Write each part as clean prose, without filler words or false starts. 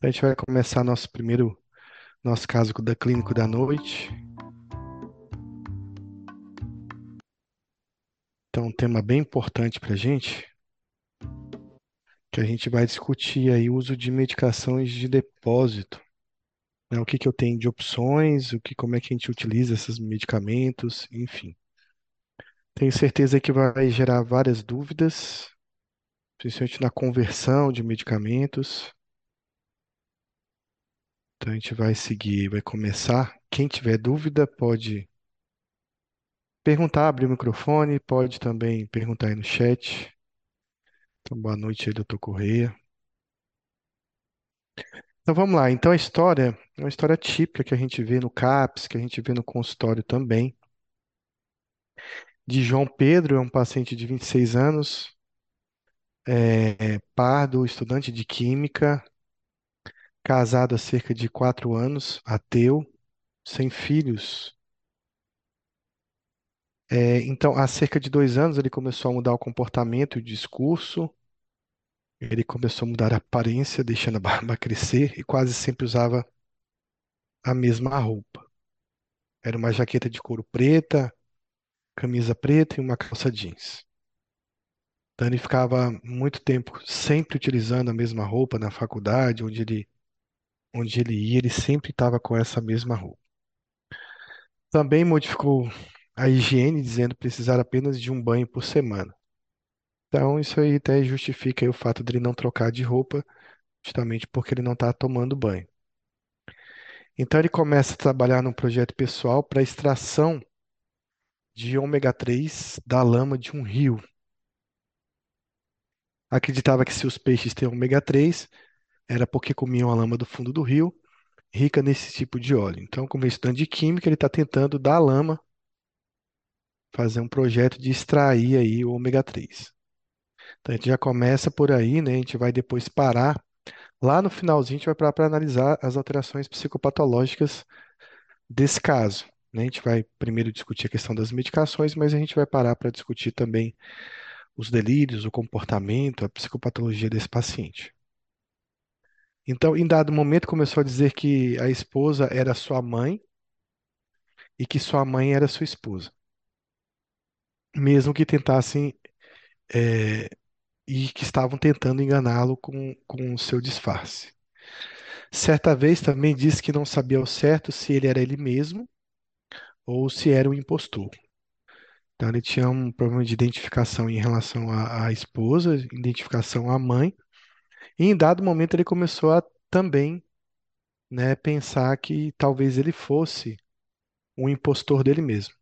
A gente vai começar nosso caso da clínico da noite. Então, um tema bem importante para a gente, que a gente vai discutir aí o uso de medicações de depósito, né? O que que eu tenho de opções, como é que a gente utiliza esses medicamentos, enfim. Tenho certeza que vai gerar várias dúvidas, principalmente na conversão de medicamentos. Então, a gente vai seguir, vai começar. Quem tiver dúvida pode perguntar, abrir o microfone, pode também perguntar aí no chat. Então, boa noite aí, doutor Correia. Então vamos lá. Então a história é uma história típica que a gente vê no CAPS, que a gente vê no consultório também, de João Pedro, é um paciente de 26 anos, pardo, estudante de química, casado há cerca de 4 anos, ateu, sem filhos. Então, há cerca de 2 anos, ele começou a mudar o comportamento e o discurso, ele começou a mudar a aparência, deixando a barba crescer, e quase sempre usava a mesma roupa. Era uma jaqueta de couro preta, camisa preta e uma calça jeans. Então ele ficava muito tempo sempre utilizando a mesma roupa na faculdade, onde ele ia, ele sempre estava com essa mesma roupa. Também modificou a higiene, dizendo precisar apenas de um banho por semana. Então isso aí até justifica aí o fato dele não trocar de roupa, justamente porque ele não está tomando banho. Então ele começa a trabalhar num projeto pessoal para extração de ômega 3 da lama de um rio. Acreditava que se os peixes têm ômega 3, era porque comiam a lama do fundo do rio, rica nesse tipo de óleo. Então, como estudante de química, ele está tentando da lama fazer um projeto de extrair aí o ômega 3. Então, a gente já começa por aí, né? A gente vai depois parar. Lá no finalzinho, a gente vai parar para analisar as alterações psicopatológicas desse caso, né? A gente vai primeiro discutir a questão das medicações, mas a gente vai parar para discutir também os delírios, o comportamento, a psicopatologia desse paciente. Então, em dado momento, começou a dizer que a esposa era sua mãe e que sua mãe era sua esposa, mesmo que tentassem, é, e que estavam tentando enganá-lo com o seu disfarce. Certa vez também disse que não sabia ao certo se ele era ele mesmo ou se era um impostor. Então, ele tinha um problema de identificação em relação à esposa, identificação à mãe, e em dado momento ele começou a também, né, pensar que talvez ele fosse um impostor dele mesmo.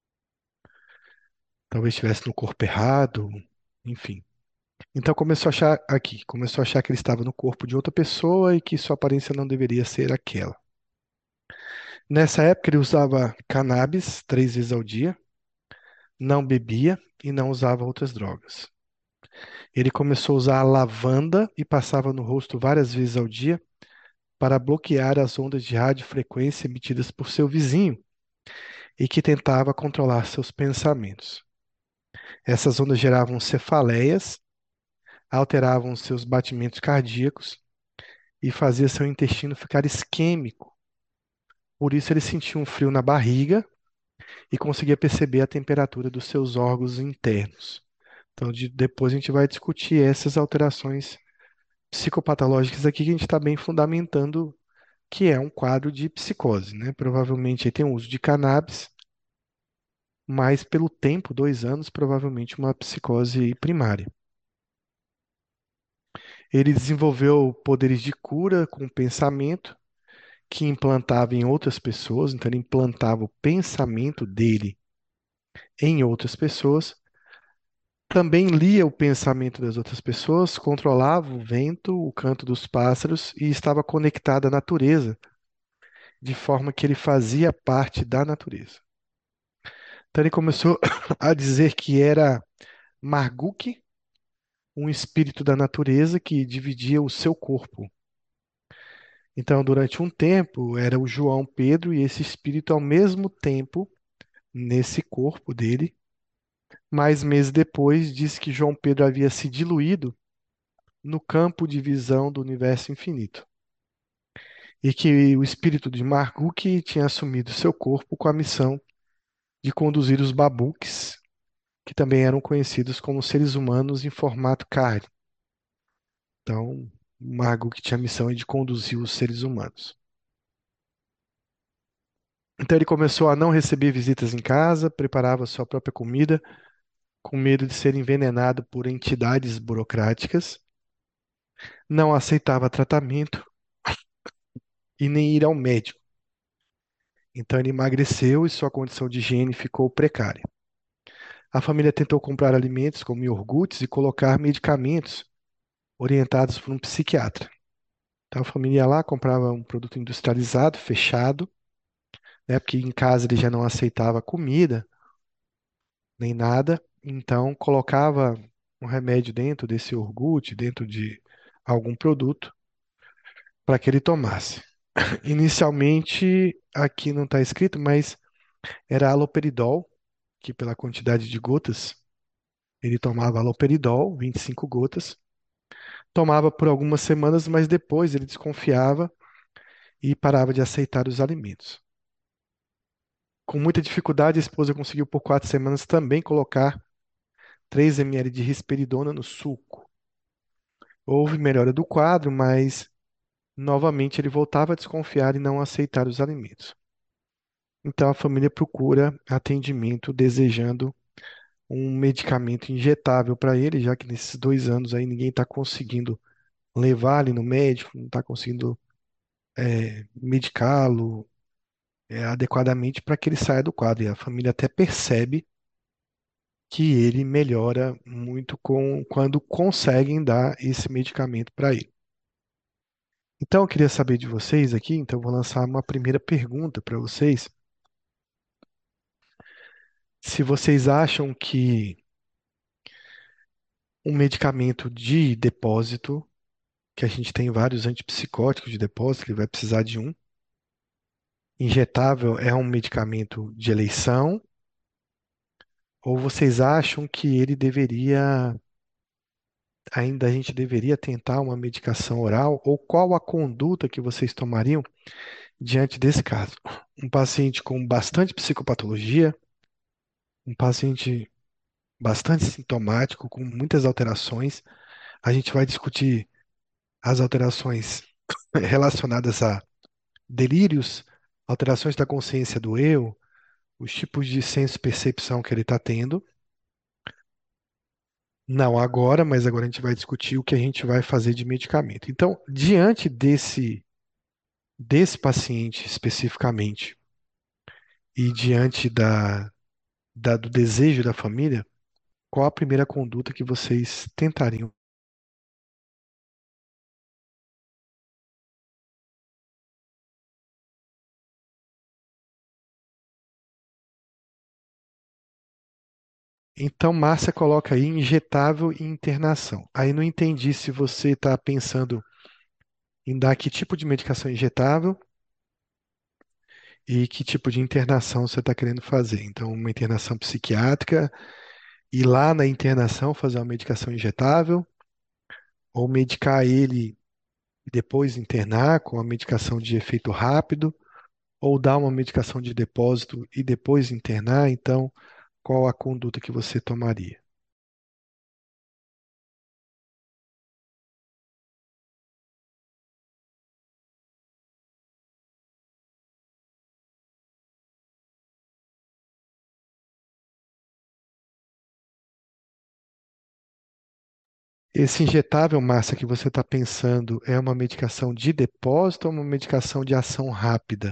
Talvez estivesse no corpo errado, enfim. Então começou a achar que ele estava no corpo de outra pessoa e que sua aparência não deveria ser aquela. Nessa época ele usava cannabis 3 vezes ao dia, não bebia e não usava outras drogas. Ele começou a usar a lavanda e passava no rosto várias vezes ao dia para bloquear as ondas de radiofrequência emitidas por seu vizinho e que tentava controlar seus pensamentos. Essas ondas geravam cefaleias, alteravam seus batimentos cardíacos e fazia seu intestino ficar isquêmico. Por isso ele sentia um frio na barriga e conseguia perceber a temperatura dos seus órgãos internos. Então, depois a gente vai discutir essas alterações psicopatológicas aqui que a gente está bem fundamentando que é um quadro de psicose, né? Provavelmente ele tem o uso de cannabis, mas pelo tempo, 2 anos, provavelmente uma psicose primária. Ele desenvolveu poderes de cura com o pensamento, que implantava em outras pessoas, então ele implantava o pensamento dele em outras pessoas, também lia o pensamento das outras pessoas, controlava o vento, o canto dos pássaros e estava conectado à natureza, de forma que ele fazia parte da natureza. Então ele começou a dizer que era Marduk, um espírito da natureza que dividia o seu corpo. Então, durante um tempo, era o João Pedro e esse espírito ao mesmo tempo nesse corpo dele. Mais meses depois, disse que João Pedro havia se diluído no campo de visão do universo infinito. e que o espírito de Marduk tinha assumido seu corpo com a missão de conduzir os babuques, que também eram conhecidos como seres humanos em formato carne. Então, Marduk tinha a missão de conduzir os seres humanos. Então ele começou a não receber visitas em casa, preparava sua própria comida, com medo de ser envenenado por entidades burocráticas, não aceitava tratamento e nem ir ao médico. Então ele emagreceu e sua condição de higiene ficou precária. A família tentou comprar alimentos como iogurtes e colocar medicamentos orientados por um psiquiatra. Então a família ia lá, comprava um produto industrializado, fechado, né, porque em casa ele já não aceitava comida nem nada, então colocava um remédio dentro desse iogurte, dentro de algum produto, para que ele tomasse. Inicialmente, aqui não está escrito, mas era haloperidol, que pela quantidade de gotas, ele tomava haloperidol, 25 gotas, tomava por algumas semanas, mas depois ele desconfiava e parava de aceitar os alimentos. Com muita dificuldade, a esposa conseguiu por 4 semanas também colocar 3 ml de risperidona no suco. Houve melhora do quadro, mas novamente ele voltava a desconfiar e não aceitar os alimentos. Então a família procura atendimento desejando um medicamento injetável para ele, já que nesses 2 anos aí ninguém está conseguindo levar ele no médico, não está conseguindo medicá-lo adequadamente para que ele saia do quadro. E a família até percebe que ele melhora muito quando conseguem dar esse medicamento para ele. Então, eu queria saber de vocês aqui, então eu vou lançar uma primeira pergunta para vocês. Se vocês acham que um medicamento de depósito, que a gente tem vários antipsicóticos de depósito, que vai precisar de um, injetável é um medicamento de eleição, ou vocês acham que ele deveria, ainda a gente deveria tentar uma medicação oral, ou qual a conduta que vocês tomariam diante desse caso? Um paciente com bastante psicopatologia, um paciente bastante sintomático, com muitas alterações. A gente vai discutir as alterações relacionadas a delírios, alterações da consciência do eu, os tipos de senso-percepção que ele está tendo. Não agora, mas agora a gente vai discutir o que a gente vai fazer de medicamento. Então, diante desse paciente especificamente e diante do desejo da família, qual a primeira conduta que vocês tentariam? Então, Márcia coloca aí injetável e internação. Aí não entendi se você está pensando em dar que tipo de medicação injetável e que tipo de internação você está querendo fazer. Então, uma internação psiquiátrica, ir lá na internação fazer uma medicação injetável, ou medicar ele e depois internar com uma medicação de efeito rápido, ou dar uma medicação de depósito e depois internar. Então, qual a conduta que você tomaria? Esse injetável, Márcia, que você está pensando, é uma medicação de depósito ou uma medicação de ação rápida?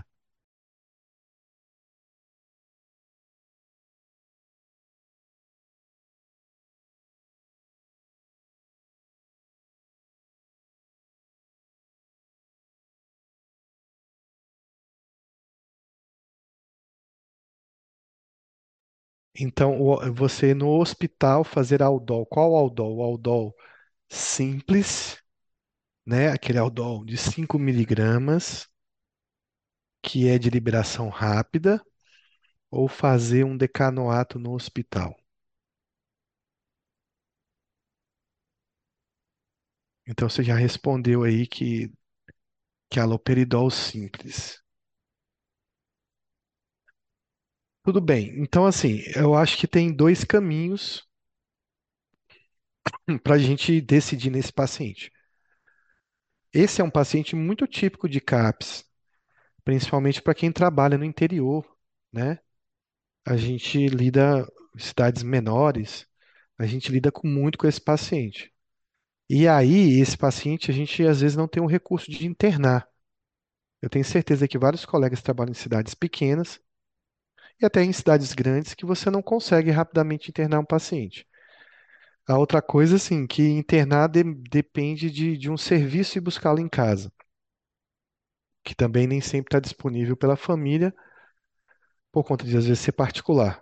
Então, você no hospital fazer Aldol. Qual Aldol? O Aldol simples, né? Aquele Aldol de 5 miligramas, que é de liberação rápida, ou fazer um decanoato no hospital. Então, você já respondeu aí que que é haloperidol simples. Tudo bem. Então, assim, eu acho que tem dois caminhos para a gente decidir nesse paciente. Esse é um paciente muito típico de CAPS, principalmente para quem trabalha no interior, né? A gente lida em cidades menores, a gente lida muito com esse paciente. E aí, esse paciente, a gente às vezes não tem um recurso de internar. Eu tenho certeza que vários colegas trabalham em cidades pequenas e até em cidades grandes que você não consegue rapidamente internar um paciente. A outra coisa, assim, que internar depende de um serviço e buscá-lo em casa, que também nem sempre está disponível pela família, por conta de às vezes ser particular.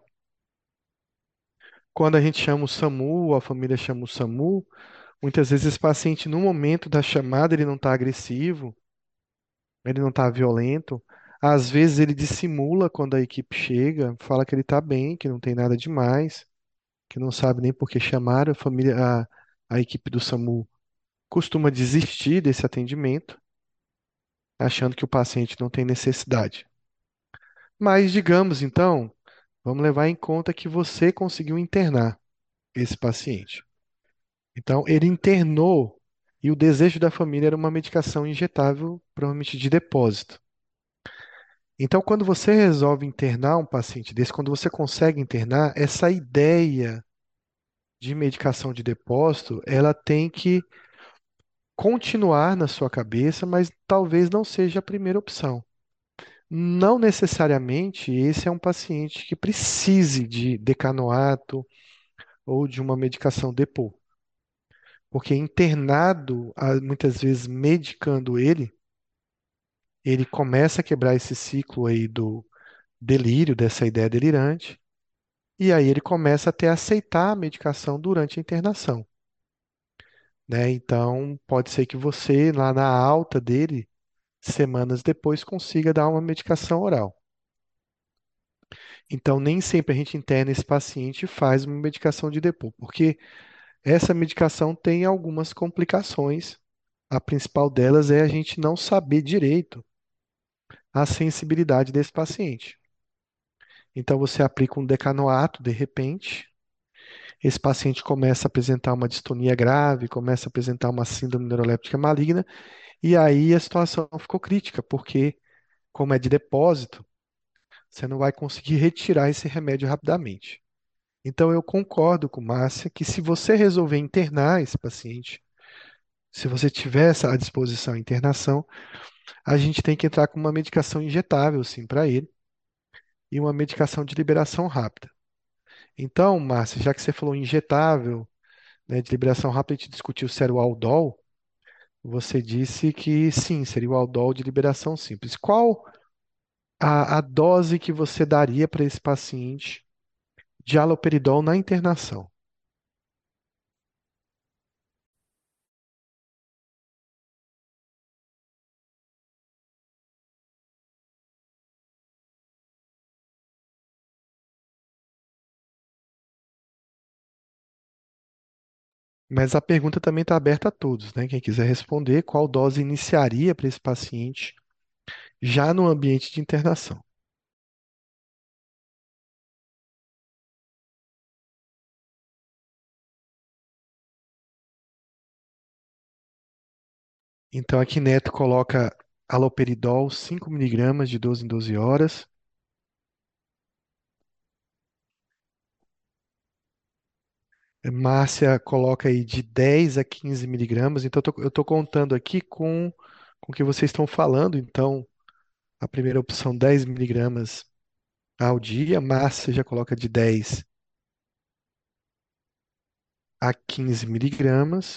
Quando a gente chama o SAMU, ou a família chama o SAMU, muitas vezes esse paciente, no momento da chamada, ele não está agressivo, ele não está violento. Às vezes ele dissimula quando a equipe chega, fala que ele está bem, que não tem nada demais, que não sabe nem por que chamaram. A equipe do SAMU costuma desistir desse atendimento, achando que o paciente não tem necessidade. Mas digamos então, vamos levar em conta que você conseguiu internar esse paciente. Então, ele internou e o desejo da família era uma medicação injetável, provavelmente de depósito. Então, quando você resolve internar um paciente desse, quando você consegue internar, essa ideia de medicação de depósito, ela tem que continuar na sua cabeça, mas talvez não seja a primeira opção. Não necessariamente esse é um paciente que precise de decanoato ou de uma medicação depot, porque internado, muitas vezes medicando ele começa a quebrar esse ciclo aí do delírio, dessa ideia delirante, e aí ele começa até a aceitar a medicação durante a internação, né? Então, pode ser que você, lá na alta dele, semanas depois, consiga dar uma medicação oral. Então, nem sempre a gente interna esse paciente e faz uma medicação de depô, porque essa medicação tem algumas complicações. A principal delas é a gente não saber direito a sensibilidade desse paciente. Então, você aplica um decanoato de repente, esse paciente começa a apresentar uma distonia grave, começa a apresentar uma síndrome neuroléptica maligna, e aí a situação ficou crítica, porque, como é de depósito, você não vai conseguir retirar esse remédio rapidamente. Então, eu concordo com Márcia que se você resolver internar esse paciente, se você tiver essa à disposição a internação, a gente tem que entrar com uma medicação injetável, sim, para ele, e uma medicação de liberação rápida. Então, Márcia, já que você falou injetável, né, de liberação rápida, a gente discutiu se era o Aldol, você disse que sim, seria o Aldol de liberação simples. Qual a dose que você daria para esse paciente de haloperidol na internação? Mas a pergunta também está aberta a todos, né? Quem quiser responder, qual dose iniciaria para esse paciente já no ambiente de internação? Então, aqui Neto coloca haloperidol 5 miligramas de 12 em 12 horas. Márcia coloca aí de 10 a 15 miligramas. Então, eu estou contando aqui com o que vocês estão falando. Então, a primeira opção, 10 miligramas ao dia. Márcia já coloca de 10 a 15 miligramas.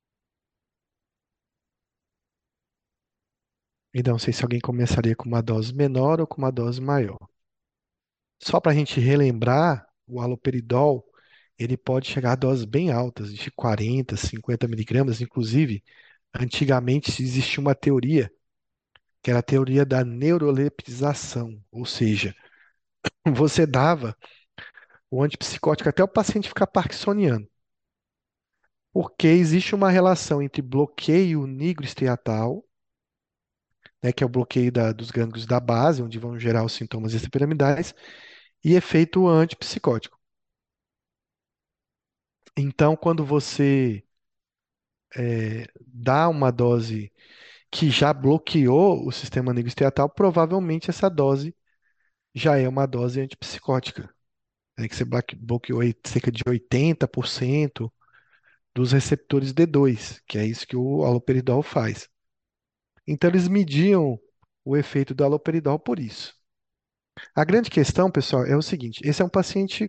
E não sei se alguém começaria com uma dose menor ou com uma dose maior. Só para a gente relembrar, o haloperidol, ele pode chegar a doses bem altas, de 40, 50 miligramas. Inclusive, antigamente existia uma teoria, que era a teoria da neuroleptização, ou seja, você dava o antipsicótico até o paciente ficar parkinsoniano, porque existe uma relação entre bloqueio nigrostriatal né, que é o bloqueio dos gânglios da base, onde vão gerar os sintomas extrapiramidais, e efeito antipsicótico. Então, quando você dá uma dose que já bloqueou o sistema nervoso esteatal, provavelmente essa dose já é uma dose antipsicótica, né, que você bloqueou aí cerca de 80% dos receptores D2, que é isso que o haloperidol faz. Então, eles mediam o efeito do haloperidol por isso. A grande questão, pessoal, é o seguinte: esse é um paciente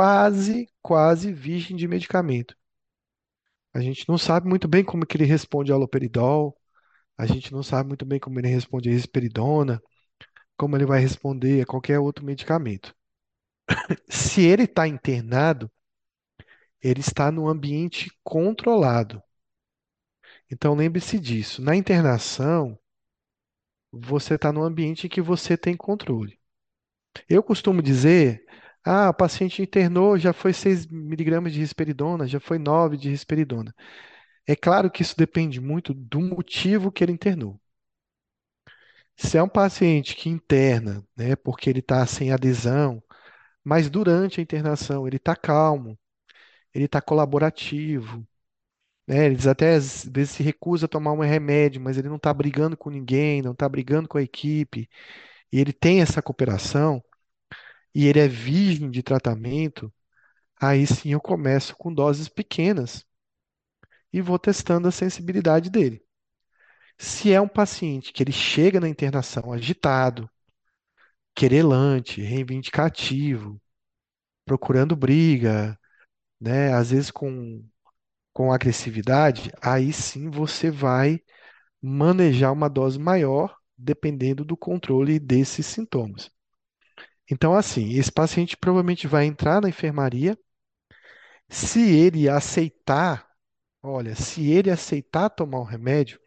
quase virgem de medicamento. A gente não sabe muito bem como que ele responde ao haloperidol, a gente não sabe muito bem como ele responde a risperidona, como ele vai responder a qualquer outro medicamento. Se ele está internado, ele está no ambiente controlado. Então lembre-se disso. Na internação, você está no ambiente em que você tem controle. Eu costumo dizer, o paciente internou, já foi 6 miligramas de risperidona, já foi 9 de risperidona. É claro que isso depende muito do motivo que ele internou. Se é um paciente que interna, né, porque ele está sem adesão, mas durante a internação ele está calmo, ele está colaborativo, né, eles até às vezes se recusa a tomar um remédio, mas ele não está brigando com ninguém, não está brigando com a equipe, e ele tem essa cooperação, e ele é virgem de tratamento, aí sim eu começo com doses pequenas e vou testando a sensibilidade dele. Se é um paciente que ele chega na internação agitado, querelante, reivindicativo, procurando briga, né, às vezes com agressividade, aí sim você vai manejar uma dose maior, dependendo do controle desses sintomas. Então, assim, esse paciente provavelmente vai entrar na enfermaria. Se ele aceitar, olha, se ele aceitar tomar o remédio,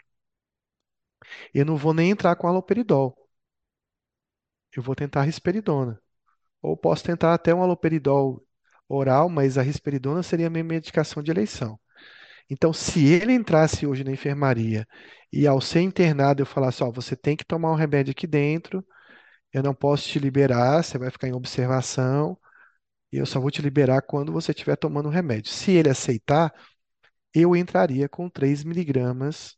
eu não vou nem entrar com haloperidol. Eu vou tentar risperidona. Ou posso tentar até um haloperidol oral, mas a risperidona seria a minha medicação de eleição. Então, se ele entrasse hoje na enfermaria e ao ser internado eu falasse, ó, você tem que tomar um remédio aqui dentro, eu não posso te liberar, você vai ficar em observação e eu só vou te liberar quando você estiver tomando o remédio. Se ele aceitar, eu entraria com 3 miligramas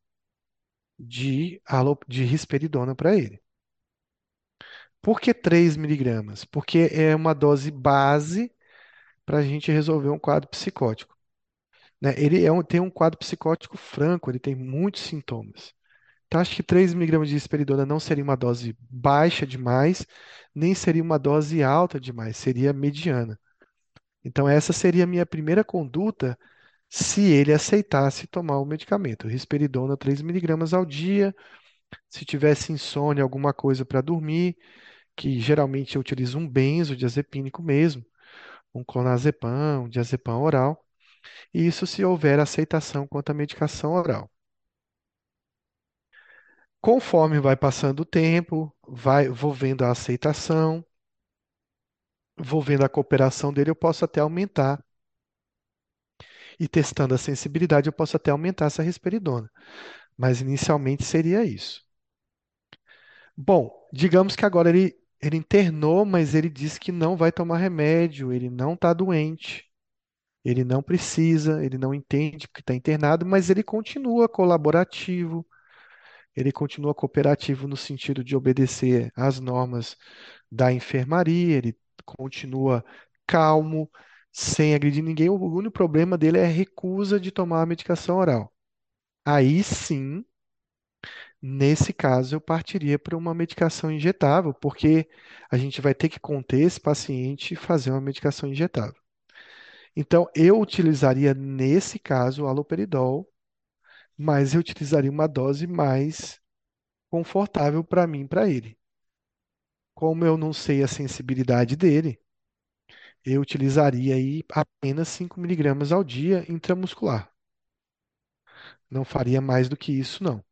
de risperidona para ele. Por que 3 miligramas? Porque é uma dose base para a gente resolver um quadro psicótico, né? Ele tem um quadro psicótico franco, ele tem muitos sintomas. Então, acho que 3 miligramas de risperidona não seria uma dose baixa demais, nem seria uma dose alta demais, seria mediana. Então, essa seria a minha primeira conduta se ele aceitasse tomar o medicamento. Risperidona 3 miligramas ao dia. Se tivesse insônia, alguma coisa para dormir, que geralmente eu utilizo um benzodiazepínico mesmo, um clonazepam, um diazepam oral. E isso se houver aceitação quanto à medicação oral. Conforme vai passando o tempo, vou vendo a aceitação, vou vendo a cooperação dele, eu posso até aumentar. E testando a sensibilidade, eu posso até aumentar essa risperidona. Mas inicialmente seria isso. Bom, digamos que agora ele internou, mas ele disse que não vai tomar remédio, ele não está doente, ele não precisa, ele não entende porque está internado, mas ele continua colaborativo, ele continua cooperativo no sentido de obedecer às normas da enfermaria, ele continua calmo, sem agredir ninguém. O único problema dele é a recusa de tomar a medicação oral. Aí sim, nesse caso, eu partiria para uma medicação injetável, porque a gente vai ter que conter esse paciente e fazer uma medicação injetável. Então, eu utilizaria, nesse caso, o haloperidol, mas eu utilizaria uma dose mais confortável para mim e para ele. Como eu não sei a sensibilidade dele, eu utilizaria aí apenas 5 miligramas ao dia intramuscular. Não faria mais do que isso, não.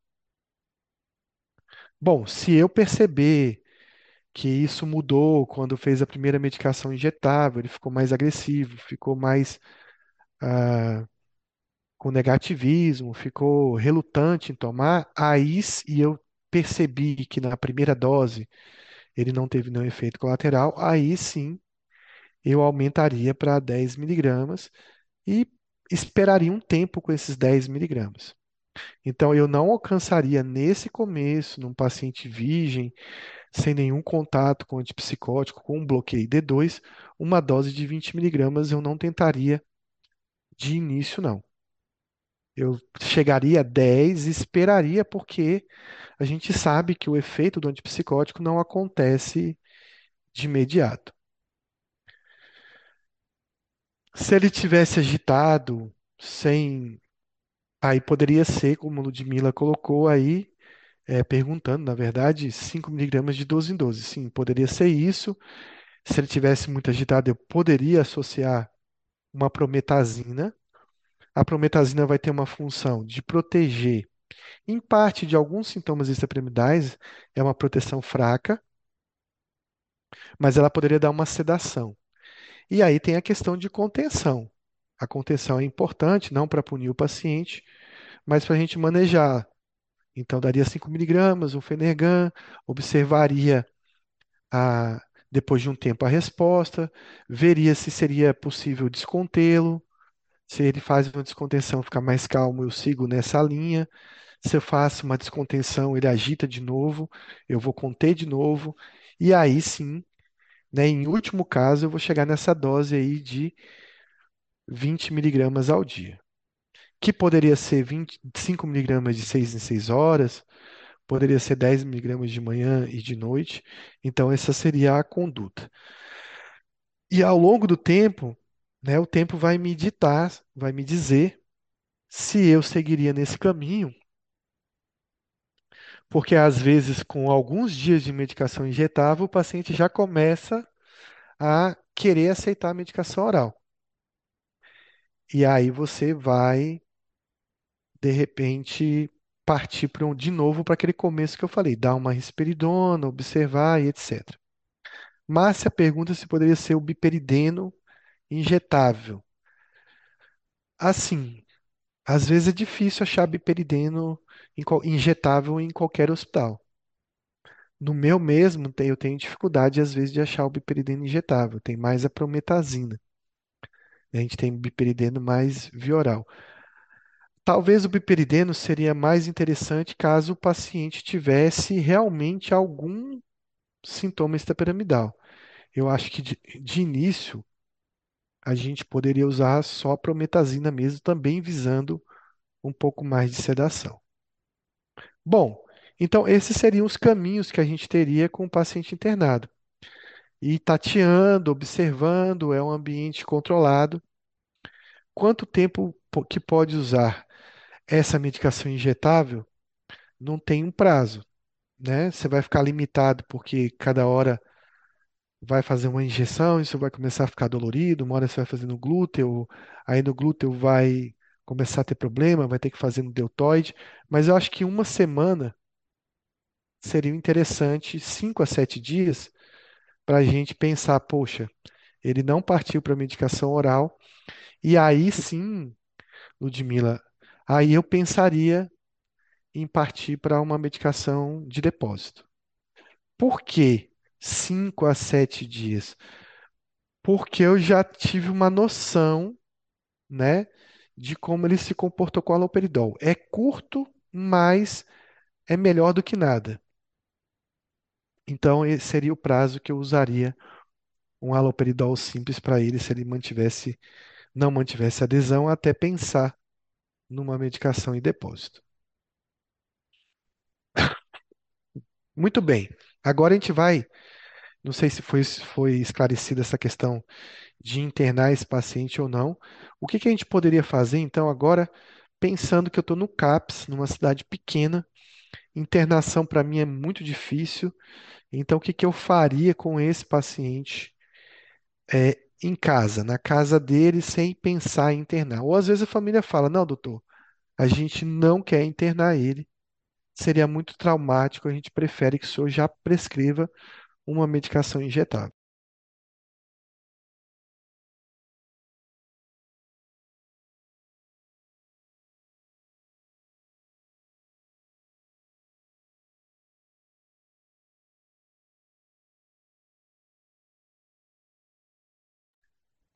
Bom, se eu perceber que isso mudou quando fez a primeira medicação injetável, ele ficou mais agressivo, ficou mais com negativismo, ficou relutante em tomar, aí e eu percebi que na primeira dose ele não teve nenhum efeito colateral, aí sim eu aumentaria para 10 miligramas e esperaria um tempo com esses 10 miligramas. Então, eu não alcançaria nesse começo, num paciente virgem, sem nenhum contato com antipsicótico, com um bloqueio D2, uma dose de 20 miligramas eu não tentaria de início, não. Eu chegaria a 10 e esperaria, porque a gente sabe que o efeito do antipsicótico não acontece de imediato. Se ele tivesse agitado, sem. Aí poderia ser, como a Ludmila colocou aí, perguntando, na verdade, 5 miligramas de 12 em 12. Sim, poderia ser isso. Se ele tivesse muito agitado, eu poderia associar uma prometazina. A prometazina vai ter uma função de proteger, em parte, de alguns sintomas extrapiramidais, é uma proteção fraca, mas ela poderia dar uma sedação. E aí tem a questão de contenção. A contenção é importante, não para punir o paciente, mas para a gente manejar. Então, daria 5 miligramas, um Fenergan, observaria a, depois de um tempo a resposta, veria se seria possível descontê-lo. Se ele faz uma descontenção, ficar mais calmo, eu sigo nessa linha. Se eu faço uma descontenção, ele agita de novo, eu vou conter de novo. E aí sim, né, em último caso, eu vou chegar nessa dose aí de 20 miligramas ao dia, que poderia ser 25 miligramas de 6 em 6 horas, poderia ser 10 miligramas de manhã e de noite. Então, essa seria a conduta. E ao longo do tempo, né, o tempo vai me ditar, vai me dizer se eu seguiria nesse caminho, porque às vezes, com alguns dias de medicação injetável, o paciente já começa a querer aceitar a medicação oral. E aí você vai, de repente, partir de novo para aquele começo que eu falei, dar uma risperidona, observar e etc. Márcia pergunta se poderia ser o biperideno injetável. Assim, às vezes é difícil achar biperideno injetável em qualquer hospital. No meu mesmo, eu tenho dificuldade, às vezes, de achar o biperideno injetável. Tem mais a prometazina. A gente tem biperideno mais vioral. Talvez o biperideno seria mais interessante caso o paciente tivesse realmente algum sintoma extrapiramidal. Eu acho que de início a gente poderia usar só a prometazina mesmo, também visando um pouco mais de sedação. Bom, então esses seriam os caminhos que a gente teria com o paciente internado. E tateando, observando, é um ambiente controlado. Quanto tempo que pode usar essa medicação injetável? Não tem um prazo, né? Você vai ficar limitado porque cada hora vai fazer uma injeção, isso vai começar a ficar dolorido, uma hora você vai fazer no glúteo, aí no glúteo vai começar a ter problema, vai ter que fazer no deltoide, mas eu acho que uma semana seria interessante, 5 a 7 dias, para a gente pensar, poxa, ele não partiu para medicação oral, e aí sim, Ludmila, aí eu pensaria em partir para uma medicação de depósito. Por que 5 a 7 dias? Porque eu já tive uma noção, né, de como ele se comportou com o haloperidol. É curto, mas é melhor do que nada. Então, esse seria o prazo que eu usaria um haloperidol simples para ele, se ele não mantivesse adesão, até pensar numa medicação em depósito. Muito bem. Agora a gente vai, não sei se foi esclarecida essa questão de internar esse paciente ou não. O que que a gente poderia fazer, então, agora, pensando que eu estou no CAPS, numa cidade pequena, internação para mim é muito difícil, então o que que eu faria com esse paciente em casa, na casa dele, sem pensar em internar? Ou às vezes a família fala: não, doutor, a gente não quer internar ele, seria muito traumático, a gente prefere que o senhor já prescreva uma medicação injetável.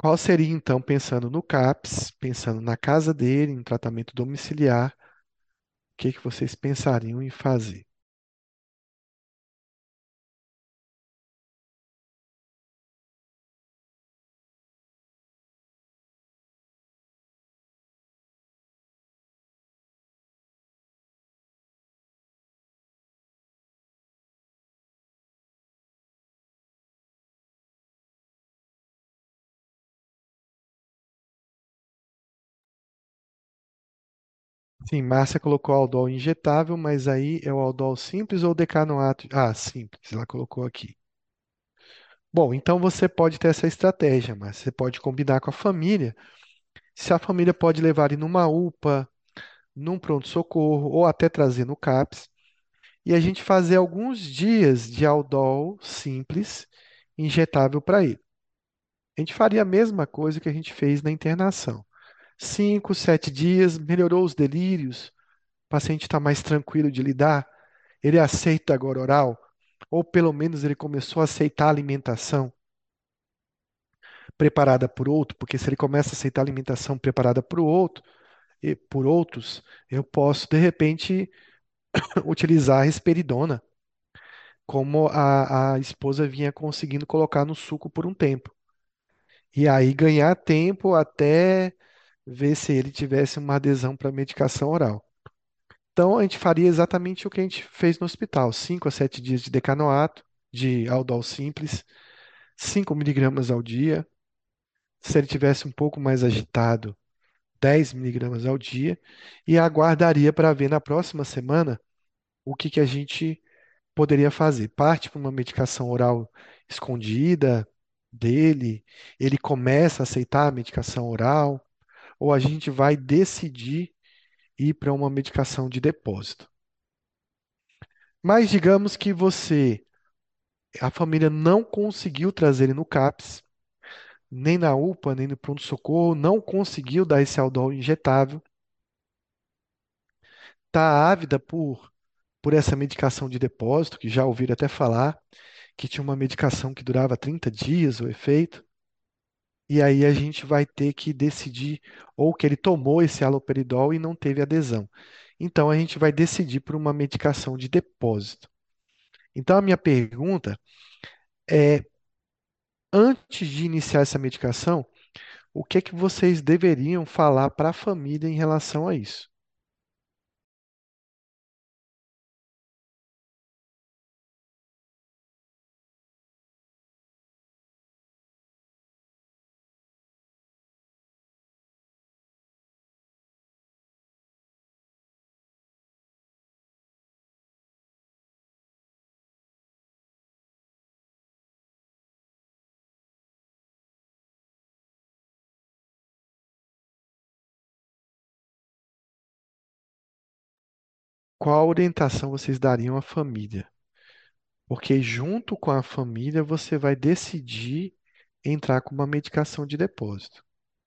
Qual seria, então, pensando no CAPS, pensando na casa dele, em tratamento domiciliar, o que que vocês pensariam em fazer? Sim, Márcia colocou aldol injetável, mas aí é o aldol simples ou decanoato? Ah, simples, ela colocou aqui. Bom, então você pode ter essa estratégia, mas você pode combinar com a família. Se a família pode levar ele numa UPA, num pronto-socorro ou até trazer no CAPS, e a gente fazer alguns dias de Aldol simples, injetável para ele. A gente faria a mesma coisa que a gente fez na internação. 5, 7 dias, melhorou os delírios, o paciente está mais tranquilo de lidar, ele aceita agora oral, ou pelo menos ele começou a aceitar a alimentação preparada por outro, porque se ele começa a aceitar a alimentação preparada por outro, e por outros, eu posso de repente utilizar a risperidona, como a esposa vinha conseguindo colocar no suco por um tempo. E aí ganhar tempo até ver se ele tivesse uma adesão para medicação oral. Então a gente faria exatamente o que a gente fez no hospital: 5 a 7 dias de decanoato, de Aldol simples, 5 miligramas ao dia. Se ele tivesse um pouco mais agitado, 10 miligramas ao dia, e aguardaria para ver na próxima semana o que que a gente poderia fazer. Parte para uma medicação oral escondida dele, ele começa a aceitar a medicação oral, ou a gente vai decidir ir para uma medicação de depósito. Mas digamos que a família não conseguiu trazer ele no CAPS, nem na UPA, nem no pronto-socorro, não conseguiu dar esse Aldol injetável, está ávida por essa medicação de depósito, que já ouviram até falar, que tinha uma medicação que durava 30 dias o efeito. E aí a gente vai ter que decidir ou que ele tomou esse haloperidol e não teve adesão. Então a gente vai decidir por uma medicação de depósito. Então a minha pergunta é, antes de iniciar essa medicação, o que é que vocês deveriam falar para a família em relação a isso? Qual orientação vocês dariam à família? Porque junto com a família você vai decidir entrar com uma medicação de depósito.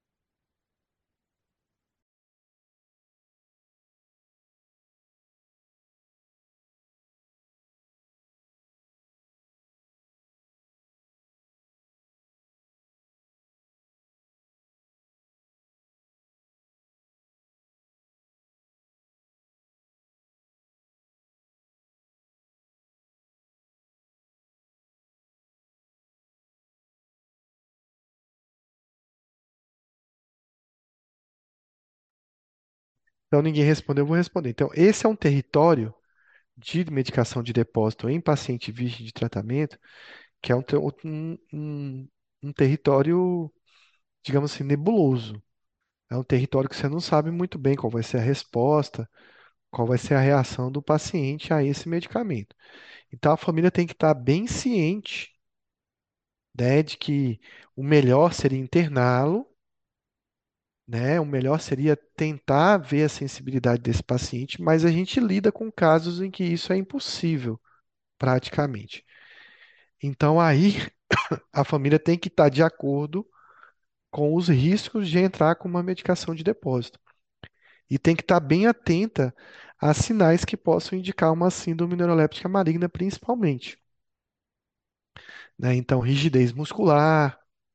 Então ninguém respondeu, eu vou responder. Então, esse é um território de medicação de depósito em paciente virgem de tratamento, que é um território, digamos assim, nebuloso. É um território que você não sabe muito bem qual vai ser a resposta, qual vai ser a reação do paciente a esse medicamento. Então, a família tem que estar bem ciente, né, de que o melhor seria interná-lo, né? O melhor seria tentar ver a sensibilidade desse paciente, mas a gente lida com casos em que isso é impossível, praticamente. Então, aí a família tem que estar de acordo com os riscos de entrar com uma medicação de depósito. E tem que estar bem atenta a sinais que possam indicar uma síndrome neuroléptica maligna, principalmente, né? Então, rigidez muscular,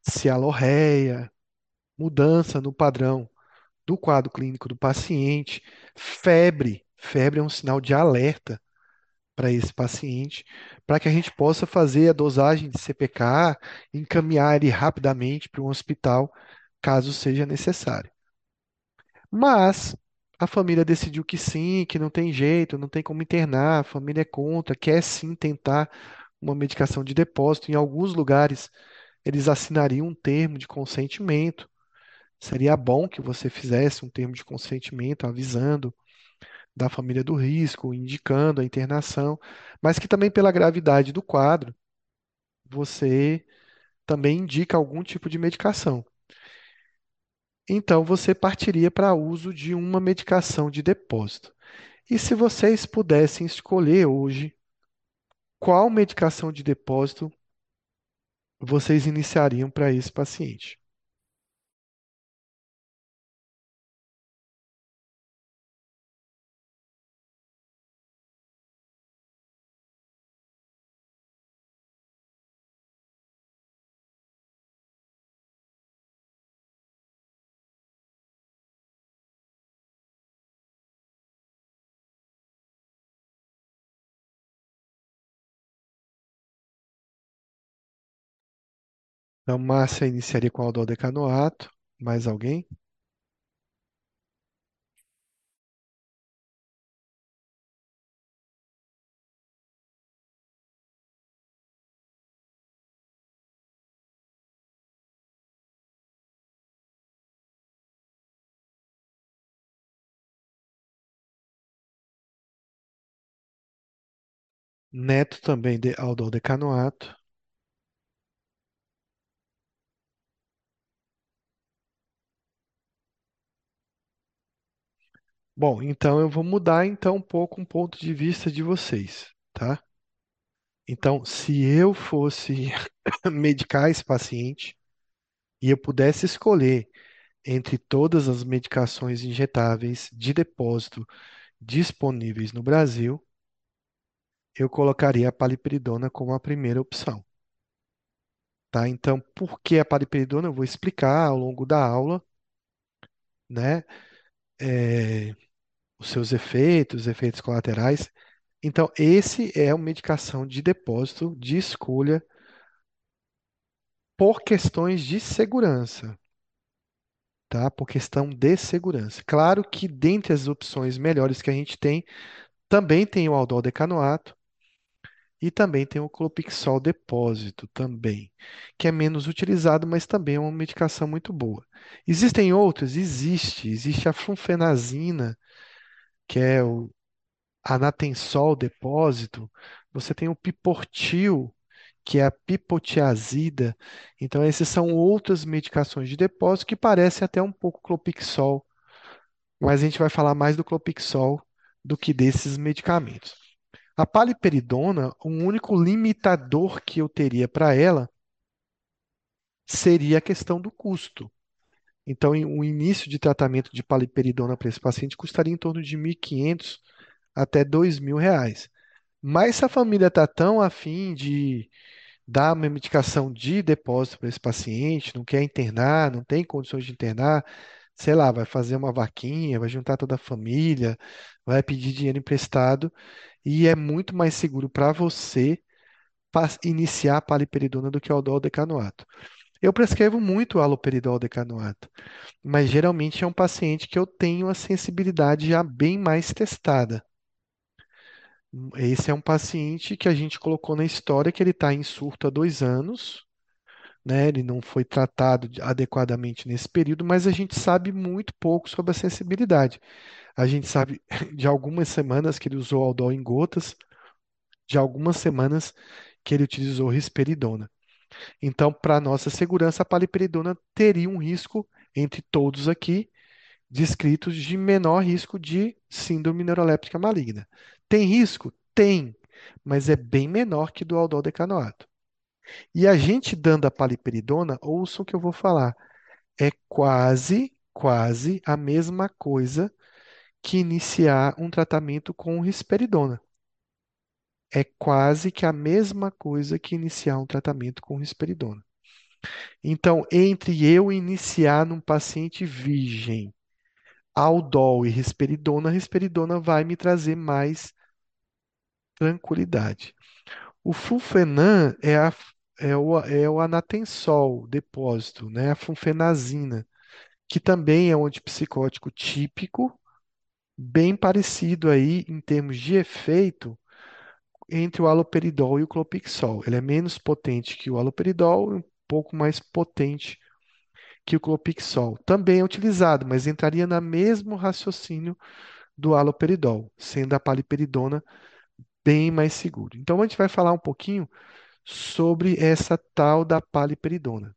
cialorreia, mudança no padrão do quadro clínico do paciente, febre. Febre é um sinal de alerta para esse paciente, para que a gente possa fazer a dosagem de CPK, encaminhar ele rapidamente para um hospital, caso seja necessário. Mas a família decidiu que sim, que não tem jeito, não tem como internar, a família é contra, quer sim tentar uma medicação de depósito. Em alguns lugares, eles assinariam um termo de consentimento. Seria bom que você fizesse um termo de consentimento avisando da família do risco, indicando a internação, mas que também pela gravidade do quadro, você também indica algum tipo de medicação. Então, você partiria para uso de uma medicação de depósito. E se vocês pudessem escolher hoje qual medicação de depósito vocês iniciariam para esse paciente? Então, Márcia iniciaria com aldol-decanoato. Mais alguém? Neto também de aldol-decanoato. Bom, então eu vou mudar então um pouco um ponto de vista de vocês, tá? Então, se eu fosse medicar esse paciente e eu pudesse escolher entre todas as medicações injetáveis de depósito disponíveis no Brasil, eu colocaria a paliperidona como a primeira opção, tá? Então, por que a paliperidona? Eu vou explicar ao longo da aula, né? É, os seus efeitos, efeitos colaterais. Então, esse é uma medicação de depósito de escolha por questões de segurança, tá? Por questão de segurança. Claro que dentre as opções melhores que a gente tem, também tem o aldol-decanoato e também tem o clopixol depósito também, que é menos utilizado, mas também é uma medicação muito boa. Existem outras? Existe a flunfenazina, que é o anatensol depósito, você tem o piportil, que é a pipotiazida. Então, essas são outras medicações de depósito que parecem até um pouco clopixol, mas a gente vai falar mais do clopixol do que desses medicamentos. A paliperidona, o único limitador que eu teria para ela seria a questão do custo. Então, o início de tratamento de paliperidona para esse paciente custaria em torno de 1.500 até R$ 2.000. Mas se a família está tão afim de dar uma medicação de depósito para esse paciente, não quer internar, não tem condições de internar, sei lá, vai fazer uma vaquinha, vai juntar toda a família, vai pedir dinheiro emprestado e é muito mais seguro para você iniciar a paliperidona do que o aldol-decanoato. Eu prescrevo muito haloperidol-decanoato, mas geralmente é um paciente que eu tenho a sensibilidade já bem mais testada. Esse é um paciente que a gente colocou na história que ele está em surto há 2 anos, né? Ele não foi tratado adequadamente nesse período, mas a gente sabe muito pouco sobre a sensibilidade. A gente sabe de algumas semanas que ele usou Aldol em gotas, de algumas semanas que ele utilizou risperidona. Então, para nossa segurança, a paliperidona teria um risco entre todos aqui descritos de menor risco de síndrome neuroléptica maligna. Tem risco? Tem, mas é bem menor que do aldol-decanoato. E a gente dando a paliperidona, ouça o que eu vou falar, é quase a mesma coisa que iniciar um tratamento com risperidona. É quase que a mesma coisa que iniciar um tratamento com risperidona. Então, entre eu iniciar num paciente virgem Aldol e risperidona, a risperidona vai me trazer mais tranquilidade. O Flufenan é o anatensol, depósito, né? A flufenazina, que também é um antipsicótico típico, bem parecido aí em termos de efeito entre o haloperidol e o clopixol. Ele é menos potente que o haloperidol e um pouco mais potente que o clopixol. Também é utilizado, mas entraria no mesmo raciocínio do haloperidol, sendo a paliperidona bem mais seguro. Então a gente vai falar um pouquinho sobre essa tal da paliperidona.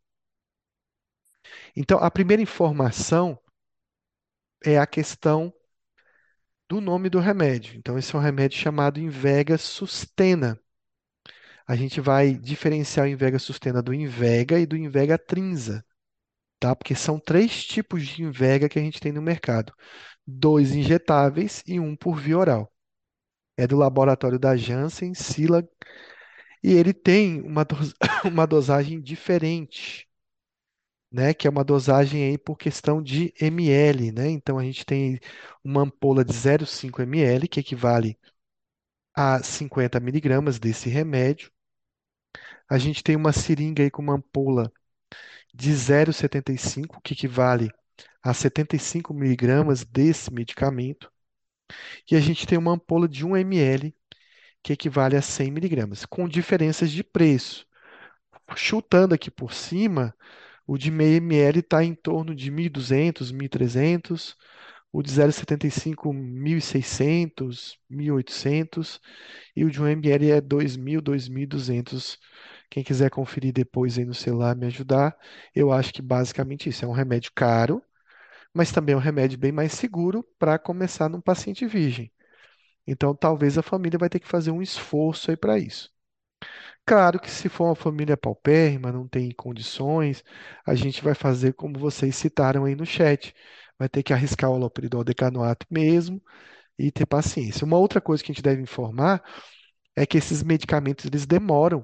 Então a primeira informação é a questão do nome do remédio. Então esse é um remédio chamado Invega Sustena. A gente vai diferenciar o Invega Sustena do Invega e do Invega Trinza, tá? Porque são três tipos de Invega que a gente tem no mercado. Dois injetáveis e um por via oral. É do laboratório da Janssen, Sila, e ele tem uma dosagem diferente, né? Que é uma dosagem aí por questão de ml, né? Então a gente tem uma ampola de 0,5 ml, que equivale a 50 miligramas desse remédio. A gente tem uma seringa aí com uma ampola de 0,75, que equivale a 75 miligramas desse medicamento. E a gente tem uma ampola de 1 ml, que equivale a 100 miligramas, com diferenças de preço. Chutando aqui por cima, o de meio ml está em torno de 1.200, 1.300, o de 0,75, 1.600, 1.800 e o de 1 ml é 2.000, 2.200. Quem quiser conferir depois aí no celular, me ajudar, eu acho que basicamente isso é um remédio caro, mas também é um remédio bem mais seguro para começar num paciente virgem. Então, talvez a família vai ter que fazer um esforço aí para isso. Claro que se for uma família paupérrima, não tem condições, a gente vai fazer como vocês citaram aí no chat. Vai ter que arriscar o haloperidol decanoato mesmo e ter paciência. Uma outra coisa que a gente deve informar é que esses medicamentos eles demoram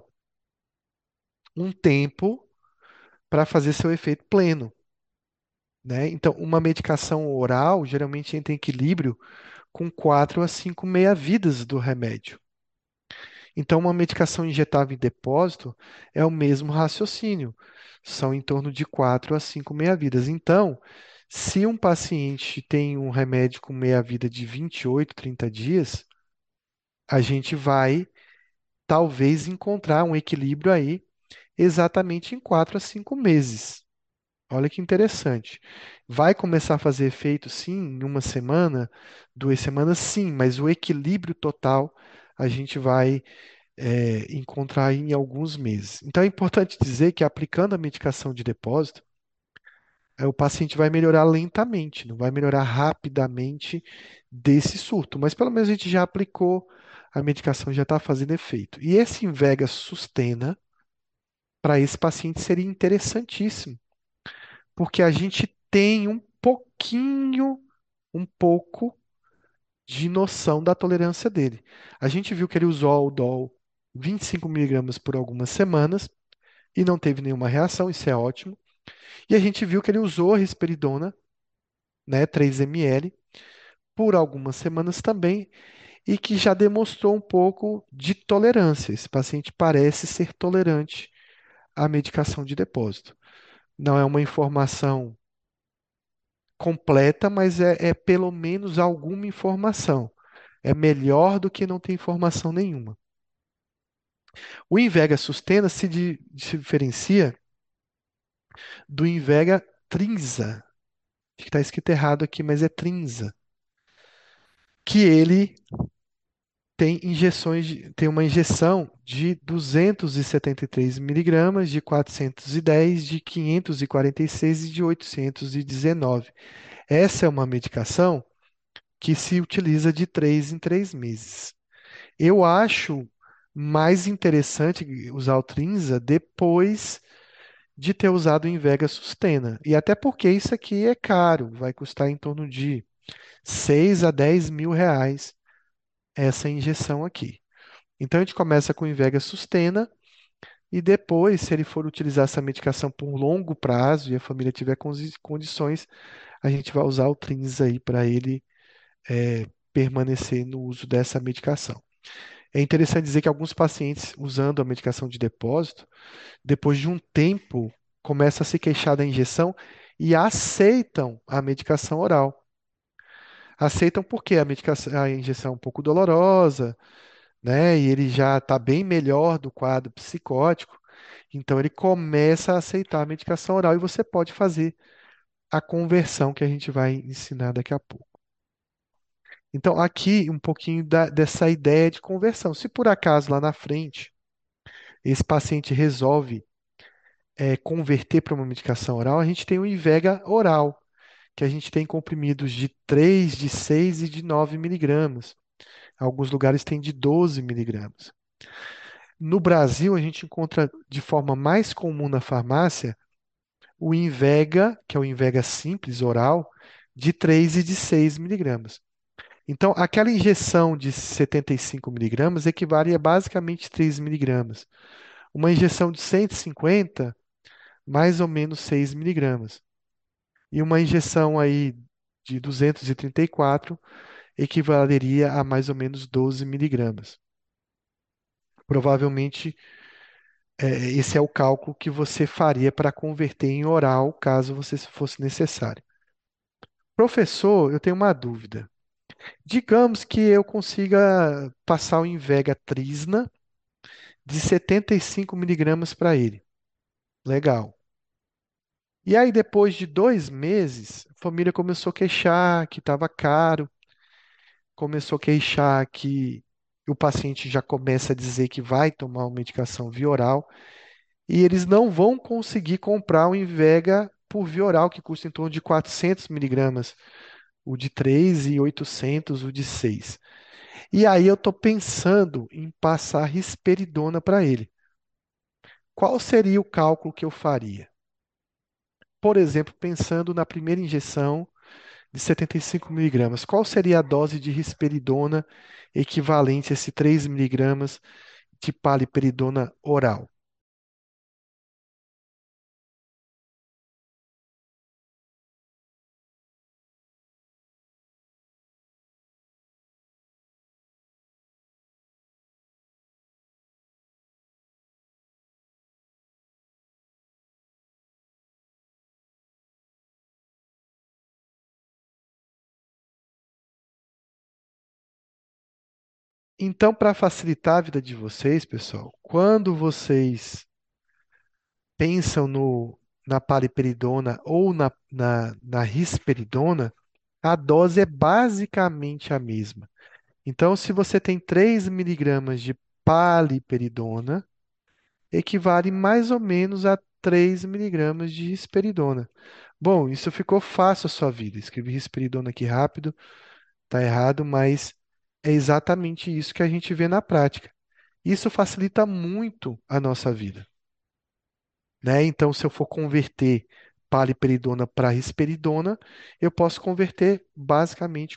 um tempo para fazer seu efeito pleno, né? Então, uma medicação oral geralmente entra em equilíbrio com 4 a 5 meia-vidas do remédio. Então, uma medicação injetável em depósito é o mesmo raciocínio. São em torno de 4 a 5 meia-vidas. Então, se um paciente tem um remédio com meia-vida de 28, 30 dias, a gente vai talvez encontrar um equilíbrio aí exatamente em 4 a 5 meses. Olha que interessante. Vai começar a fazer efeito, sim, em uma semana, 2 semanas, sim, mas o equilíbrio total a gente vai encontrar em alguns meses. Então é importante dizer que aplicando a medicação de depósito, o paciente vai melhorar lentamente, não vai melhorar rapidamente desse surto, mas pelo menos a gente já aplicou, a medicação já está fazendo efeito. E esse Invega Sustena, para esse paciente, seria interessantíssimo, porque a gente tem um pouco de noção da tolerância dele. A gente viu que ele usou o Aldol 25 miligramas por algumas semanas e não teve nenhuma reação, isso é ótimo. E a gente viu que ele usou a risperidona, né, 3 ml, por algumas semanas também e que já demonstrou um pouco de tolerância. Esse paciente parece ser tolerante à medicação de depósito. Não é uma informação completa, mas é pelo menos alguma informação. É melhor do que não ter informação nenhuma. O Invega Sustena se diferencia do Invega Trinza. Acho que está escrito errado aqui, mas é Trinza. Que ele tem uma injeção de 273 miligramas, de 410, de 546 e de 819. Essa é uma medicação que se utiliza de 3 em 3 meses. Eu acho mais interessante usar o Trinza depois de ter usado o Invega Sustena. E até porque isso aqui é caro, vai custar em torno de 6 a 10 mil reais essa injeção aqui. Então a gente começa com o Invega Sustena E depois, se ele for utilizar essa medicação por longo prazo e a família tiver condições, a gente vai usar o TRINS aí para ele permanecer no uso dessa medicação. É interessante dizer que alguns pacientes usando a medicação de depósito, depois de um tempo, começam a se queixar da injeção e aceitam a medicação oral. Aceitam porque a injeção é um pouco dolorosa, né? E ele já está bem melhor do quadro psicótico. Então ele começa a aceitar a medicação oral e você pode fazer a conversão que a gente vai ensinar daqui a pouco. Então, aqui um pouquinho dessa ideia de conversão. Se por acaso lá na frente esse paciente resolve converter para uma medicação oral, a gente tem o Invega oral, que a gente tem comprimidos de 3, de 6 e de 9 miligramas. Alguns lugares tem de 12 miligramas. No Brasil, a gente encontra de forma mais comum na farmácia o Invega, que é o Invega simples oral, de 3 e de 6 miligramas. Então, aquela injeção de 75 miligramas equivale a basicamente 3 miligramas. Uma injeção de 150, mais ou menos 6 miligramas. E uma injeção aí de 234 equivaleria a mais ou menos 12 miligramas. Provavelmente, esse é o cálculo que você faria para converter em oral, caso você fosse necessário. Professor, eu tenho uma dúvida. Digamos que eu consiga passar o Invega Trisna de 75 miligramas para ele. Legal. E aí, depois de 2 meses, a família começou a queixar que estava caro, começou a queixar que o paciente já começa a dizer que vai tomar uma medicação via oral e eles não vão conseguir comprar o Invega por via oral, que custa em torno de 400 miligramas, o de 3 e 800, o de 6. E aí eu estou pensando em passar risperidona para ele. Qual seria o cálculo que eu faria? Por exemplo, pensando na primeira injeção de 75 miligramas, qual seria a dose de risperidona equivalente a esse 3 miligramas de paliperidona oral? Então, para facilitar a vida de vocês, pessoal, quando vocês pensam na paliperidona ou na risperidona, a dose é basicamente a mesma. Então, se você tem 3 miligramas de paliperidona, equivale mais ou menos a 3 miligramas de risperidona. Bom, isso ficou fácil a sua vida. Escrevi risperidona aqui rápido, tá errado, mas é exatamente isso que a gente vê na prática. Isso facilita muito a nossa vida, né? Então, se eu for converter paliperidona para risperidona, eu posso converter basicamente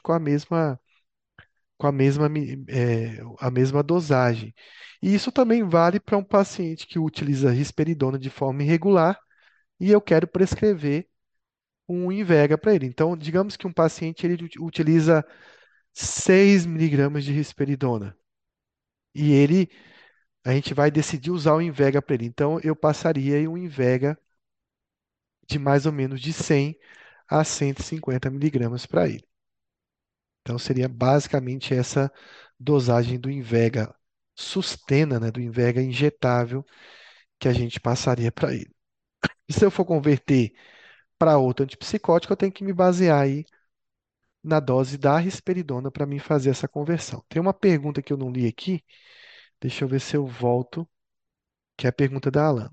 a mesma dosagem. E isso também vale para um paciente que utiliza risperidona de forma irregular e eu quero prescrever um Invega para ele. Então, digamos que um paciente ele utiliza 6 miligramas de risperidona e a gente vai decidir usar o Invega para ele. Então, eu passaria aí um Invega de mais ou menos de 100 a 150 miligramas para ele. Então, seria basicamente essa dosagem do Invega Sustena, né, do Invega injetável que a gente passaria para ele. E se eu for converter para outro antipsicótico, eu tenho que me basear aí na dose da risperidona para mim fazer essa conversão. Tem uma pergunta que eu não li aqui, deixa eu ver se eu volto, que é a pergunta da Alan.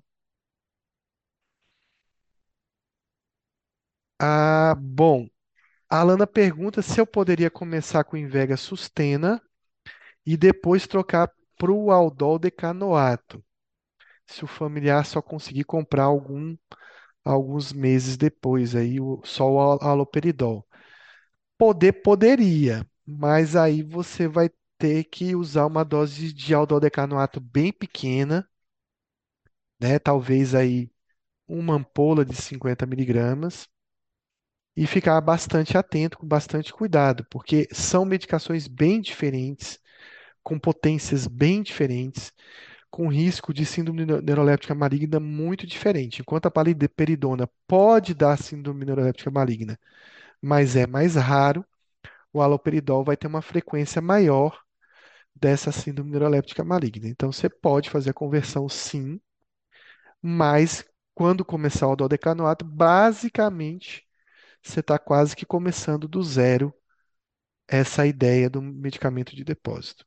Ah, bom, a Alana pergunta se eu poderia começar com o Invega Sustena e depois trocar para o Aldol decanoato, se o familiar só conseguir comprar alguns meses depois, aí só o haloperidol. Poderia, mas aí você vai ter que usar uma dose de aldol decanoato bem pequena né? Talvez aí uma ampola de 50 miligramas e ficar bastante atento, com bastante cuidado, porque são medicações bem diferentes, com potências bem diferentes, com risco de síndrome neuroléptica maligna muito diferente. Enquanto a paliperidona pode dar síndrome neuroléptica maligna, mas é mais raro, o haloperidol vai ter uma frequência maior dessa síndrome neuroléptica maligna. Então, você pode fazer a conversão sim, mas quando começar o dodecanoato, basicamente, você está quase que começando do zero essa ideia do medicamento de depósito.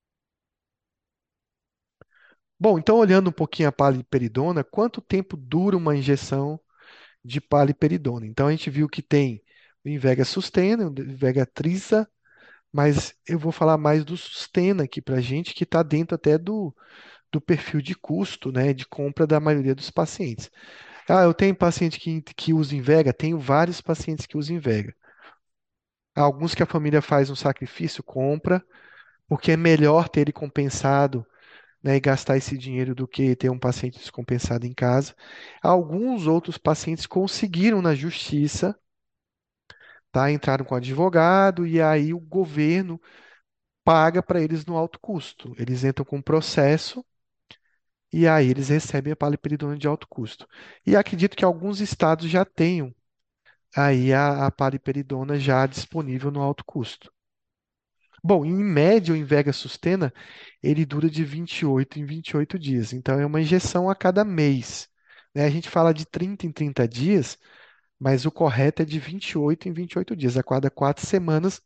Bom, então olhando um pouquinho a paliperidona, quanto tempo dura uma injeção de paliperidona? Então a gente viu que tem o Invega Sustena, o Invega Trisla, mas eu vou falar mais do Sustena aqui para gente, que está dentro até do perfil de custo, né, de compra da maioria dos pacientes. Ah, eu tenho paciente que usa Invega, tenho vários pacientes que usam Invega. Alguns que a família faz um sacrifício, compra, porque é melhor ter ele compensado, né, e gastar esse dinheiro do que ter um paciente descompensado em casa. Alguns outros pacientes conseguiram na justiça, tá? Entraram com advogado e aí o governo paga para eles no alto custo. Eles entram com um processo e aí eles recebem a paliperidona de alto custo. E acredito que alguns estados já tenham aí a paliperidona já disponível no alto custo. Bom, em média, o Invega Sustena, ele dura de 28 em 28 dias. Então, é uma injeção a cada mês, né? A gente fala de 30 em 30 dias, mas o correto é de 28 em 28 dias. A cada 4 semanas,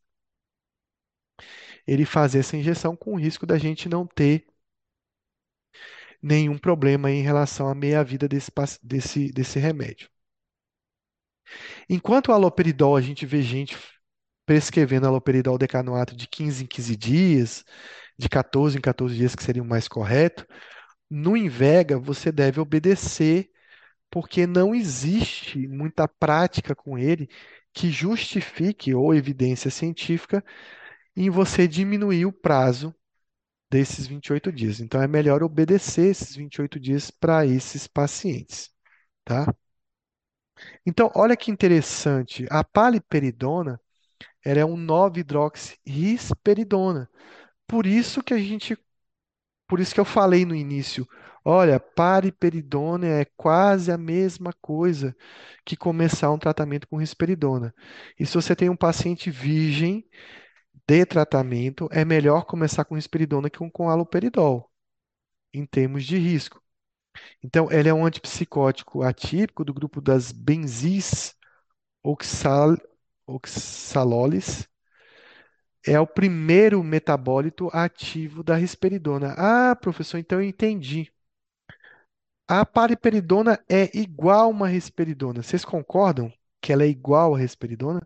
ele faz essa injeção com o risco da gente não ter nenhum problema em relação à meia-vida desse remédio. Enquanto o haloperidol, a gente vê gente prescrevendo haloperidol decanoato de 15 em 15 dias, de 14 em 14 dias, que seria o mais correto. No Invega, você deve obedecer, porque não existe muita prática com ele que justifique ou evidência científica em você diminuir o prazo desses 28 dias. Então, é melhor obedecer esses 28 dias para esses pacientes, tá? Então, olha que interessante. A paliperidona, ela é um 9-hidroxirisperidona. Por isso que a gente Por isso que eu falei no início, olha, paliperidona é quase a mesma coisa que começar um tratamento com risperidona. E se você tem um paciente virgem de tratamento, é melhor começar com risperidona que com haloperidol, em termos de risco. Então, ele é um antipsicótico atípico do grupo das benzis oxal, oxaloles. É o primeiro metabólito ativo da risperidona. Ah, professor, então eu entendi. A paliperidona é igual a uma risperidona. Vocês concordam que ela é igual à risperidona?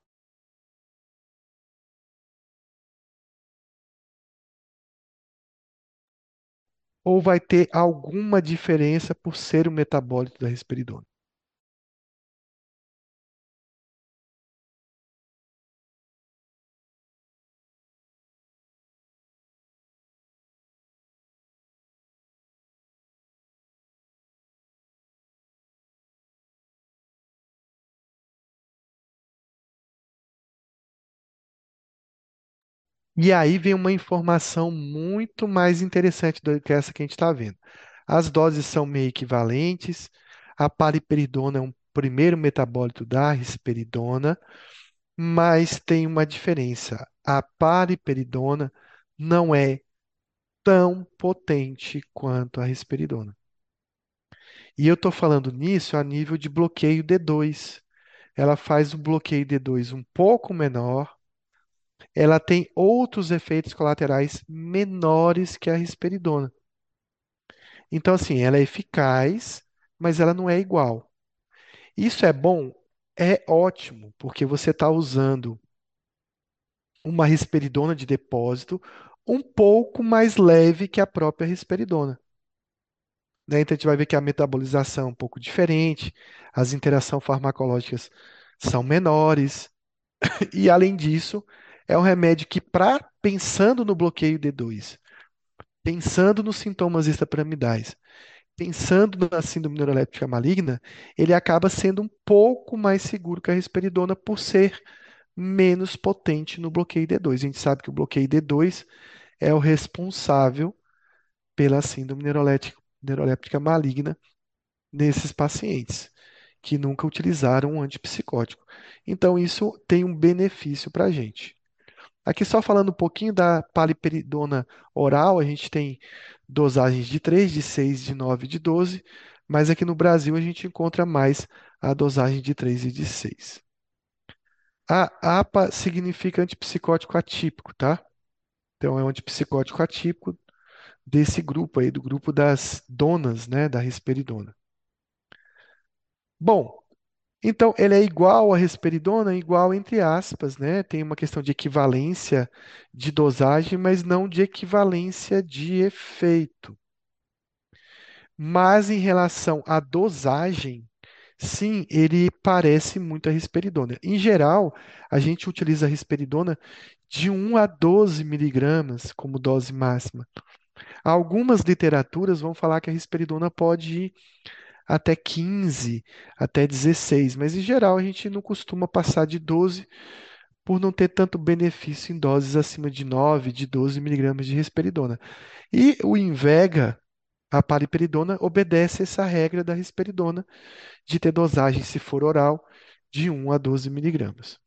Ou vai ter alguma diferença por ser o metabólito da risperidona? E aí vem uma informação muito mais interessante do que essa que a gente está vendo. As doses são meio equivalentes. A paliperidona é um primeiro metabólito da risperidona, mas tem uma diferença. A paliperidona não é tão potente quanto a risperidona. E eu estou falando nisso a nível de bloqueio D2. Ela faz um bloqueio D2 um pouco menor, ela tem outros efeitos colaterais menores que a risperidona. Então, assim, ela é eficaz, mas ela não é igual. Isso é bom? É ótimo, porque você está usando uma risperidona de depósito um pouco mais leve que a própria risperidona, né? Então a gente vai ver que a metabolização é um pouco diferente, as interações farmacológicas são menores, e além disso, é um remédio que, pensando no bloqueio D2, pensando nos sintomas extrapiramidais pensando na síndrome neuroléptica maligna, ele acaba sendo um pouco mais seguro que a risperidona por ser menos potente no bloqueio D2. A gente sabe que o bloqueio D2 é o responsável pela síndrome neuroléptica maligna nesses pacientes que nunca utilizaram um antipsicótico. Então, isso tem um benefício para a gente. Aqui só falando um pouquinho da paliperidona oral, a gente tem dosagens de 3, de 6, de 9 e de 12, mas aqui no Brasil a gente encontra mais a dosagem de 3 e de 6. A APA significa antipsicótico atípico, tá? Então é um antipsicótico atípico desse grupo aí, do grupo das donas, né, da risperidona. Bom, então ele é igual à risperidona, igual entre aspas, né? Tem uma questão de equivalência de dosagem, mas não de equivalência de efeito. Mas em relação à dosagem, sim, ele parece muito a risperidona. Em geral, a gente utiliza a risperidona de 1 a 12 miligramas como dose máxima. Algumas literaturas vão falar que a risperidona pode ir até 15, até 16, mas em geral a gente não costuma passar de 12 por não ter tanto benefício em doses acima de 9, de 12 miligramas de risperidona. E o Invega, a paliperidona, obedece essa regra da risperidona de ter dosagem, se for oral, de 1 a 12 miligramas.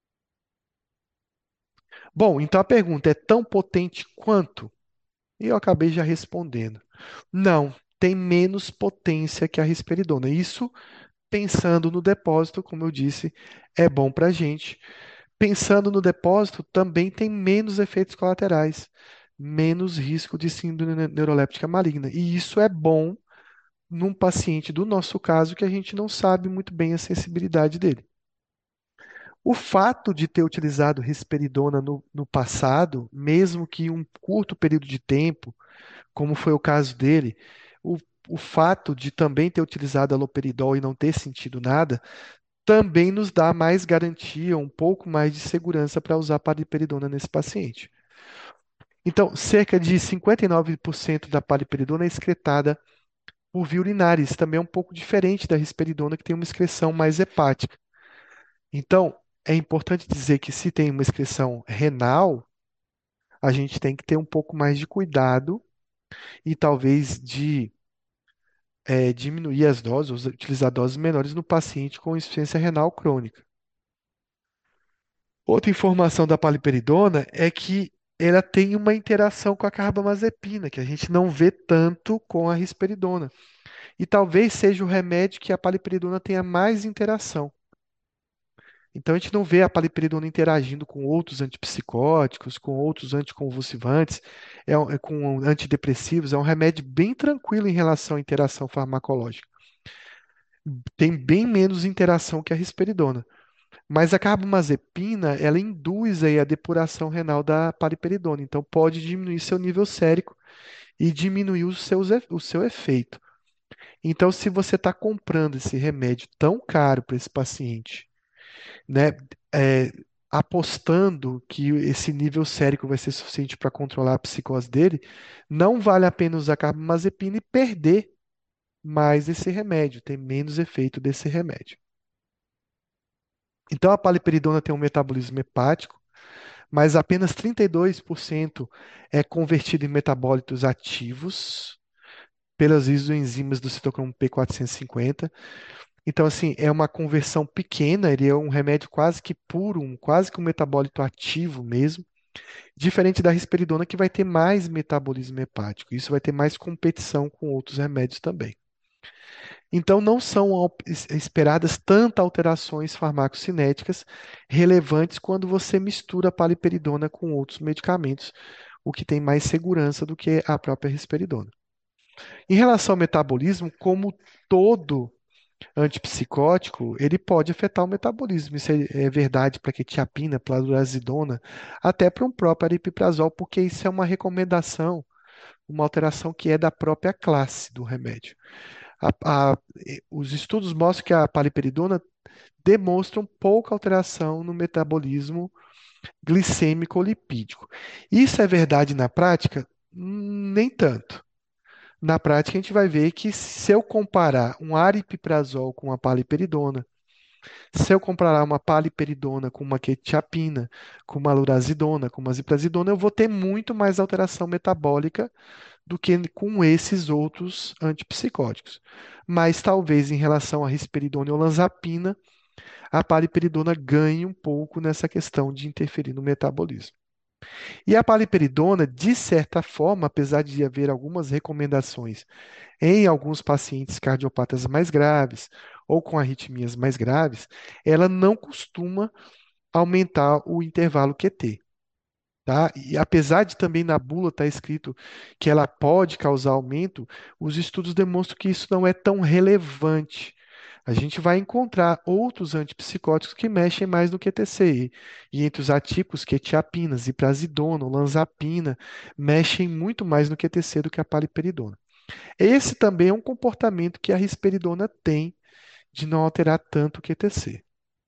Bom, então a pergunta é tão potente quanto? E eu acabei já respondendo. Não, tem menos potência que a risperidona. Isso, pensando no depósito, como eu disse, é bom para a gente. Pensando no depósito, também tem menos efeitos colaterais, menos risco de síndrome neuroléptica maligna. E isso é bom num paciente do nosso caso que a gente não sabe muito bem a sensibilidade dele. O fato de ter utilizado risperidona no passado, mesmo que em um curto período de tempo, como foi o caso dele, o, o fato de também ter utilizado aloperidol e não ter sentido nada, também nos dá mais garantia, um pouco mais de segurança para usar paliperidona nesse paciente. Então, cerca de 59% da paliperidona é excretada por via urinária. Isso também é um pouco diferente da risperidona, que tem uma excreção mais hepática. Então, é importante dizer que se tem uma excreção renal, a gente tem que ter um pouco mais de cuidado e talvez de diminuir as doses, ou utilizar doses menores no paciente com insuficiência renal crônica. Outra informação da paliperidona é que ela tem uma interação com a carbamazepina, que a gente não vê tanto com a risperidona. E talvez seja o remédio que a paliperidona tenha mais interação. Então a gente não vê a paliperidona interagindo com outros antipsicóticos, com outros anticonvulsivantes, com antidepressivos. É um remédio bem tranquilo em relação à interação farmacológica. Tem bem menos interação que a risperidona. Mas a carbamazepina, ela induz aí a depuração renal da paliperidona, então pode diminuir seu nível sérico e diminuir o seu efeito. Então, se você está comprando esse remédio tão caro para esse paciente, né, é, apostando que esse nível sérico vai ser suficiente para controlar a psicose dele, não vale a pena usar carbamazepina e perder mais esse remédio, ter menos efeito desse remédio. Então, a paliperidona tem um metabolismo hepático, mas apenas 32% é convertido em metabólitos ativos pelas isoenzimas do citocromo P450. Então, assim, é uma conversão pequena, ele é um remédio quase que puro, quase que um metabólito ativo mesmo, diferente da risperidona, que vai ter mais metabolismo hepático. Isso vai ter mais competição com outros remédios também. Então, não são esperadas tantas alterações farmacocinéticas relevantes quando você mistura a paliperidona com outros medicamentos, o que tem mais segurança do que a própria risperidona. Em relação ao metabolismo, como todo antipsicótico, ele pode afetar o metabolismo. Isso é verdade para quetiapina, para durazidona, até para um próprio aripiprazol, porque isso é uma recomendação, uma alteração que é da própria classe do remédio. Os estudos mostram que a paliperidona demonstram pouca alteração no metabolismo glicêmico ou lipídico. Isso é verdade na prática? Nem tanto. Na prática, a gente vai ver que se eu comparar um aripiprazol com uma paliperidona, se eu comparar uma paliperidona com uma quetiapina, com uma lurazidona, com uma ziprasidona, eu vou ter muito mais alteração metabólica do que com esses outros antipsicóticos. Mas talvez em relação à risperidona e olanzapina, a paliperidona ganhe um pouco nessa questão de interferir no metabolismo. E a paliperidona, de certa forma, apesar de haver algumas recomendações em alguns pacientes cardiopatas mais graves ou com arritmias mais graves, ela não costuma aumentar o intervalo QT. Tá? E apesar de também na bula estar escrito que ela pode causar aumento, os estudos demonstram que isso não é tão relevante. A gente vai encontrar outros antipsicóticos que mexem mais no QTC. E entre os atípicos, quetiapina, ziprasidona, olanzapina, mexem muito mais no QTC do que a paliperidona. Esse também é um comportamento que a risperidona tem de não alterar tanto o QTC.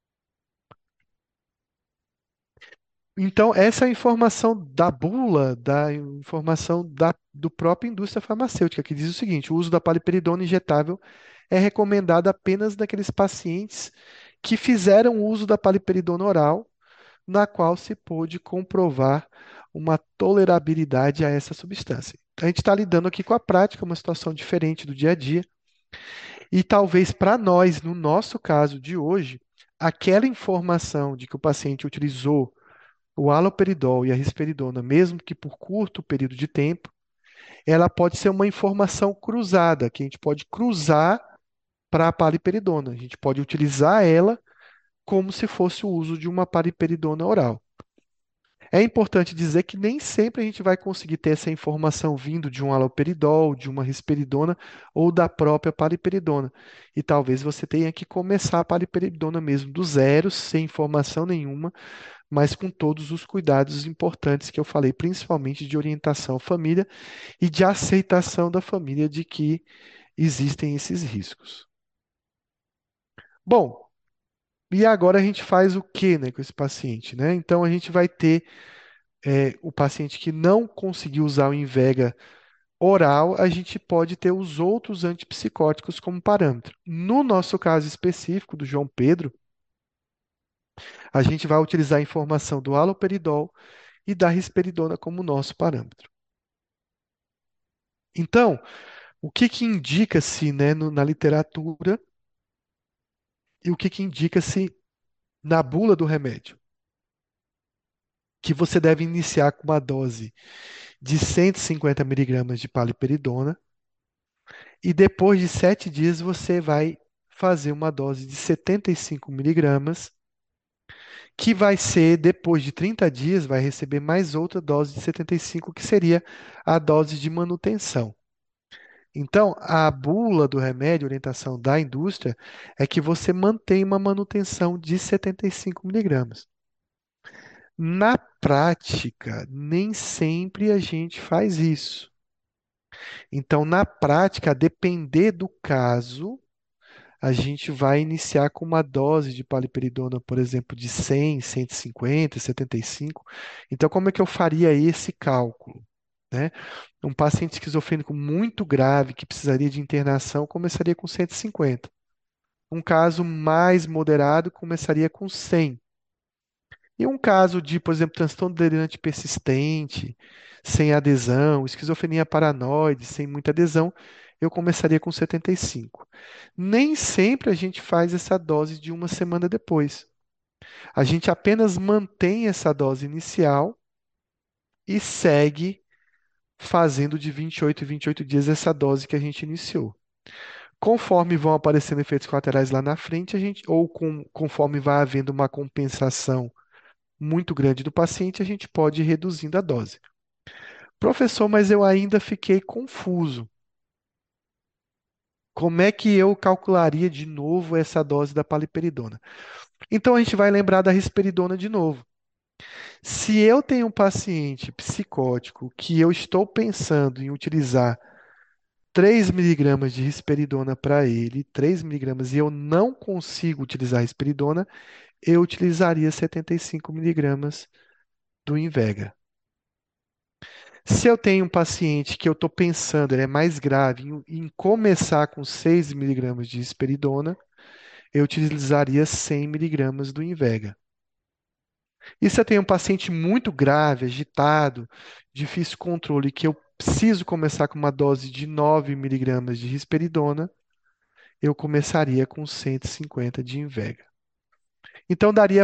Então, essa é a informação da bula, da informação do própria indústria farmacêutica, que diz o seguinte: o uso da paliperidona injetável é recomendado apenas naqueles pacientes que fizeram uso da paliperidona oral, na qual se pôde comprovar uma tolerabilidade a essa substância. A gente está lidando aqui com a prática, uma situação diferente do dia a dia, e talvez para nós, no nosso caso de hoje, aquela informação de que o paciente utilizou o haloperidol e a risperidona, mesmo que por curto período de tempo, ela pode ser uma informação cruzada, que a gente pode cruzar para a paliperidona. A gente pode utilizar ela como se fosse o uso de uma paliperidona oral. É importante dizer que nem sempre a gente vai conseguir ter essa informação vindo de um haloperidol, de uma risperidona ou da própria paliperidona. E talvez você tenha que começar a paliperidona mesmo do zero, sem informação nenhuma, mas com todos os cuidados importantes que eu falei, principalmente de orientação à família e de aceitação da família de que existem esses riscos. Bom, e agora a gente faz o que, né, com esse paciente, né? Então a gente vai ter o paciente que não conseguiu usar o Invega oral, a gente pode ter os outros antipsicóticos como parâmetro. No nosso caso específico do João Pedro, a gente vai utilizar a informação do haloperidol e da risperidona como nosso parâmetro. Então, o que que indica-se, né, na literatura e o que que indica-se na bula do remédio? Que você deve iniciar com uma dose de 150 miligramas de paliperidona e depois de 7 dias você vai fazer uma dose de 75 miligramas, que vai ser, depois de 30 dias, vai receber mais outra dose de 75, que seria a dose de manutenção. Então, a bula do remédio, a orientação da indústria, é que você mantenha uma manutenção de 75 miligramas. Na prática, nem sempre a gente faz isso. Então, na prática, a depender do caso, a gente vai iniciar com uma dose de paliperidona, por exemplo, de 100, 150, 75. Então, como é que eu faria esse cálculo, né? Um paciente esquizofrênico muito grave que precisaria de internação começaria com 150. Um caso mais moderado começaria com 100. E um caso de, por exemplo, transtorno delirante persistente, sem adesão, esquizofrenia paranoide, sem muita adesão, eu começaria com 75. Nem sempre a gente faz essa dose de uma semana depois. A gente apenas mantém essa dose inicial e segue fazendo de 28 em 28 dias essa dose que a gente iniciou. Conforme vão aparecendo efeitos colaterais lá na frente, conforme vai havendo uma compensação muito grande do paciente, a gente pode ir reduzindo a dose. Professor, mas eu ainda fiquei confuso. Como é que eu calcularia de novo essa dose da paliperidona? Então a gente vai lembrar da risperidona de novo. Se eu tenho um paciente psicótico que eu estou pensando em utilizar 3 miligramas de risperidona para ele, 3 miligramas, e eu não consigo utilizar risperidona, eu utilizaria 75 miligramas do Invega. Se eu tenho um paciente que eu estou pensando, ele é mais grave, em começar com 6 miligramas de risperidona, eu utilizaria 100 miligramas do Invega. E se eu tenho um paciente muito grave, agitado, difícil controle, que eu preciso começar com uma dose de 9 miligramas de risperidona, eu começaria com 150 de Invega. Então daria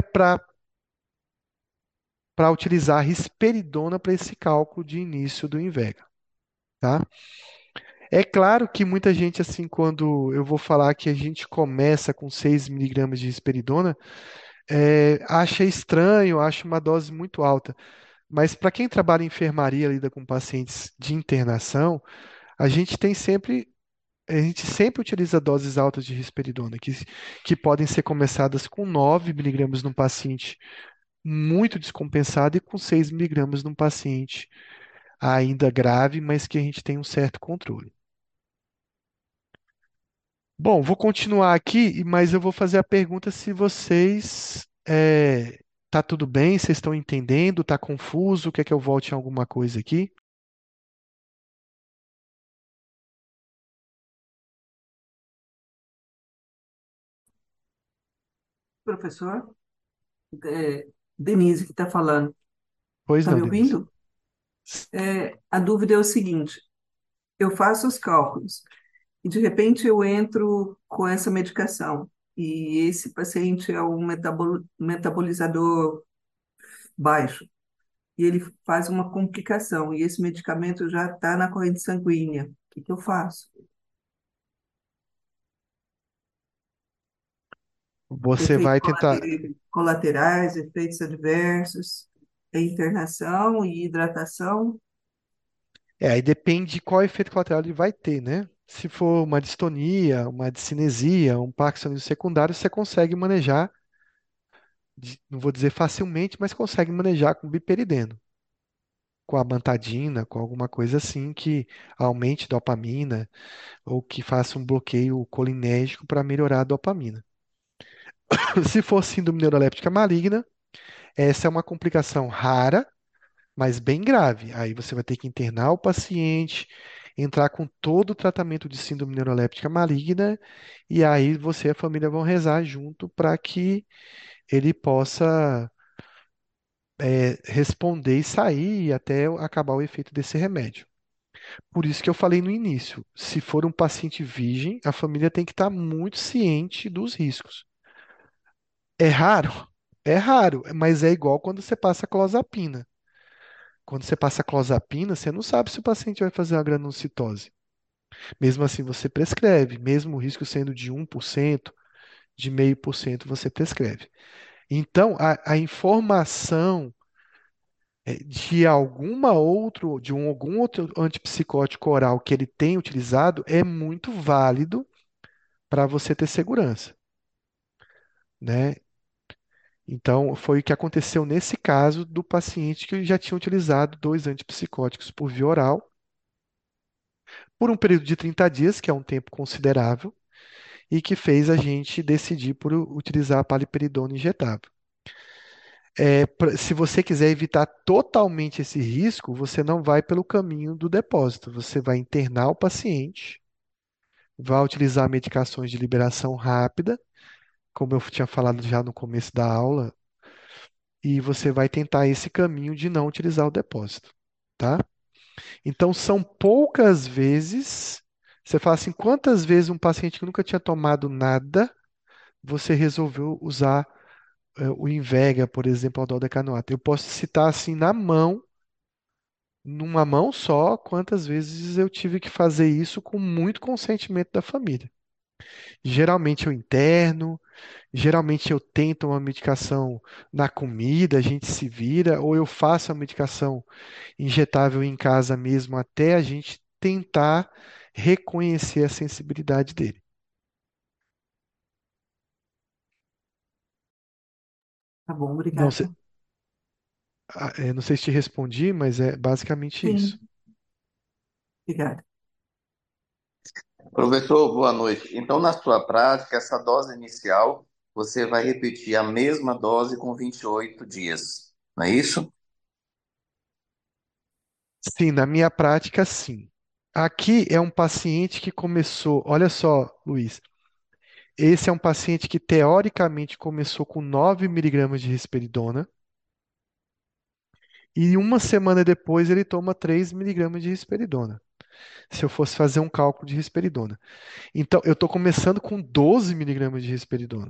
para utilizar a risperidona para esse cálculo de início do Invega, tá? É claro que muita gente, assim, quando eu vou falar que a gente começa com 6 miligramas de risperidona, acha estranho, acha uma dose muito alta. Mas para quem trabalha em enfermaria, lida com pacientes de internação, a gente tem sempre, a gente sempre utiliza doses altas de risperidona, que podem ser começadas com 9 miligramas num paciente muito descompensado e com 6 miligramas num paciente ainda grave, mas que a gente tem um certo controle. Bom, vou continuar aqui, mas eu vou fazer a pergunta se vocês tá tudo bem, vocês estão entendendo, tá confuso, quer que eu volte em alguma coisa aqui? Professor, é, Denise que está falando. Pois Está não, me Denise. ouvindo? A dúvida é o seguinte: eu faço os cálculos e de repente eu entro com essa medicação e esse paciente é um metabolizador baixo e ele faz uma complicação e esse medicamento já está na corrente sanguínea. O que que eu faço? Você Efeitos vai tentar. colaterais, efeitos adversos, internação e hidratação. Aí depende de qual efeito colateral ele vai ter, né? Se for uma distonia, uma discinesia, um parkinsonismo secundário, você consegue manejar, não vou dizer facilmente, mas consegue manejar com biperideno, com a amantadina, com alguma coisa assim que aumente dopamina ou que faça um bloqueio colinérgico para melhorar a dopamina. Se for síndrome neuroléptica maligna, essa é uma complicação rara, mas bem grave. Aí você vai ter que internar o paciente, entrar com todo o tratamento de síndrome neuroléptica maligna, e aí você e a família vão rezar junto para que ele possa responder e sair até acabar o efeito desse remédio. Por isso que eu falei no início, se for um paciente virgem, a família tem que estar muito ciente dos riscos. É raro? É raro, mas é igual quando você passa clozapina. Quando você passa clozapina, você não sabe se o paciente vai fazer uma granulocitose. Mesmo assim, você prescreve, mesmo o risco sendo de 1%, de 0,5%, você prescreve. Então, a informação de algum outro antipsicótico oral que ele tem utilizado é muito válido para você ter segurança, né? Então, foi o que aconteceu nesse caso do paciente que já tinha utilizado 2 antipsicóticos por via oral por um período de 30 dias, que é um tempo considerável, e que fez a gente decidir por utilizar a paliperidona injetável. Se você quiser evitar totalmente esse risco, você não vai pelo caminho do depósito, você vai internar o paciente, vai utilizar medicações de liberação rápida, como eu tinha falado já no começo da aula, e você vai tentar esse caminho de não utilizar o depósito, tá? Então, são poucas vezes. Você fala assim, quantas vezes um paciente que nunca tinha tomado nada, você resolveu usar o Invega, por exemplo, o dodecanoato? Eu posso citar assim na mão, numa mão só, quantas vezes eu tive que fazer isso com muito consentimento da família. Geralmente eu interno, geralmente eu tento uma medicação na comida, a gente se vira, ou eu faço a medicação injetável em casa mesmo até a gente tentar reconhecer a sensibilidade dele. Tá bom, Não sei, obrigada. não sei se te respondi, mas é basicamente isso. Sim, obrigada. Professor, boa noite. Então, na sua prática, essa dose inicial, você vai repetir a mesma dose com 28 dias, não é isso? Sim, na minha prática, sim. Aqui é um paciente que começou, olha só, Luiz, esse é um paciente que teoricamente começou com 9 miligramas de risperidona e uma semana depois ele toma 3 miligramas de risperidona. Se eu fosse fazer um cálculo de risperidona. Então, eu estou começando com 12 miligramas de risperidona.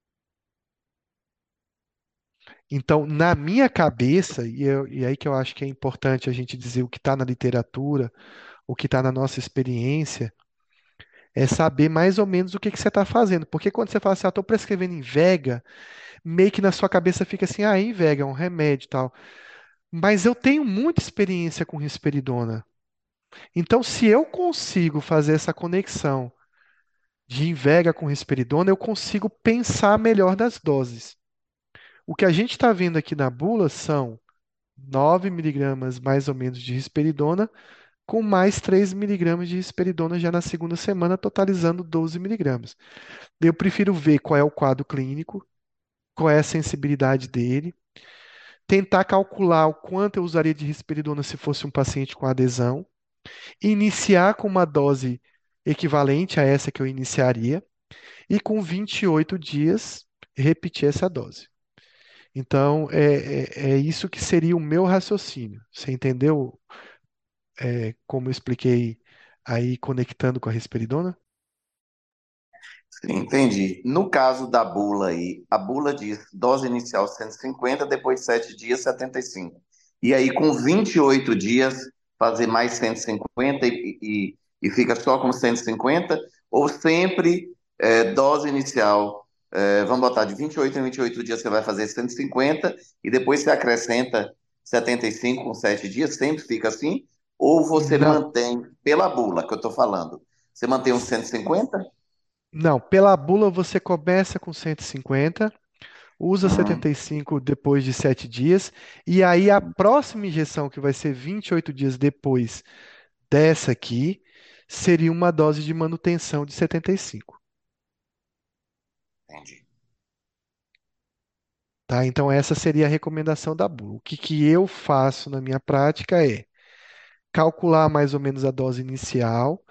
Então, na minha cabeça, e aí que eu acho que é importante a gente dizer o que está na literatura, o que está na nossa experiência, é saber mais ou menos o que que você está fazendo. Porque quando você fala assim, ah, estou prescrevendo Invega, meio que na sua cabeça fica assim, ah, Invega é um remédio e tal. Mas eu tenho muita experiência com risperidona. Então, se eu consigo fazer essa conexão de Invega com risperidona, eu consigo pensar melhor nas doses. O que a gente está vendo aqui na bula são 9 miligramas mais ou menos de risperidona, com mais 3 miligramas de risperidona já na segunda semana, totalizando 12 miligramas. Eu prefiro ver qual é o quadro clínico, qual é a sensibilidade dele, tentar calcular o quanto eu usaria de risperidona se fosse um paciente com adesão, iniciar com uma dose equivalente a essa que eu iniciaria e com 28 dias repetir essa dose. Então, é isso que seria o meu raciocínio. Você entendeu, como eu expliquei aí conectando com a risperidona? Sim, entendi. No caso da bula aí, a bula diz dose inicial 150, depois de 7 dias 75. E aí, com 28 dias, fazer mais 150 e fica só com 150? Ou sempre dose inicial, vamos botar de 28 em 28 dias você vai fazer 150 e depois você acrescenta 75 com 7 dias, sempre fica assim? Ou você Não. mantém, pela bula que eu estou falando, você mantém uns 150? Não, pela bula você começa com 150, usa Uhum. 75 depois de 7 dias, e aí a próxima injeção, que vai ser 28 dias depois dessa aqui, seria uma dose de manutenção de 75, Entendi. tá? Então essa seria a recomendação da bula. O que que eu faço na minha prática é calcular mais ou menos a dose inicial,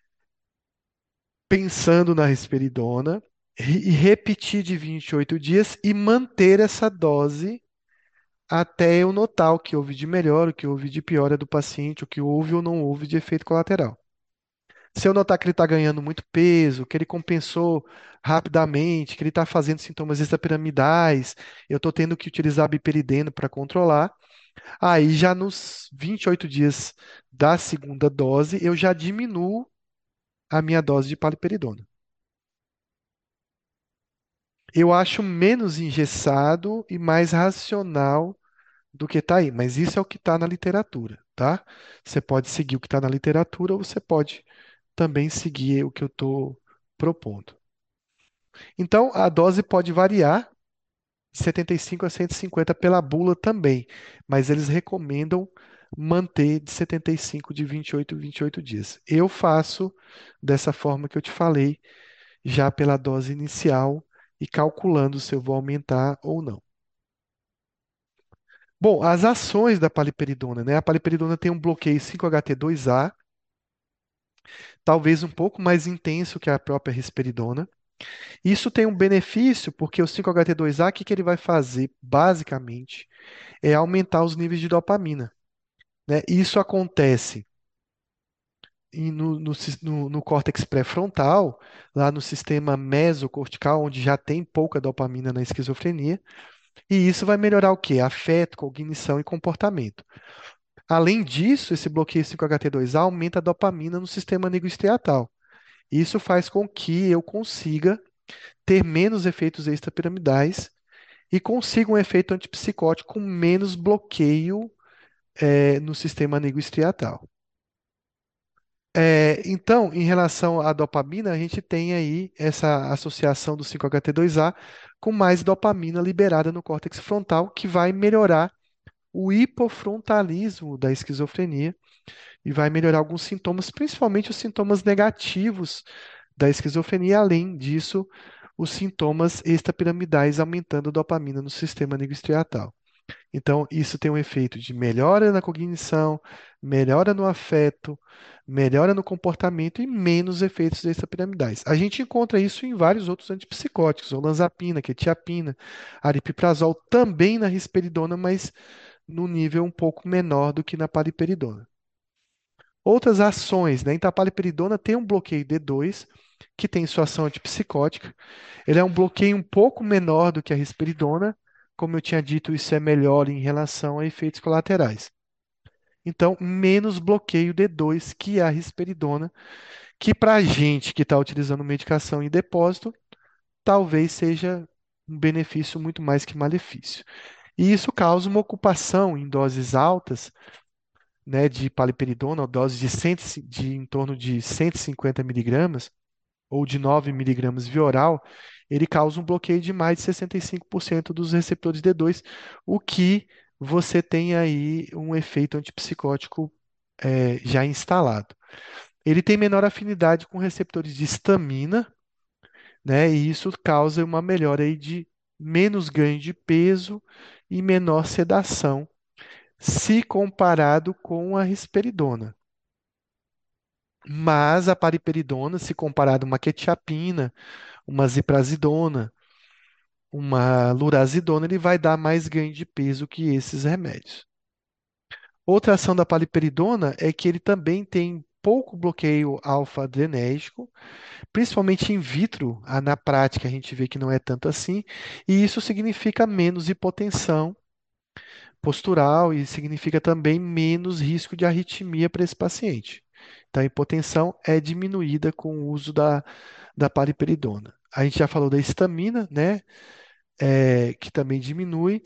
pensando na risperidona, e repetir de 28 dias e manter essa dose até eu notar o que houve de melhor, o que houve de piora do paciente, o que houve ou não houve de efeito colateral. Se eu notar que ele está ganhando muito peso, que ele compensou rapidamente, que ele está fazendo sintomas extrapiramidais, eu estou tendo que utilizar biperideno para controlar, aí já nos 28 dias da segunda dose, eu já diminuo a minha dose de paliperidona. Eu acho menos engessado e mais racional do que está aí, mas isso é o que está na literatura, tá? Você pode seguir o que está na literatura ou você pode também seguir o que eu estou propondo. Então, a dose pode variar de 75 a 150 pela bula também, mas eles recomendam manter de 75 de 28 em 28 dias. Eu faço dessa forma que eu te falei, já pela dose inicial e calculando se eu vou aumentar ou não. Bom, as ações da paliperidona, né? A paliperidona tem um bloqueio 5-HT2A, talvez um pouco mais intenso que a própria risperidona. Isso tem um benefício porque o 5-HT2A, o que que ele vai fazer, basicamente, é aumentar os níveis de dopamina, né? Isso acontece no córtex pré-frontal, lá no sistema mesocortical, onde já tem pouca dopamina na esquizofrenia, e isso vai melhorar o quê? Afeto, cognição e comportamento. Além disso, esse bloqueio 5-HT2A aumenta a dopamina no sistema nigrostriatal. Isso faz com que eu consiga ter menos efeitos extrapiramidais e consiga um efeito antipsicótico com menos bloqueio no sistema nigrostriatal. Então, em relação à dopamina, a gente tem aí essa associação do 5-HT2A com mais dopamina liberada no córtex frontal, que vai melhorar o hipofrontalismo da esquizofrenia e vai melhorar alguns sintomas, principalmente os sintomas negativos da esquizofrenia. Além disso, os sintomas extrapiramidais aumentando a dopamina no sistema nigrostriatal. Então, isso tem um efeito de melhora na cognição, melhora no afeto, melhora no comportamento e menos efeitos extrapiramidais. A gente encontra isso em vários outros antipsicóticos, olanzapina, quetiapina, aripiprazol, também na risperidona, mas no nível um pouco menor do que na paliperidona. Outras ações, né? Então, a paliperidona tem um bloqueio D2, que tem sua ação antipsicótica. Ele é um bloqueio um pouco menor do que a risperidona. Como eu tinha dito, isso é melhor em relação a efeitos colaterais. Então, menos bloqueio D2 que a risperidona, que para a gente que está utilizando medicação em depósito, talvez seja um benefício muito mais que malefício. E isso causa uma ocupação em doses altas, né, de paliperidona, ou doses de em torno de 150 miligramas, ou de 9 miligramas via oral, ele causa um bloqueio de mais de 65% dos receptores D2, o que você tem aí um efeito antipsicótico já instalado. Ele tem menor afinidade com receptores de histamina, né? E isso causa uma melhora aí de menos ganho de peso e menor sedação, se comparado com a risperidona. Mas a paliperidona, se comparado a uma quetiapina, uma ziprasidona, uma lurazidona, ele vai dar mais ganho de peso que esses remédios. Outra ação da paliperidona é que ele também tem pouco bloqueio alfa-adrenérgico, principalmente in vitro, na prática a gente vê que não é tanto assim, e isso significa menos hipotensão postural e significa também menos risco de arritmia para esse paciente. Então, a hipotensão é diminuída com o uso da paliperidona. A gente já falou da histamina, né? Que também diminui.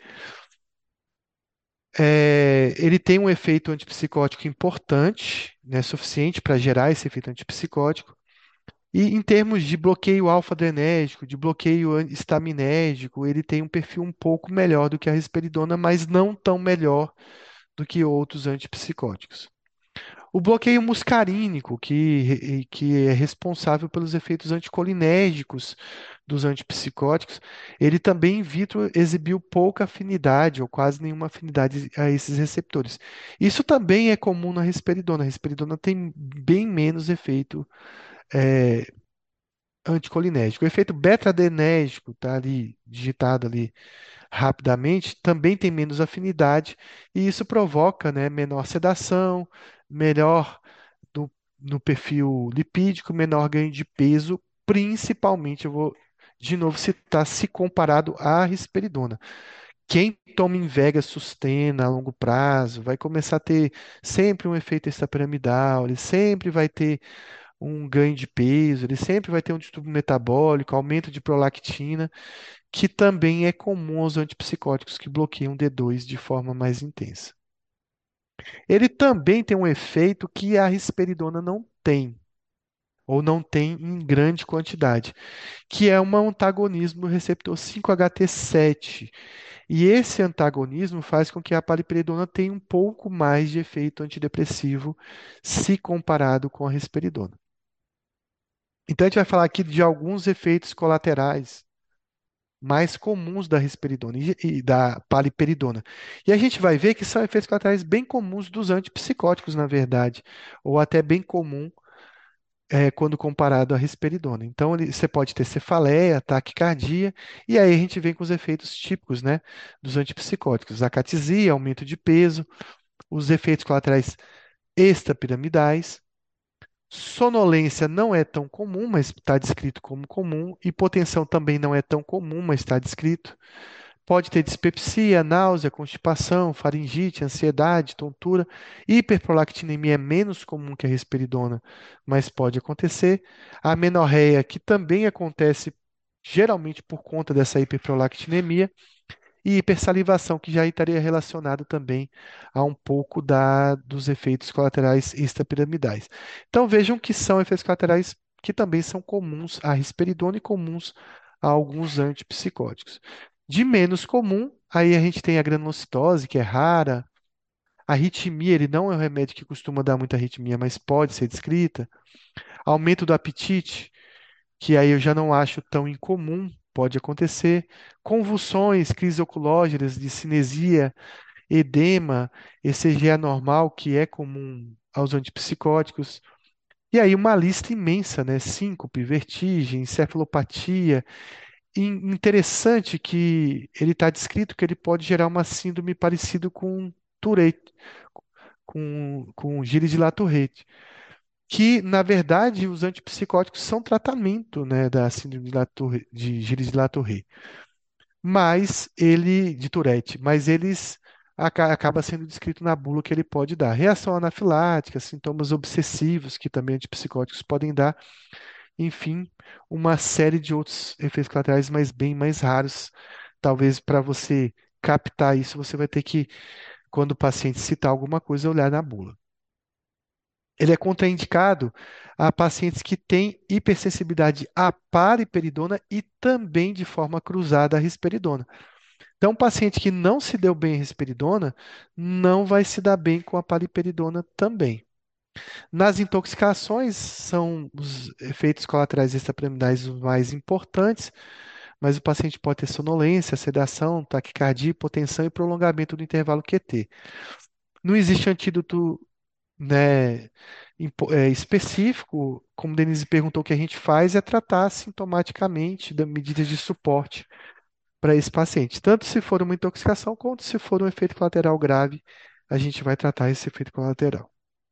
Ele tem um efeito antipsicótico importante, né, suficiente para gerar esse efeito antipsicótico. E em termos de bloqueio alfa-adrenérgico, de bloqueio estaminérgico, ele tem um perfil um pouco melhor do que a risperidona, mas não tão melhor do que outros antipsicóticos. O bloqueio muscarínico, que é responsável pelos efeitos anticolinérgicos dos antipsicóticos, ele também in vitro exibiu pouca afinidade ou quase nenhuma afinidade a esses receptores. Isso também é comum na risperidona. A risperidona tem bem menos efeito é, anticolinérgico. O efeito beta-adrenérgico, está ali digitado ali rapidamente, também tem menos afinidade e isso provoca, né, menor sedação, melhor no, no perfil lipídico, menor ganho de peso, principalmente, eu vou de novo citar, se comparado à risperidona. Quem toma Invega Sustena a longo prazo vai começar a ter sempre um efeito extrapiramidal, ele sempre vai ter um ganho de peso, ele sempre vai ter um distúrbio metabólico, aumento de prolactina, que também é comum aos antipsicóticos que bloqueiam D2 de forma mais intensa. Ele também tem um efeito que a risperidona não tem, ou não tem em grande quantidade, que é um antagonismo do receptor 5-HT7. E esse antagonismo faz com que a paliperidona tenha um pouco mais de efeito antidepressivo se comparado com a risperidona. Então, a gente vai falar aqui de alguns efeitos colaterais mais comuns da risperidona e da paliperidona. E a gente vai ver que são efeitos colaterais bem comuns dos antipsicóticos, na verdade, ou até bem comum quando comparado à risperidona. Então, você pode ter cefaleia, taquicardia, e aí a gente vem com os efeitos típicos, né, dos antipsicóticos: acatesia, aumento de peso, os efeitos colaterais extrapiramidais. Sonolência não é tão comum, mas está descrito como comum. Hipotensão também não é tão comum, mas está descrito. Pode ter dispepsia, náusea, constipação, faringite, ansiedade, tontura. Hiperprolactinemia é menos comum que a risperidona, mas pode acontecer. A amenorreia, que também acontece geralmente por conta dessa hiperprolactinemia. E hipersalivação, que já estaria relacionado também a um pouco dos efeitos colaterais extrapiramidais. Então vejam que são efeitos colaterais que também são comuns à risperidona e comuns a alguns antipsicóticos. De menos comum, aí a gente tem a granulocitose, que é rara. A arritmia, ele não é um remédio que costuma dar muita arritmia, mas pode ser descrita. Aumento do apetite, que aí eu já não acho tão incomum, pode acontecer, convulsões, crises oculógeras, de cinesia, edema, ECG anormal, que é comum aos antipsicóticos. E aí uma lista imensa, né? Síncope, vertigem, encefalopatia. Interessante que ele está descrito que ele pode gerar uma síndrome parecida com Tourette, com Gilles de La Tourette, que, na verdade, os antipsicóticos são tratamento, né, da síndrome de Gilles de La Tourette, de Tourette, mas eles acaba sendo descrito na bula que ele pode dar. Reação anafilática, sintomas obsessivos que também antipsicóticos podem dar, enfim, uma série de outros efeitos colaterais, mas bem mais raros. Talvez para você captar isso, você vai ter que, quando o paciente citar alguma coisa, olhar na bula. Ele é contraindicado a pacientes que têm hipersensibilidade à paliperidona e também de forma cruzada à risperidona. Então, um paciente que não se deu bem à risperidona não vai se dar bem com a paliperidona também. Nas intoxicações, são os efeitos colaterais extrapiramidais os mais importantes, mas o paciente pode ter sonolência, sedação, taquicardia, hipotensão e prolongamento do intervalo QT. Não existe antídoto, né, específico, como Denise perguntou, o que a gente faz é tratar sintomaticamente da medidas de suporte para esse paciente. Tanto se for uma intoxicação, quanto se for um efeito colateral grave, a gente vai tratar esse efeito colateral.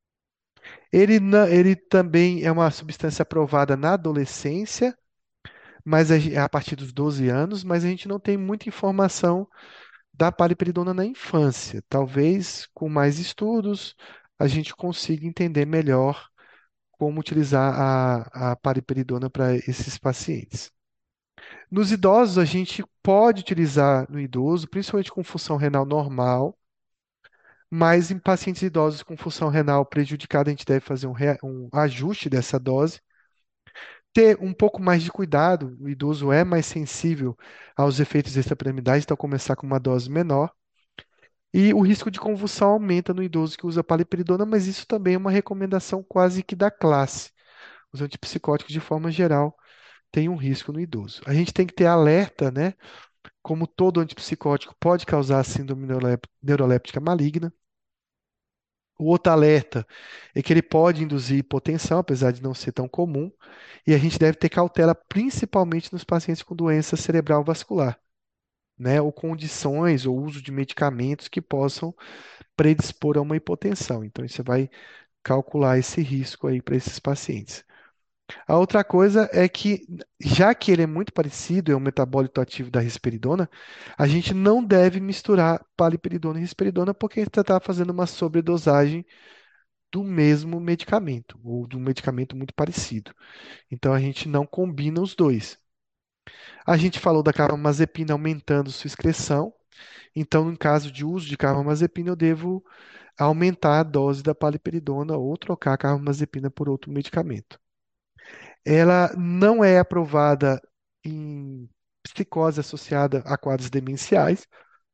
Ele também é uma substância aprovada na adolescência, mas a partir dos 12 anos, mas a gente não tem muita informação da paliperidona na infância. Talvez com mais estudos a gente consiga entender melhor como utilizar a paliperidona para esses pacientes. Nos idosos, a gente pode utilizar no idoso, principalmente com função renal normal, mas em pacientes idosos com função renal prejudicada, a gente deve fazer um ajuste dessa dose. Ter um pouco mais de cuidado, o idoso é mais sensível aos efeitos extrapiramidais, então começar com uma dose menor. E o risco de convulsão aumenta no idoso que usa paliperidona, mas isso também é uma recomendação quase que da classe. Os antipsicóticos, de forma geral, têm um risco no idoso. A gente tem que ter alerta, né? Como todo antipsicótico pode causar síndrome neuroléptica maligna. O outro alerta é que ele pode induzir hipotensão, apesar de não ser tão comum, e a gente deve ter cautela principalmente nos pacientes com doença cerebral vascular, né? Ou condições ou uso de medicamentos que possam predispor a uma hipotensão. Então, você vai calcular esse risco aí para esses pacientes. A outra coisa é que, já que ele é muito parecido, é um metabólito ativo da risperidona, a gente não deve misturar paliperidona e risperidona porque a gente está fazendo uma sobredosagem do mesmo medicamento, ou de um medicamento muito parecido. Então, a gente não combina os dois. A gente falou da carbamazepina aumentando sua excreção, então, em caso de uso de carbamazepina, eu devo aumentar a dose da paliperidona ou trocar a carbamazepina por outro medicamento. Ela não é aprovada em psicose associada a quadros demenciais,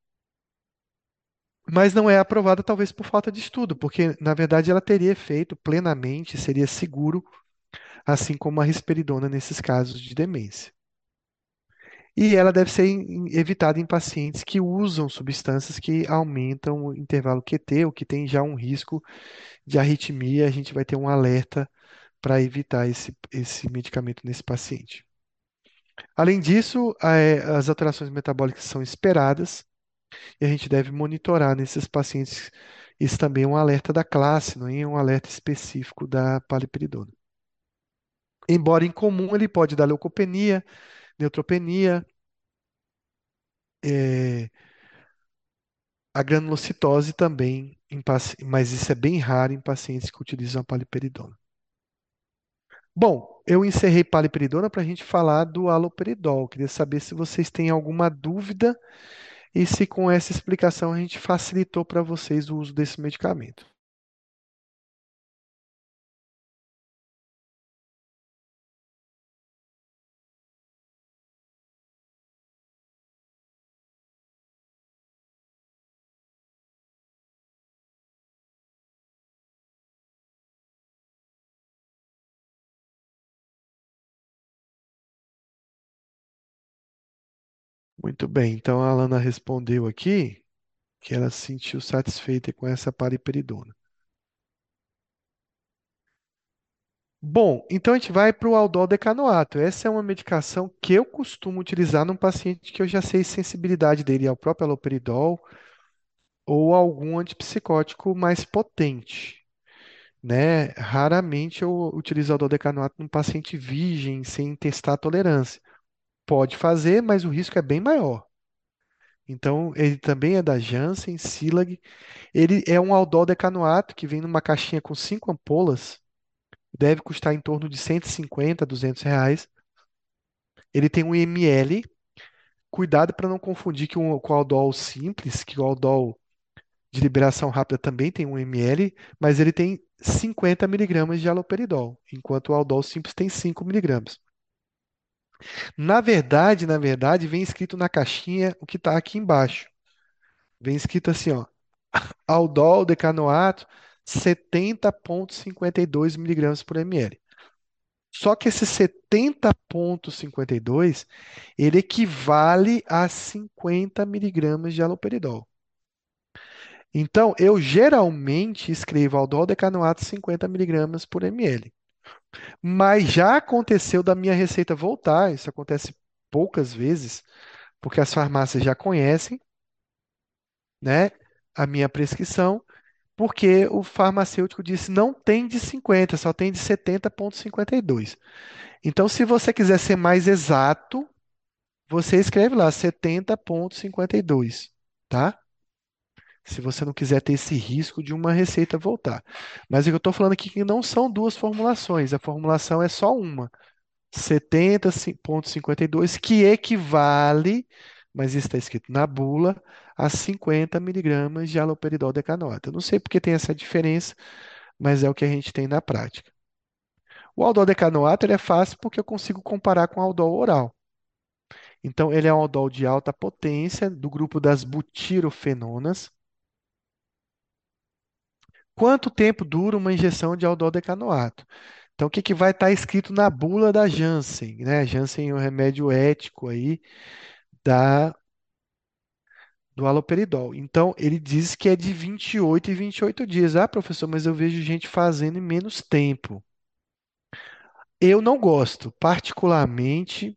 mas não é aprovada talvez por falta de estudo, porque na verdade ela teria efeito plenamente, seria seguro, assim como a risperidona nesses casos de demência. E ela deve ser evitada em pacientes que usam substâncias que aumentam o intervalo QT ou que tem já um risco de arritmia, a gente vai ter um alerta para evitar esse medicamento nesse paciente. Além disso, as alterações metabólicas são esperadas e a gente deve monitorar nesses pacientes. Isso também é um alerta da classe, não é um alerta específico da paliperidona. Embora incomum, ele pode dar leucopenia, neutropenia, é, a granulocitose também, mas isso é bem raro em pacientes que utilizam a paliperidona. Bom, eu encerrei paliperidona para a gente falar do haloperidol. Queria saber se vocês têm alguma dúvida e se com essa explicação a gente facilitou para vocês o uso desse medicamento. Muito bem. Então a Alana respondeu aqui que ela se sentiu satisfeita com essa paliperidona. Bom, então a gente vai para o aldol decanoato. Essa é uma medicação que eu costumo utilizar num paciente que eu já sei sensibilidade dele ao próprio haloperidol ou algum antipsicótico mais potente, né? Raramente eu utilizo aldol decanoato num paciente virgem sem testar a tolerância. Pode fazer, mas o risco é bem maior. Então, ele também é da Janssen, Silag. Ele é um aldol decanoato que vem numa caixinha com 5 ampolas. Deve custar em torno de 150, R$ 200. Ele tem 1 ml. Cuidado para não confundir com o Aldol simples, que o Aldol de liberação rápida também tem 1 ml, mas ele tem 50 miligramas de haloperidol, enquanto o Aldol simples tem 5 miligramas. Na verdade, vem escrito na caixinha o que está aqui embaixo. Vem escrito assim, ó, Aldol decanoato 70,52 miligramas por ml. Só que esse 70,52 ele equivale a 50 miligramas de haloperidol. Então, eu geralmente escrevo aldol decanoato 50 miligramas por ml. Mas já aconteceu da minha receita voltar, isso acontece poucas vezes, porque as farmácias já conhecem, né, a minha prescrição, porque o farmacêutico disse não tem de 50, só tem de 70,52. Então, se você quiser ser mais exato, você escreve lá 70,52, tá? Se você não quiser ter esse risco de uma receita voltar. Mas o que eu estou falando aqui é que não são duas formulações, a formulação é só uma, 70,52, que equivale, mas isso está escrito na bula, a 50 miligramas de haloperidol decanoato. Eu não sei porque tem essa diferença, mas é o que a gente tem na prática. O aldol decanoato ele é fácil porque eu consigo comparar com o aldol oral. Então, ele é um aldol de alta potência, do grupo das butirofenonas. Quanto tempo dura uma injeção de aldol decanoato? Então, o que que vai estar escrito na bula da Janssen, né? Janssen é um remédio ético aí do haloperidol. Então, ele diz que é de 28 e 28 dias. Ah, professor, mas eu vejo gente fazendo em menos tempo. Eu não gosto, particularmente.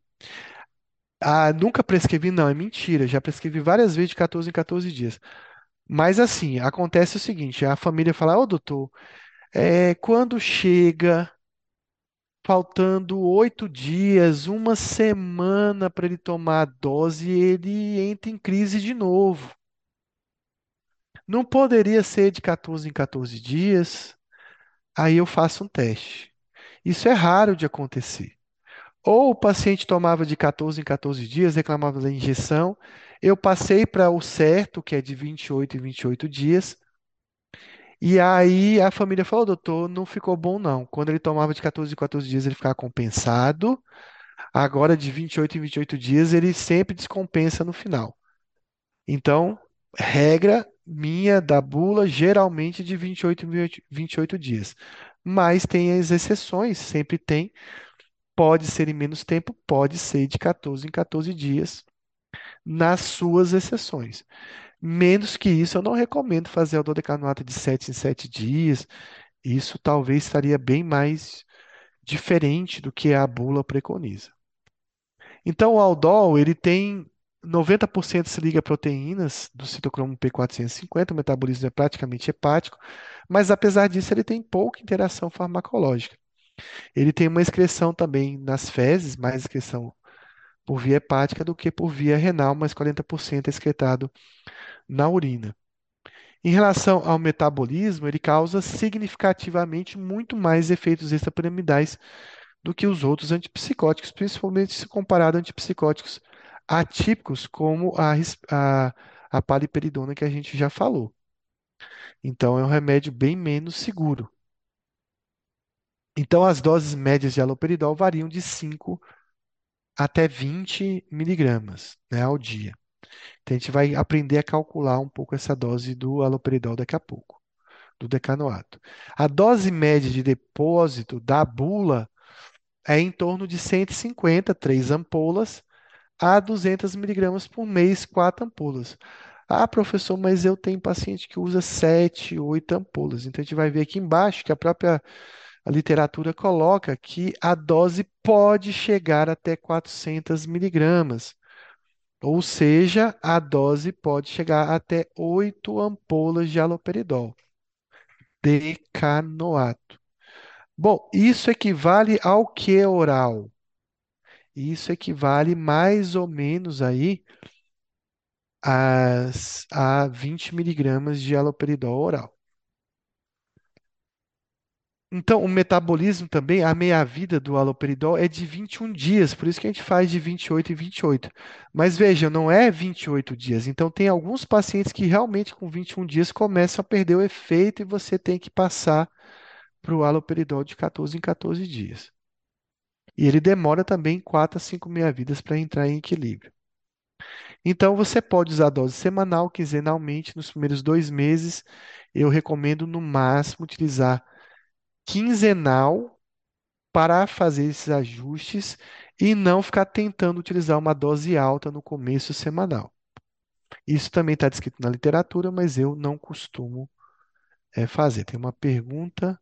Ah, nunca prescrevi, não, é mentira. Já prescrevi várias vezes de 14 em 14 dias. Mas assim, acontece o seguinte: a família fala, ô doutor, quando chega faltando 8 dias, uma semana para ele tomar a dose, ele entra em crise de novo. Não poderia ser de 14 em 14 dias? Aí eu faço um teste. Isso é raro de acontecer. Ou o paciente tomava de 14 em 14 dias, reclamava da injeção. Eu passei para o certo, que é de 28 em 28 dias. E aí a família falou, doutor, não ficou bom não. Quando ele tomava de 14 em 14 dias, ele ficava compensado. Agora, de 28 em 28 dias, ele sempre descompensa no final. Então, regra minha da bula, geralmente de 28 em 28 dias. Mas tem as exceções, sempre tem. Pode ser em menos tempo, pode ser de 14 em 14 dias, nas suas exceções. Menos que isso, eu não recomendo fazer a dodecanoata de 7 em 7 dias. Isso talvez estaria bem mais diferente do que a bula preconiza. Então, o aldol, ele tem 90% se liga a proteínas do citocromo P450, o metabolismo é praticamente hepático, mas apesar disso, ele tem pouca interação farmacológica. Ele tem uma excreção também nas fezes, mais excreção por via hepática do que por via renal, mas 40% é excretado na urina. Em relação ao metabolismo, ele causa significativamente muito mais efeitos extrapiramidais do que os outros antipsicóticos, principalmente se comparado a antipsicóticos atípicos, como a paliperidona que a gente já falou. Então, é um remédio bem menos seguro. Então, as doses médias de haloperidol variam de 5 até 20 miligramas, né, ao dia. Então, a gente vai aprender a calcular um pouco essa dose do haloperidol daqui a pouco, do decanoato. A dose média de depósito da bula é em torno de 150, 3 ampolas, a 200 miligramas por mês, 4 ampolas. Ah, professor, mas eu tenho paciente que usa 7, 8 ampolas. Então a gente vai ver aqui embaixo que a literatura coloca que a dose pode chegar até 400 miligramas. Ou seja, a dose pode chegar até 8 ampolas de haloperidol, decanoato. Bom, isso equivale ao que oral? Isso equivale mais ou menos aí a 20 miligramas de haloperidol oral. Então, o metabolismo também, a meia-vida do haloperidol é de 21 dias, por isso que a gente faz de 28 em 28. Mas veja, não é 28 dias. Então, tem alguns pacientes que realmente com 21 dias começam a perder o efeito e você tem que passar para o haloperidol de 14 em 14 dias. E ele demora também 4 a 5 meia-vidas para entrar em equilíbrio. Então, você pode usar a dose semanal, quinzenalmente, nos primeiros 2 meses. Eu recomendo, no máximo, utilizar quinzenal para fazer esses ajustes e não ficar tentando utilizar uma dose alta no começo semanal. Isso também está descrito na literatura, mas eu não costumo fazer. Tem uma pergunta.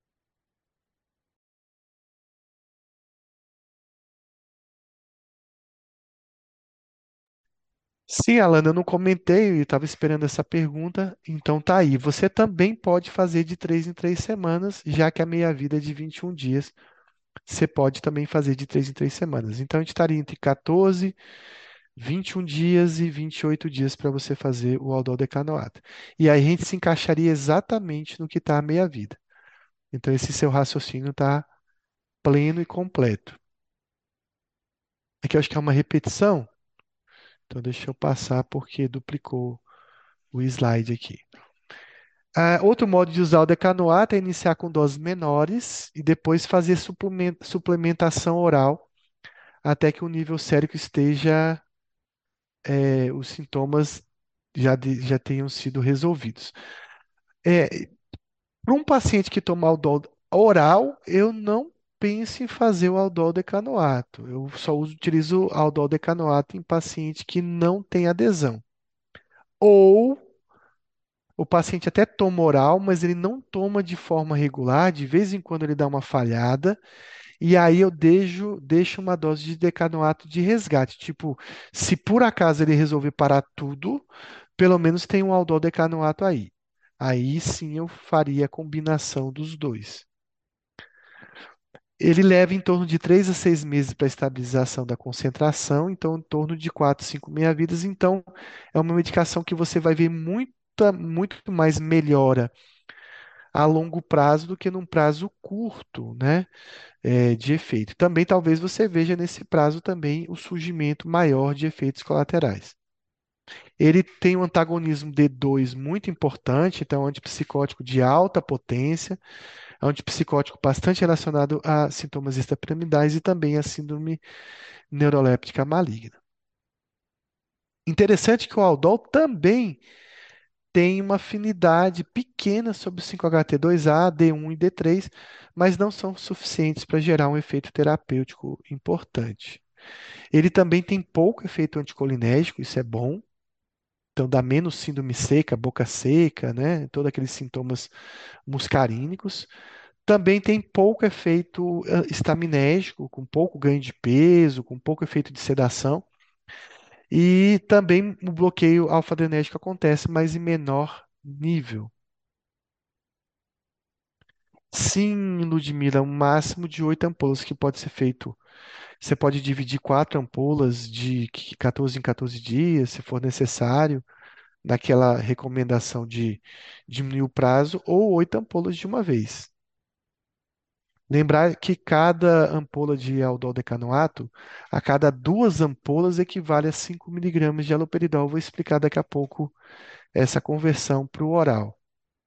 Sim, Alana, eu não comentei, eu estava esperando essa pergunta, então tá aí. Você também pode fazer de 3 em 3 semanas, já que a meia-vida é de 21 dias. Você pode também fazer de 3 em 3 semanas. Então, a gente estaria entre 14, 21 dias e 28 dias para você fazer o aldol-decanoato. E aí a gente se encaixaria exatamente no que está a meia-vida. Então, esse seu raciocínio está pleno e completo. Aqui eu acho que é uma repetição, então deixa eu passar porque duplicou o slide aqui. Outro modo de usar o decanoato é iniciar com doses menores e depois fazer suplementação oral até que o nível sérico esteja, os sintomas já tenham sido resolvidos. É, para um paciente que toma aldol oral, eu não penso em fazer o aldol decanoato. Eu só utilizo aldol decanoato em paciente que não tem adesão. Ou o paciente até toma oral, mas ele não toma de forma regular, de vez em quando ele dá uma falhada, e aí eu deixo uma dose de decanoato de resgate. Tipo, se por acaso ele resolver parar tudo, pelo menos tem um aldol decanoato aí. Aí sim eu faria a combinação dos dois. Ele leva em torno de 3 a 6 meses para a estabilização da concentração, então em torno de 4, 5 meia-vidas. Então, é uma medicação que você vai ver muito mais melhora a longo prazo do que num prazo curto, né, de efeito. Também talvez você veja nesse prazo também o surgimento maior de efeitos colaterais. Ele tem um antagonismo D2 muito importante, então é um antipsicótico de alta potência, é um antipsicótico bastante relacionado a sintomas extrapiramidais e também a síndrome neuroléptica maligna. Interessante que o aldol também tem uma afinidade pequena sobre o 5-HT2A, D1 e D3, mas não são suficientes para gerar um efeito terapêutico importante. Ele também tem pouco efeito anticolinérgico, isso é bom. Então dá menos síndrome seca, boca seca, né? Todos aqueles sintomas muscarínicos. Também tem pouco efeito estaminérgico, com pouco ganho de peso, com pouco efeito de sedação. E também o bloqueio alfa-adrenérgico acontece, mas em menor nível. Sim, Ludmila, um máximo de 8 ampolas que pode ser feito. Você pode dividir 4 ampolas de 14 em 14 dias, se for necessário, naquela recomendação de diminuir o prazo, ou 8 ampolas de uma vez. Lembrar que cada ampola de aldol decanoato, a cada 2 ampolas equivale a 5 miligramas de haloperidol. Vou explicar daqui a pouco essa conversão para o oral.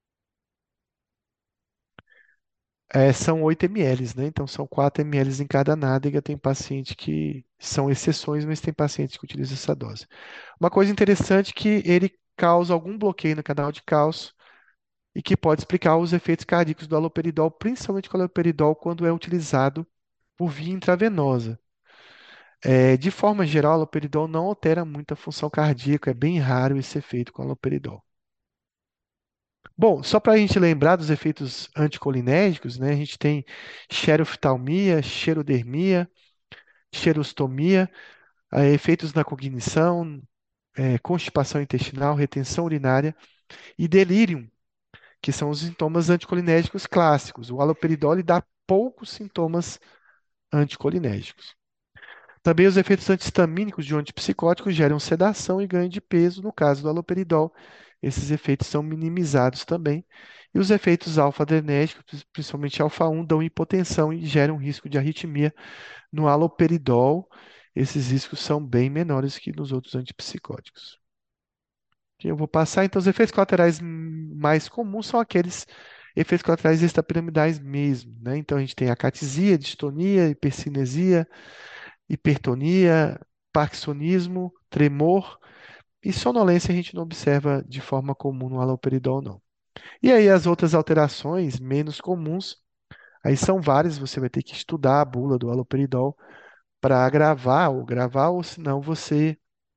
São 8 ml, né? Então são 4 ml em cada nádega. Tem paciente que são exceções, mas tem paciente que utiliza essa dose. Uma coisa interessante é que ele causa algum bloqueio no canal de cálcio e que pode explicar os efeitos cardíacos do haloperidol, principalmente com o haloperidol quando é utilizado por via intravenosa. De forma geral, o haloperidol não altera muito a função cardíaca, é bem raro esse efeito com o haloperidol. Bom, só para a gente lembrar dos efeitos anticolinérgicos, né, a gente tem xeroftalmia, xerodermia, xerostomia, efeitos na cognição, constipação intestinal, retenção urinária e delírio, que são os sintomas anticolinérgicos clássicos. O haloperidol ele dá poucos sintomas anticolinérgicos. Também os efeitos antihistamínicos de um antipsicótico geram sedação e ganho de peso. No caso do haloperidol, esses efeitos são minimizados também. E os efeitos alfa-adrenérgicos, principalmente alfa-1, dão hipotensão e geram risco de arritmia. No haloperidol, esses riscos são bem menores que nos outros antipsicóticos. Que eu vou passar, então, os efeitos colaterais mais comuns são aqueles efeitos colaterais extrapiramidais mesmo, né? Então, a gente tem acatisia, distonia, hipercinesia, hipertonia, parkinsonismo, tremor e sonolência a gente não observa de forma comum no haloperidol, não. E aí as outras alterações menos comuns, aí são várias, você vai ter que estudar a bula do haloperidol para gravar, ou senão você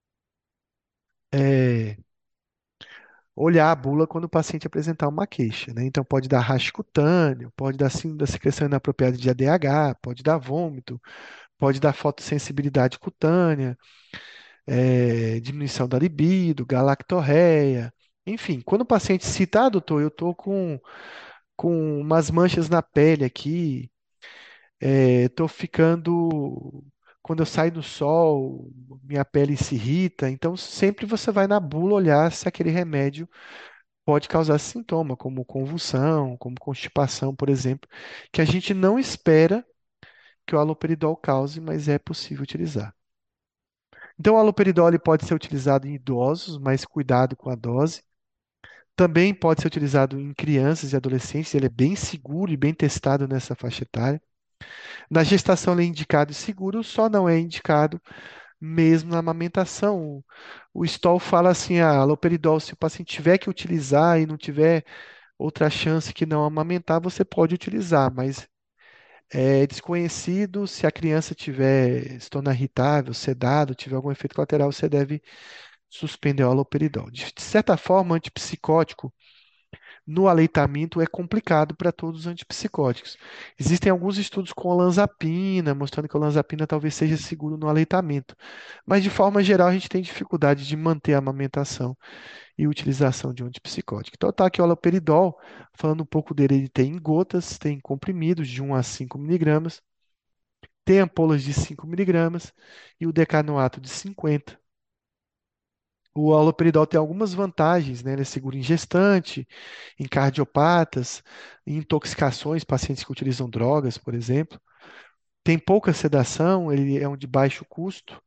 é, olhar a bula quando o paciente apresentar uma queixa, né? Então pode dar rash cutâneo, pode dar síndrome da secreção inapropriada de ADH, pode dar vômito, pode dar fotossensibilidade cutânea, diminuição da libido, galactorreia, enfim, quando o paciente cita, doutor, eu estou com umas manchas na pele aqui, estou ficando, quando eu saio do sol, minha pele se irrita, então sempre você vai na bula olhar se aquele remédio pode causar sintoma, como convulsão, como constipação, por exemplo, que a gente não espera que o haloperidol cause, mas é possível utilizar. Então, o haloperidol ele pode ser utilizado em idosos, mas cuidado com a dose. Também pode ser utilizado em crianças e adolescentes, ele é bem seguro e bem testado nessa faixa etária. Na gestação ele é indicado e seguro, só não é indicado mesmo na amamentação. O Stoll fala assim, haloperidol, se o paciente tiver que utilizar e não tiver outra chance que não amamentar, você pode utilizar, mas é desconhecido se a criança tiver se tornar irritável, sedado, tiver algum efeito colateral, você deve suspender o haloperidol. De certa forma, antipsicótico no aleitamento é complicado para todos os antipsicóticos. Existem alguns estudos com olanzapina, mostrando que a olanzapina talvez seja seguro no aleitamento, mas de forma geral a gente tem dificuldade de manter a amamentação e utilização de um antipsicótico. Então tá aqui o haloperidol, falando um pouco dele, ele tem em gotas, tem comprimidos de 1 a 5 miligramas, tem ampolas de 5 miligramas e o decanoato de 50. O haloperidol tem algumas vantagens, né? Ele é seguro em gestante, em cardiopatas, em intoxicações, pacientes que utilizam drogas, por exemplo. Tem pouca sedação, ele é um de baixo custo.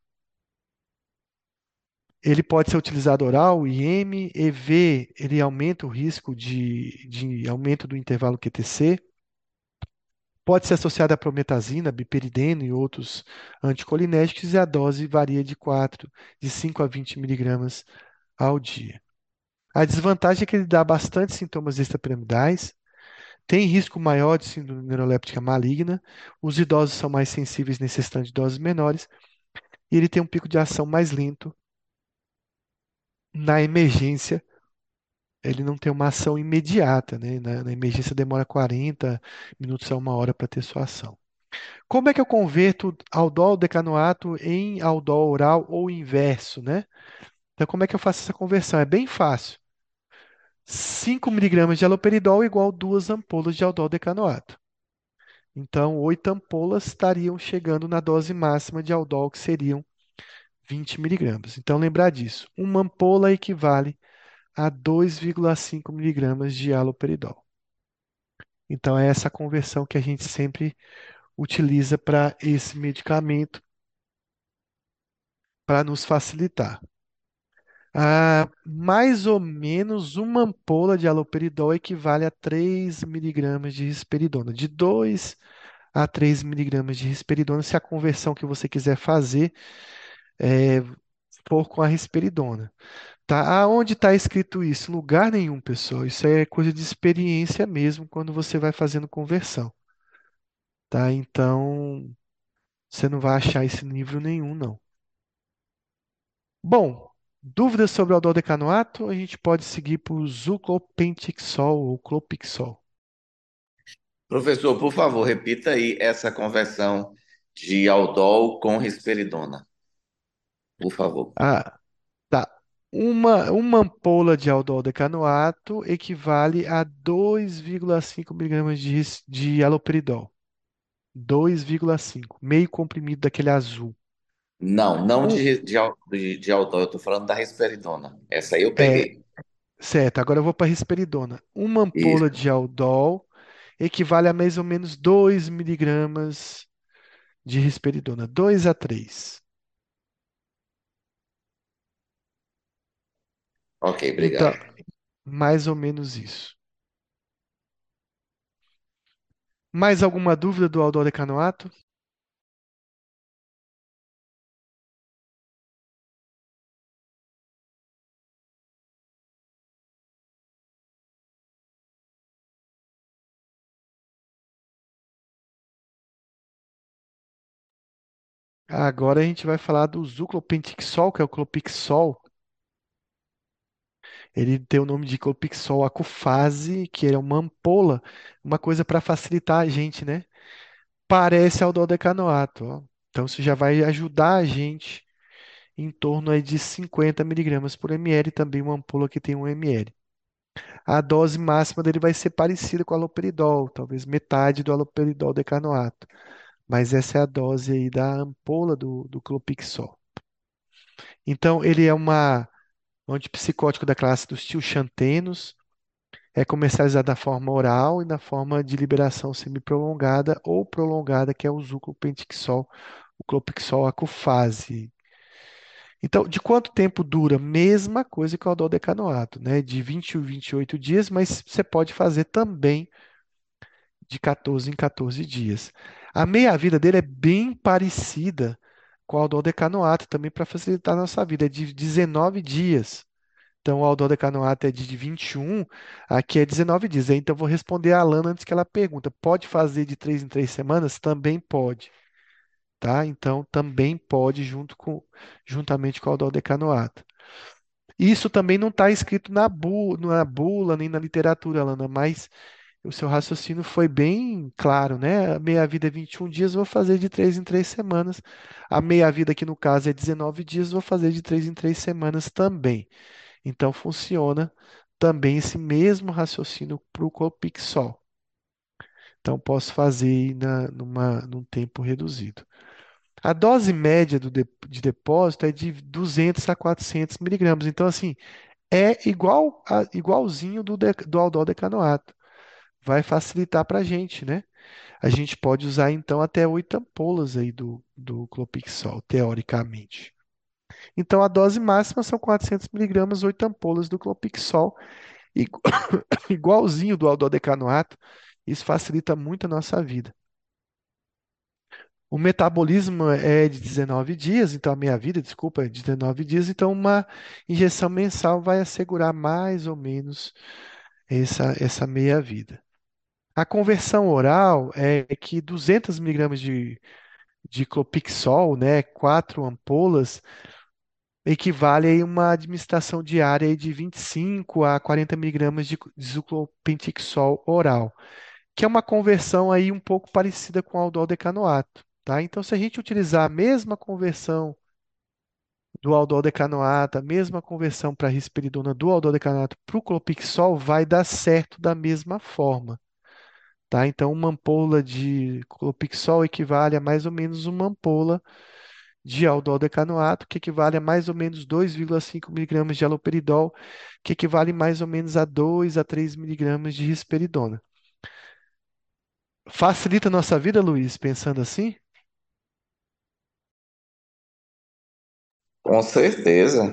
Ele pode ser utilizado oral, IM, EV, ele aumenta o risco de aumento do intervalo QTC. Pode ser associado a prometazina, biperideno e outros anticolinérgicos, e a dose varia de 5 a 20 miligramas ao dia. A desvantagem é que ele dá bastante sintomas extrapiramidais, tem risco maior de síndrome neuroléptica maligna, os idosos são mais sensíveis necessitando de doses menores, e ele tem um pico de ação mais lento na emergência. Ele não tem uma ação imediata, né? Na emergência demora 40 minutos a 1 hora para ter sua ação. Como é que eu converto aldol decanoato em aldol oral ou inverso, né? Então, como é que eu faço essa conversão? É bem fácil. 5 miligramas de haloperidol igual 2 ampolas de aldol decanoato. Então, 8 ampolas estariam chegando na dose máxima de aldol, que seriam 20 miligramas. Então, lembrar disso. Uma ampola equivale a 2,5 miligramas de haloperidol. Então, é essa conversão que a gente sempre utiliza para esse medicamento, para nos facilitar. Mais ou menos uma ampola de haloperidol equivale a 3 miligramas de risperidona. De 2 a 3 miligramas de risperidona, se a conversão que você quiser fazer é, for com a risperidona. Tá? Aonde está escrito isso? Em lugar nenhum, pessoal. Isso é coisa de experiência mesmo quando você vai fazendo conversão. Tá? Então, Você não vai achar esse livro nenhum, não. Bom, dúvidas sobre o aldol-decanoato? A gente pode seguir para o Zuclopentixol ou Clopixol. Professor, por favor, repita aí essa conversão de aldol com risperidona, por favor. Ah, tá. Uma ampola de aldol-decanoato equivale a 2,5 miligramas de haloperidol. 2,5, meio comprimido daquele azul. Não, não Um, de aldol, eu tô falando da risperidona. Essa aí eu é, peguei. certo, agora eu vou para a risperidona. Uma ampola Isso. de aldol equivale a mais ou menos 2 miligramas de risperidona, 2 a 3. Ok, Então, obrigado. mais ou menos isso. Mais alguma dúvida do aldol-decanoato? Agora a gente vai falar do Zuclopentixol, que é o Clopixol. Ele tem o nome de Clopixol acufase, que é uma ampola, uma coisa para facilitar a gente, né? Parece aldol-decanoato, ó. Então isso já vai ajudar a gente em torno aí de 50 miligramas por ml, também uma ampola que tem 1 ml. A dose máxima dele vai ser parecida com o haloperidol, talvez metade do haloperidol decanoato. Mas essa é a dose aí da ampola do Clopixol. Então, ele é um antipsicótico da classe dos tioxantenos, é comercializado na forma oral e na forma de liberação semiprolongada ou prolongada, que é o Zuclopentixol, o Clopixol acufase. Então, de quanto tempo dura? Mesma coisa que o aldol-decanoato, né? De 20 a 28 dias, mas você pode fazer também de 14 em 14 dias. A meia-vida dele é bem parecida com o aldol-decanoato, também para facilitar a nossa vida, é de 19 dias. Então, o aldol-decanoato é de 21, aqui é 19 dias. Então, eu vou responder a Alana antes que ela pergunta. Pode fazer de 3 em 3 semanas? Também pode, tá? Então, também pode juntamente com o aldol-decanoato. Isso também não está escrito na bula nem na literatura, Alana, mas o seu raciocínio foi bem claro, né? A meia-vida é 21 dias, vou fazer de 3 em 3 semanas. A meia-vida, aqui no caso, é 19 dias, vou fazer de 3 em 3 semanas também. Então, funciona também esse mesmo raciocínio para o Copixol. Então, posso fazer aí num tempo reduzido. A dose média de depósito é de 200 a 400 miligramas. Então, assim, é igualzinho do aldol decanoato. Vai facilitar para a gente, né? A gente pode usar, então, até 8 ampolas aí do Clopixol, teoricamente. Então, a dose máxima são 400 miligramas, 8 ampolas do Clopixol, igu- igualzinho do aldol-decanoato. Isso facilita muito a nossa vida. O metabolismo é de 19 dias, então a meia-vida, desculpa, é de 19 dias, então uma injeção mensal vai assegurar mais ou menos essa meia-vida. A conversão oral é que 200 miligramas de Clopixol, né, 4 ampolas, equivale a uma administração diária aí de 25 a 40 miligramas de Zuclopentixol oral, que é uma conversão aí um pouco parecida com o aldol-decanoato, tá? Então, se a gente utilizar a mesma conversão do aldol-decanoato, a mesma conversão para a risperidona do aldol-decanoato para o Clopixol, vai dar certo da mesma forma. Tá? Então, uma ampola de Clopixol equivale a mais ou menos uma ampola de aldol-decanoato, que equivale a mais ou menos 2,5 miligramas de haloperidol, que equivale mais ou menos a 2 a 3 miligramas de risperidona. Facilita a nossa vida, Luiz, pensando assim? Com certeza.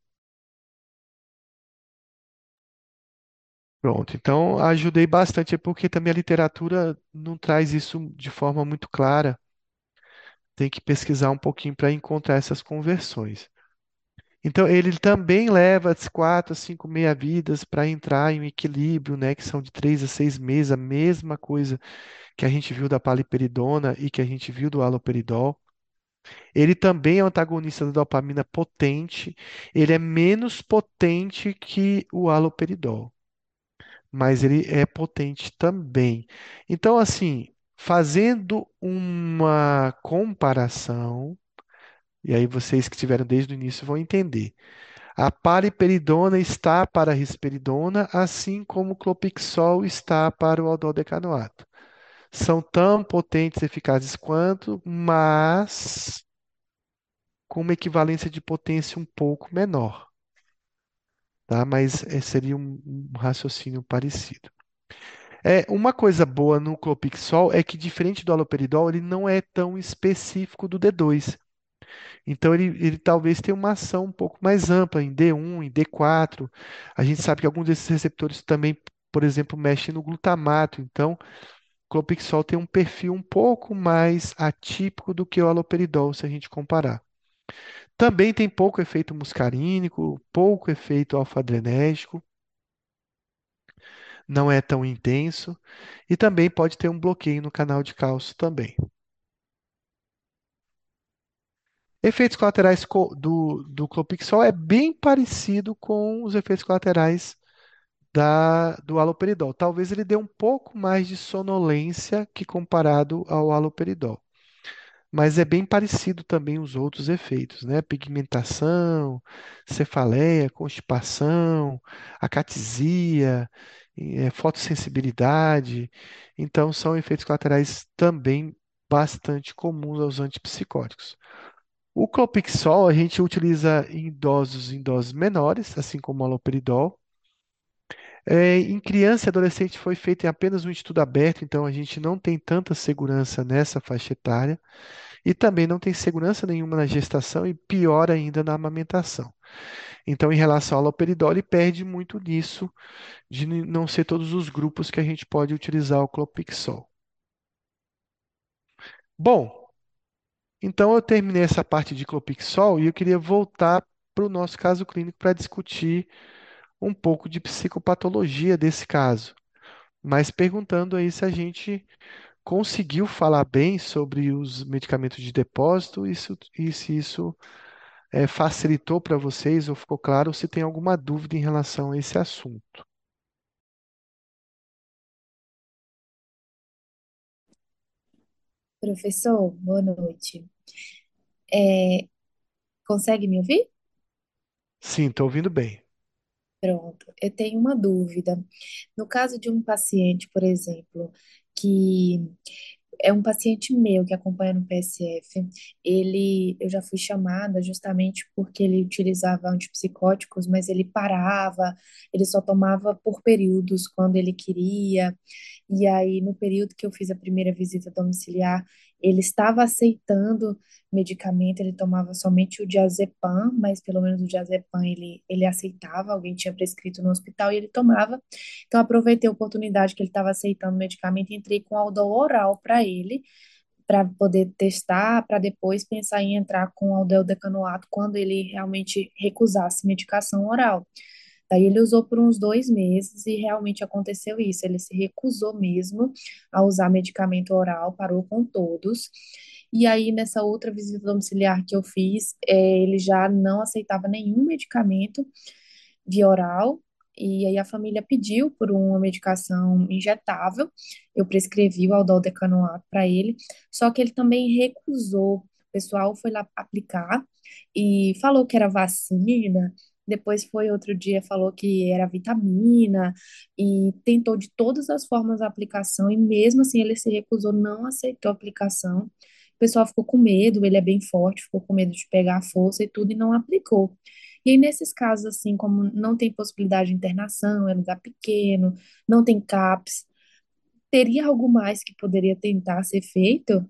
Pronto, então ajudei bastante, é porque também a literatura não traz isso de forma muito clara. Tem que pesquisar um pouquinho para encontrar essas conversões. Então, ele também leva as 4 a 5 meia-vidas para entrar em um equilíbrio, né, que são de 3 a 6 meses, a mesma coisa que a gente viu da paliperidona e que a gente viu do haloperidol. Ele também é um antagonista da dopamina potente. Ele é menos potente que o haloperidol, mas ele é potente também. Então, assim, fazendo uma comparação, e aí vocês que estiveram desde o início vão entender. A paliperidona está para a risperidona, assim como o clopixol está para o aldodecanoato. São tão potentes e eficazes quanto, mas com uma equivalência de potência um pouco menor, tá? Mas seria um raciocínio parecido. Uma coisa boa no clopixol é que, diferente do haloperidol, ele não é tão específico do D2. Então, ele talvez tenha uma ação um pouco mais ampla em D1, em D4. A gente sabe que alguns desses receptores também, por exemplo, mexem no glutamato. Então, o clopixol tem um perfil um pouco mais atípico do que o haloperidol, se a gente comparar. Também tem pouco efeito muscarínico, pouco efeito alfa-adrenérgico, não é tão intenso e também pode ter um bloqueio no canal de cálcio também. Efeitos colaterais do Clopixol é bem parecido com os efeitos colaterais do haloperidol. Talvez ele dê um pouco mais de sonolência que comparado ao haloperidol. Mas é bem parecido também os outros efeitos, né? Pigmentação, cefaleia, constipação, acatisia, fotossensibilidade. Então, são efeitos colaterais também bastante comuns aos antipsicóticos. O clopixol a gente utiliza em doses menores, assim como o haloperidol. Em criança e adolescente foi feito em apenas um estudo aberto, então a gente não tem tanta segurança nessa faixa etária. E também não tem segurança nenhuma na gestação e pior ainda na amamentação. Então, em relação ao haloperidol, ele perde muito nisso, de não ser todos os grupos que a gente pode utilizar o clopixol. Bom, então eu terminei essa parte de clopixol e eu queria voltar para o nosso caso clínico para discutir um pouco de psicopatologia desse caso, mas perguntando aí se a gente conseguiu falar bem sobre os medicamentos de depósito e se isso facilitou para vocês ou ficou claro, ou se tem alguma dúvida em relação a esse assunto. Professor, boa noite. É, consegue me ouvir? Sim, estou ouvindo bem. Pronto, eu tenho uma dúvida. No caso de um paciente, por exemplo, que é um paciente meu que acompanha no PSF, eu já fui chamada justamente porque ele utilizava antipsicóticos, mas ele parava, ele só tomava por períodos quando ele queria. E aí, no período que eu fiz a primeira visita domiciliar, ele estava aceitando medicamento, ele tomava somente o diazepam, mas pelo menos o diazepam ele aceitava, alguém tinha prescrito no hospital e ele tomava. Então, aproveitei a oportunidade que ele estava aceitando o medicamento e entrei com aldol oral para ele, para poder testar, para depois pensar em entrar com aldol decanoato quando ele realmente recusasse medicação oral. Daí ele usou por uns 2 meses e realmente aconteceu isso. Ele se recusou mesmo a usar medicamento oral, parou com todos. E aí, nessa outra visita domiciliar que eu fiz, ele já não aceitava nenhum medicamento via oral. E aí a família pediu por uma medicação injetável. Eu prescrevi o aldol-decanoato para ele, só que ele também recusou. O pessoal foi lá aplicar e falou que era vacina. Depois foi outro dia, falou que era vitamina e tentou de todas as formas a aplicação e mesmo assim ele se recusou, não aceitou a aplicação. O pessoal ficou com medo, ele é bem forte, ficou com medo de pegar a força e tudo e não aplicou. E aí, nesses casos, assim, como não tem possibilidade de internação, é lugar pequeno, não tem CAPS, teria algo mais que poderia tentar ser feito?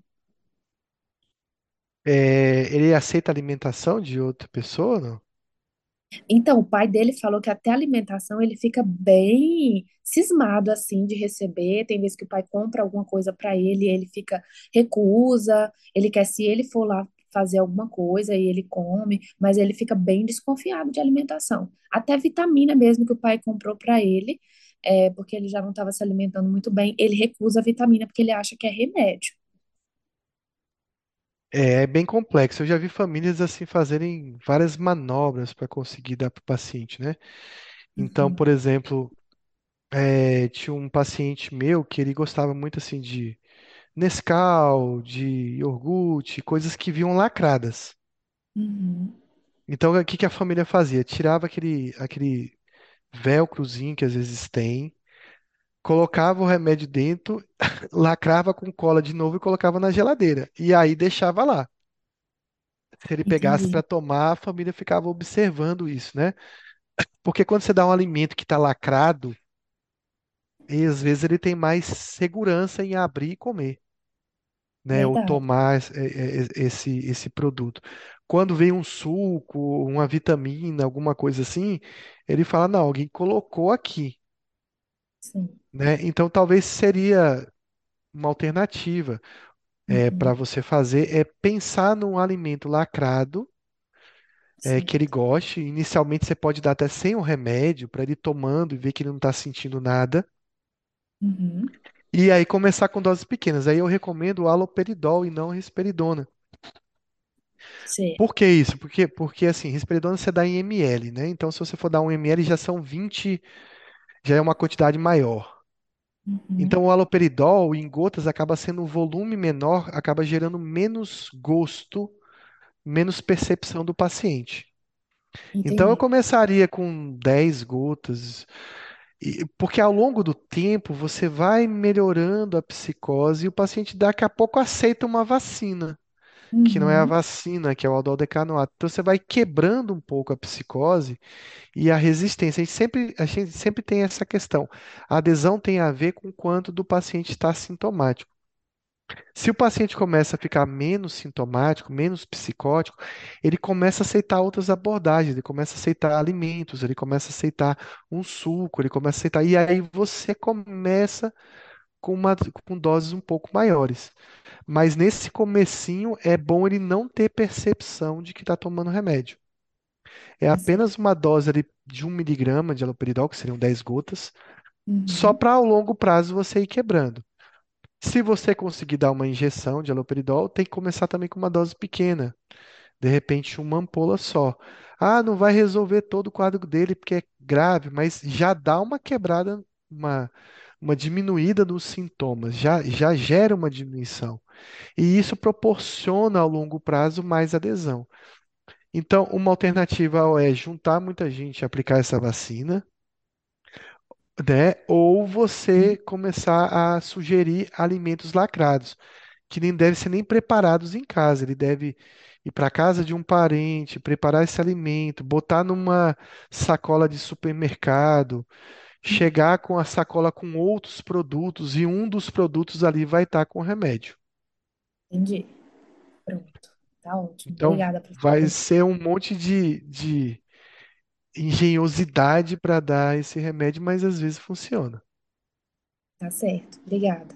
Ele aceita alimentação de outra pessoa, não? Então, o pai dele falou que até a alimentação ele fica bem cismado assim de receber. Tem vezes que o pai compra alguma coisa para ele, ele fica recusa, ele quer se ele for lá fazer alguma coisa e ele come, mas ele fica bem desconfiado de alimentação. Até vitamina mesmo que o pai comprou para ele, porque ele já não estava se alimentando muito bem, ele recusa a vitamina porque ele acha que é remédio. É bem complexo. Eu já vi famílias assim fazerem várias manobras para conseguir dar para o paciente, né? Então, Uhum, por exemplo, tinha um paciente meu que ele gostava muito assim de Nescau, de iogurte, coisas que vinham lacradas. uhum, Então, o que que a família fazia? Tirava aquele velcrozinho que às vezes tem, colocava o remédio dentro, lacrava com cola de novo e colocava na geladeira. E aí deixava lá. Se ele pegasse entendi. para tomar, a família ficava observando isso, né? Porque quando você dá um alimento que está lacrado, e às vezes ele tem mais segurança em abrir e comer, né? Ou Verdade. tomar esse produto. Quando vem um suco, uma vitamina, alguma coisa assim, ele fala, não, alguém colocou aqui, Sim. né? Então talvez seria uma alternativa para Uhum, você fazer é pensar num alimento lacrado que ele certo. goste. Inicialmente você pode dar até sem o remédio para ele ir tomando e ver que ele não está sentindo nada. Uhum, E aí começar com doses pequenas. Aí eu recomendo o haloperidol e não a risperidona. Por certo. que isso? Porque assim, risperidona você dá em ml, né? Então se você for dar um ml já são 20, já é uma quantidade maior. Então Uhum, o haloperidol em gotas acaba sendo um volume menor, acaba gerando menos gosto, menos percepção do paciente. Então eu entendi. começaria com 10 gotas, porque ao longo do tempo você vai melhorando a psicose e o paciente daqui a pouco aceita uma vacina, que não é a Uhum, vacina, que é o aldolocanoato. Então você vai quebrando um pouco a psicose e a resistência. A gente sempre tem essa questão. A adesão tem a ver com o quanto do paciente está sintomático. Se o paciente começa a ficar menos sintomático, menos psicótico, ele começa a aceitar outras abordagens, ele começa a aceitar alimentos, ele começa a aceitar um suco, ele começa a aceitar. E aí você começa com doses um pouco maiores. Mas nesse comecinho é bom ele não ter percepção de que está tomando remédio. É tá certo. apenas uma dose ali de 1 miligrama de haloperidol, que seriam 10 gotas, só Uhum, para ao longo prazo você ir quebrando. Se você conseguir dar uma injeção de haloperidol, tem que começar também com uma dose pequena, de repente uma ampola só. Ah, não vai resolver todo o quadro dele porque é grave, mas já dá uma quebrada, uma diminuída nos sintomas, já gera uma diminuição. E isso proporciona ao longo prazo mais adesão. Então, uma alternativa é juntar muita gente e aplicar essa vacina, né? Ou você começar a sugerir alimentos lacrados, que nem devem ser nem preparados em casa. Ele deve ir para casa de um parente, preparar esse alimento, botar numa sacola de supermercado, chegar com a sacola com outros produtos e um dos produtos ali vai estar com remédio. entendi. Pronto. Tá ótimo. Então, Obrigada, vai professor. ser um monte de engenhosidade para dar esse remédio, mas às vezes funciona. Tá certo. Obrigada.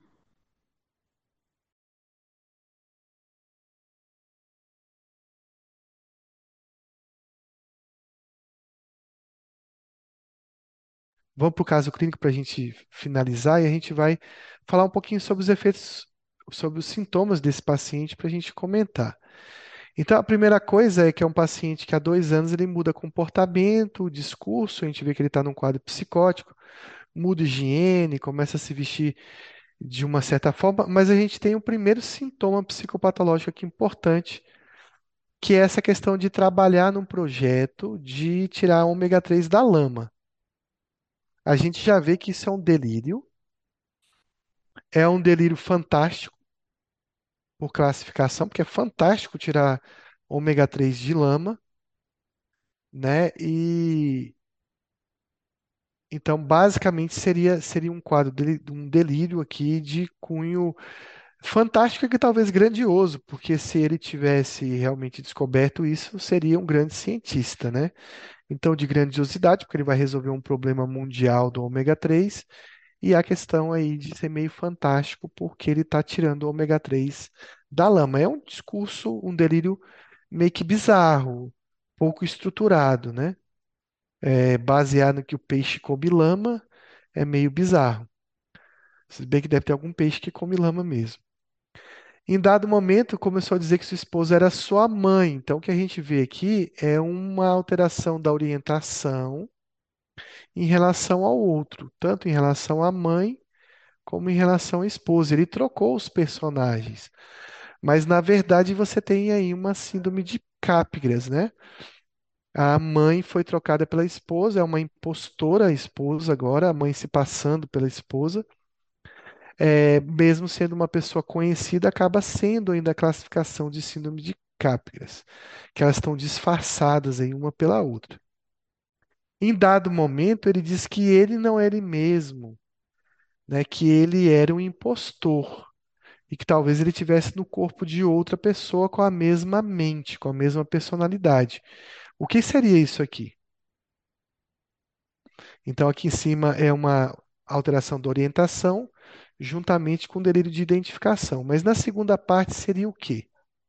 Vamos para o caso clínico para a gente finalizar e a gente vai falar um pouquinho sobre os efeitos, sobre os sintomas desse paciente para a gente comentar. Então, a primeira coisa é que é um paciente que há 2 anos ele muda comportamento, discurso, a gente vê que ele está num quadro psicótico, muda higiene, começa a se vestir de uma certa forma, mas a gente tem o primeiro sintoma psicopatológico aqui importante, que é essa questão de trabalhar num projeto de tirar ômega 3 da lama. A gente já vê que isso é um delírio fantástico por classificação, porque é fantástico tirar ômega 3 de lama, né? E então, basicamente, seria um quadro, um delírio aqui de cunho fantástico e talvez grandioso, porque se ele tivesse realmente descoberto isso, seria um grande cientista, né? Então, de grandiosidade, porque ele vai resolver um problema mundial do ômega 3, e a questão aí de ser meio fantástico, porque ele está tirando o ômega 3 da lama. É um discurso, um delírio meio que bizarro, pouco estruturado, né? Baseado no que o peixe come lama, é meio bizarro. Se bem que deve ter algum peixe que come lama mesmo. Em dado momento, começou a dizer que sua esposa era sua mãe. Então, o que a gente vê aqui é uma alteração da orientação em relação ao outro, tanto em relação à mãe como em relação à esposa. Ele trocou os personagens. Mas, na verdade, você tem aí uma síndrome de Capgras, né? A mãe foi trocada pela esposa, é uma impostora a esposa agora, a mãe se passando pela esposa. Mesmo sendo uma pessoa conhecida, acaba sendo ainda a classificação de síndrome de Capgras, que elas estão disfarçadas aí uma pela outra. Em dado momento, ele diz que ele não era ele mesmo, né, que ele era um impostor e que talvez ele tivesse no corpo de outra pessoa com a mesma mente, com a mesma personalidade. O que seria isso aqui? Então, aqui em cima é uma alteração da orientação, juntamente com delírio de identificação. Mas na segunda parte seria o quê?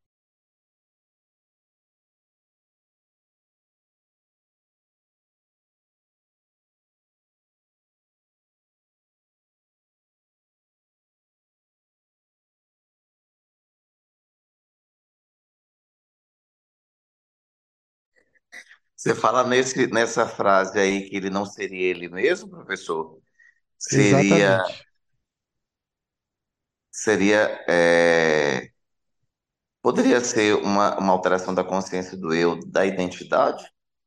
Você fala nessa frase aí que ele não seria ele mesmo, professor? Seria, Exatamente. seria, poderia ser uma alteração da consciência do eu, da identidade?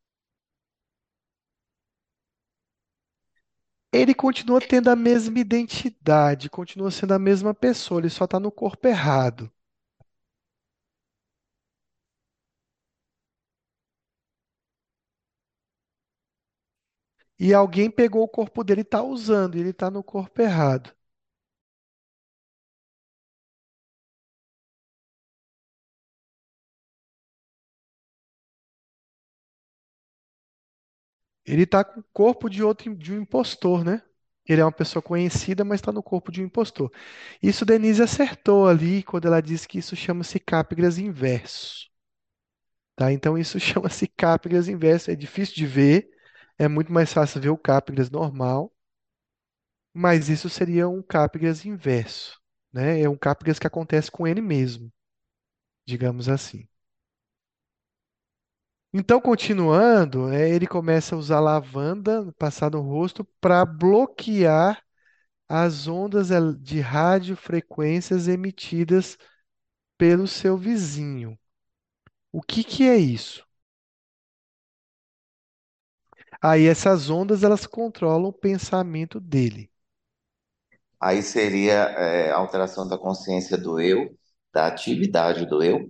Ele continua tendo a mesma identidade, continua sendo a mesma pessoa, ele só está no corpo errado. E alguém pegou o corpo dele e está usando, e ele está no corpo errado. Ele está com o corpo de outro, de um impostor, né? Ele é uma pessoa conhecida, mas está no corpo de um impostor. Isso Denise acertou ali quando ela disse que isso chama-se Capgras inverso, tá? Então isso chama-se Capgras inverso. É difícil de ver, é muito mais fácil ver o Capgras normal, mas isso seria um Capgras inverso, né? É um Capgras que acontece com ele mesmo, digamos assim. Então, continuando, ele começa a usar lavanda, passar no rosto, para bloquear as ondas de radiofrequências emitidas pelo seu vizinho. O que que é isso? Aí essas ondas elas controlam o pensamento dele. Aí seria, a alteração da consciência do eu, da atividade do eu.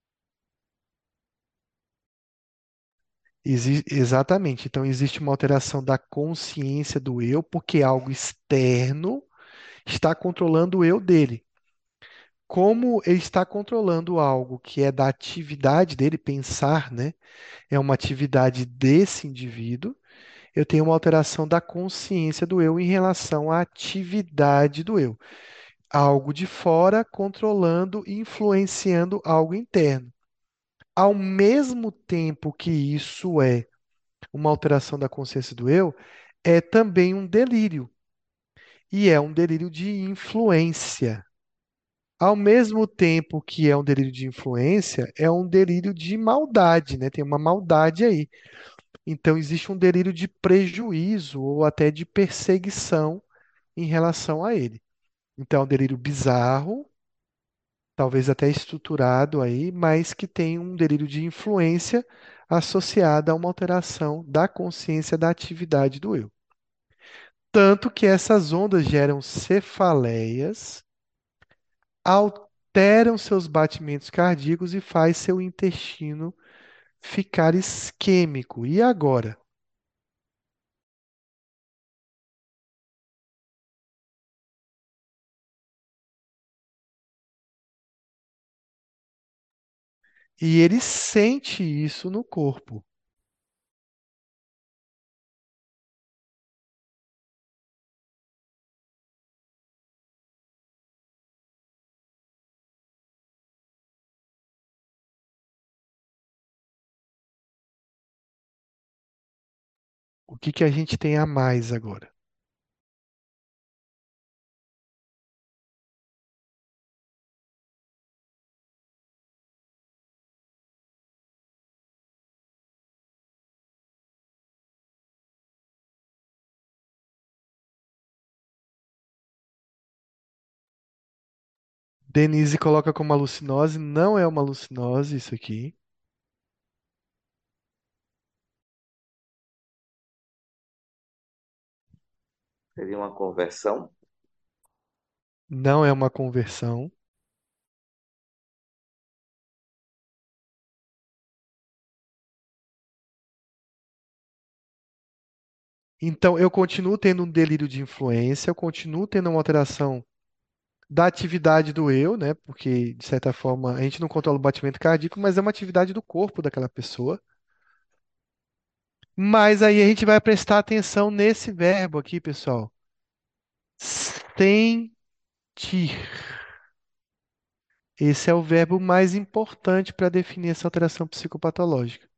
Exatamente. Então existe uma alteração da consciência do eu, porque algo externo está controlando o eu dele. Como ele está controlando algo que é da atividade dele, pensar, né? É uma atividade desse indivíduo. Eu tenho uma alteração da consciência do eu em relação à atividade do eu. Algo de fora controlando e influenciando algo interno. Ao mesmo tempo que isso é uma alteração da consciência do eu, é também um delírio. E é um delírio de influência. Ao mesmo tempo que é um delírio de influência, é um delírio de maldade, né? Tem uma maldade aí. Então, existe um delírio de prejuízo ou até de perseguição em relação a ele. Então, é um delírio bizarro, talvez até estruturado aí, mas que tem um delírio de influência associada a uma alteração da consciência da atividade do eu. Tanto que essas ondas geram cefaleias, alteram seus batimentos cardíacos e faz seu intestino ficar isquêmico. E agora? E ele sente isso no corpo. O que que a gente tem a mais agora? Denise coloca como alucinose, não é uma alucinose isso aqui. Seria uma conversão? Não é uma conversão. Então, eu continuo tendo um delírio de influência, eu continuo tendo uma alteração da atividade do eu, né? Porque, de certa forma, a gente não controla o batimento cardíaco, mas é uma atividade do corpo daquela pessoa. Mas aí a gente vai prestar atenção nesse verbo aqui, pessoal. Sentir. Esse é o verbo mais importante para definir essa alteração psicopatológica.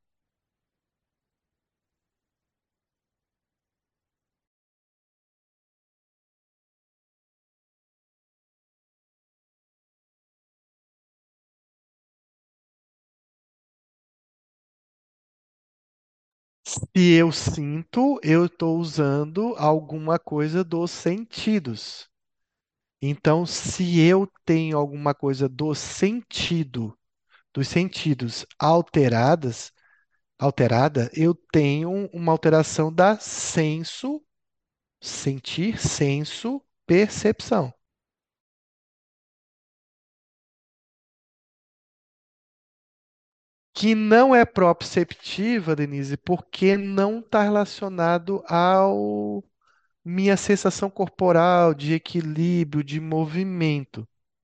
Se eu sinto, eu estou usando alguma coisa dos sentidos. Então, se eu tenho alguma coisa do sentido, dos sentidos alterada, eu tenho uma alteração da senso, sentir, senso, percepção, que não é proprioceptiva, Denise, porque não está relacionado ao minha sensação corporal de equilíbrio, de movimento,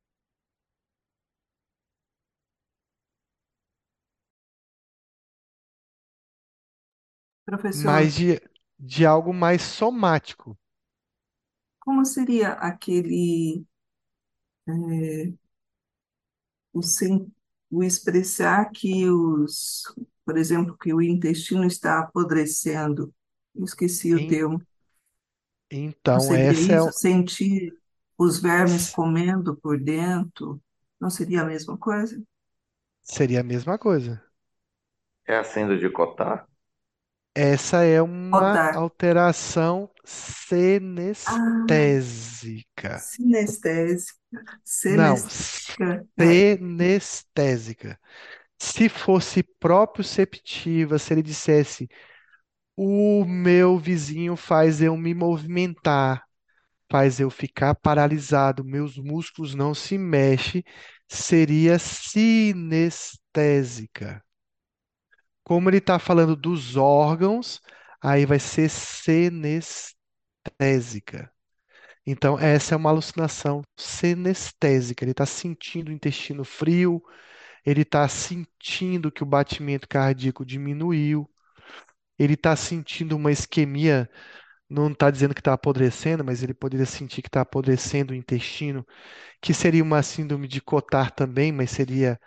Professor, mas de algo mais somático. como seria aquele, é, o, sem, o expressar que por exemplo, que o intestino está apodrecendo? Eu esqueci o En- termo. Não Então, seria essa isso? Sentir os vermes s- comendo por dentro? Não seria a mesma coisa? seria a mesma coisa. É a síndrome de Cotard? Essa é uma Otar. alteração Ah, senestésica. sinestésica. Não, Senestésica. senestésica. Se fosse proprioceptiva, se ele dissesse: o meu vizinho faz eu me movimentar, faz eu ficar paralisado, meus músculos não se mexem, seria sinestésica. Como ele está falando dos órgãos, aí vai ser senestésica. Então, essa é uma alucinação senestésica. Ele está sentindo o intestino frio, ele está sentindo que o batimento cardíaco diminuiu, ele está sentindo uma isquemia, não está dizendo que está apodrecendo, mas ele poderia sentir que está apodrecendo o intestino, que seria uma síndrome de Cotard também, mas seria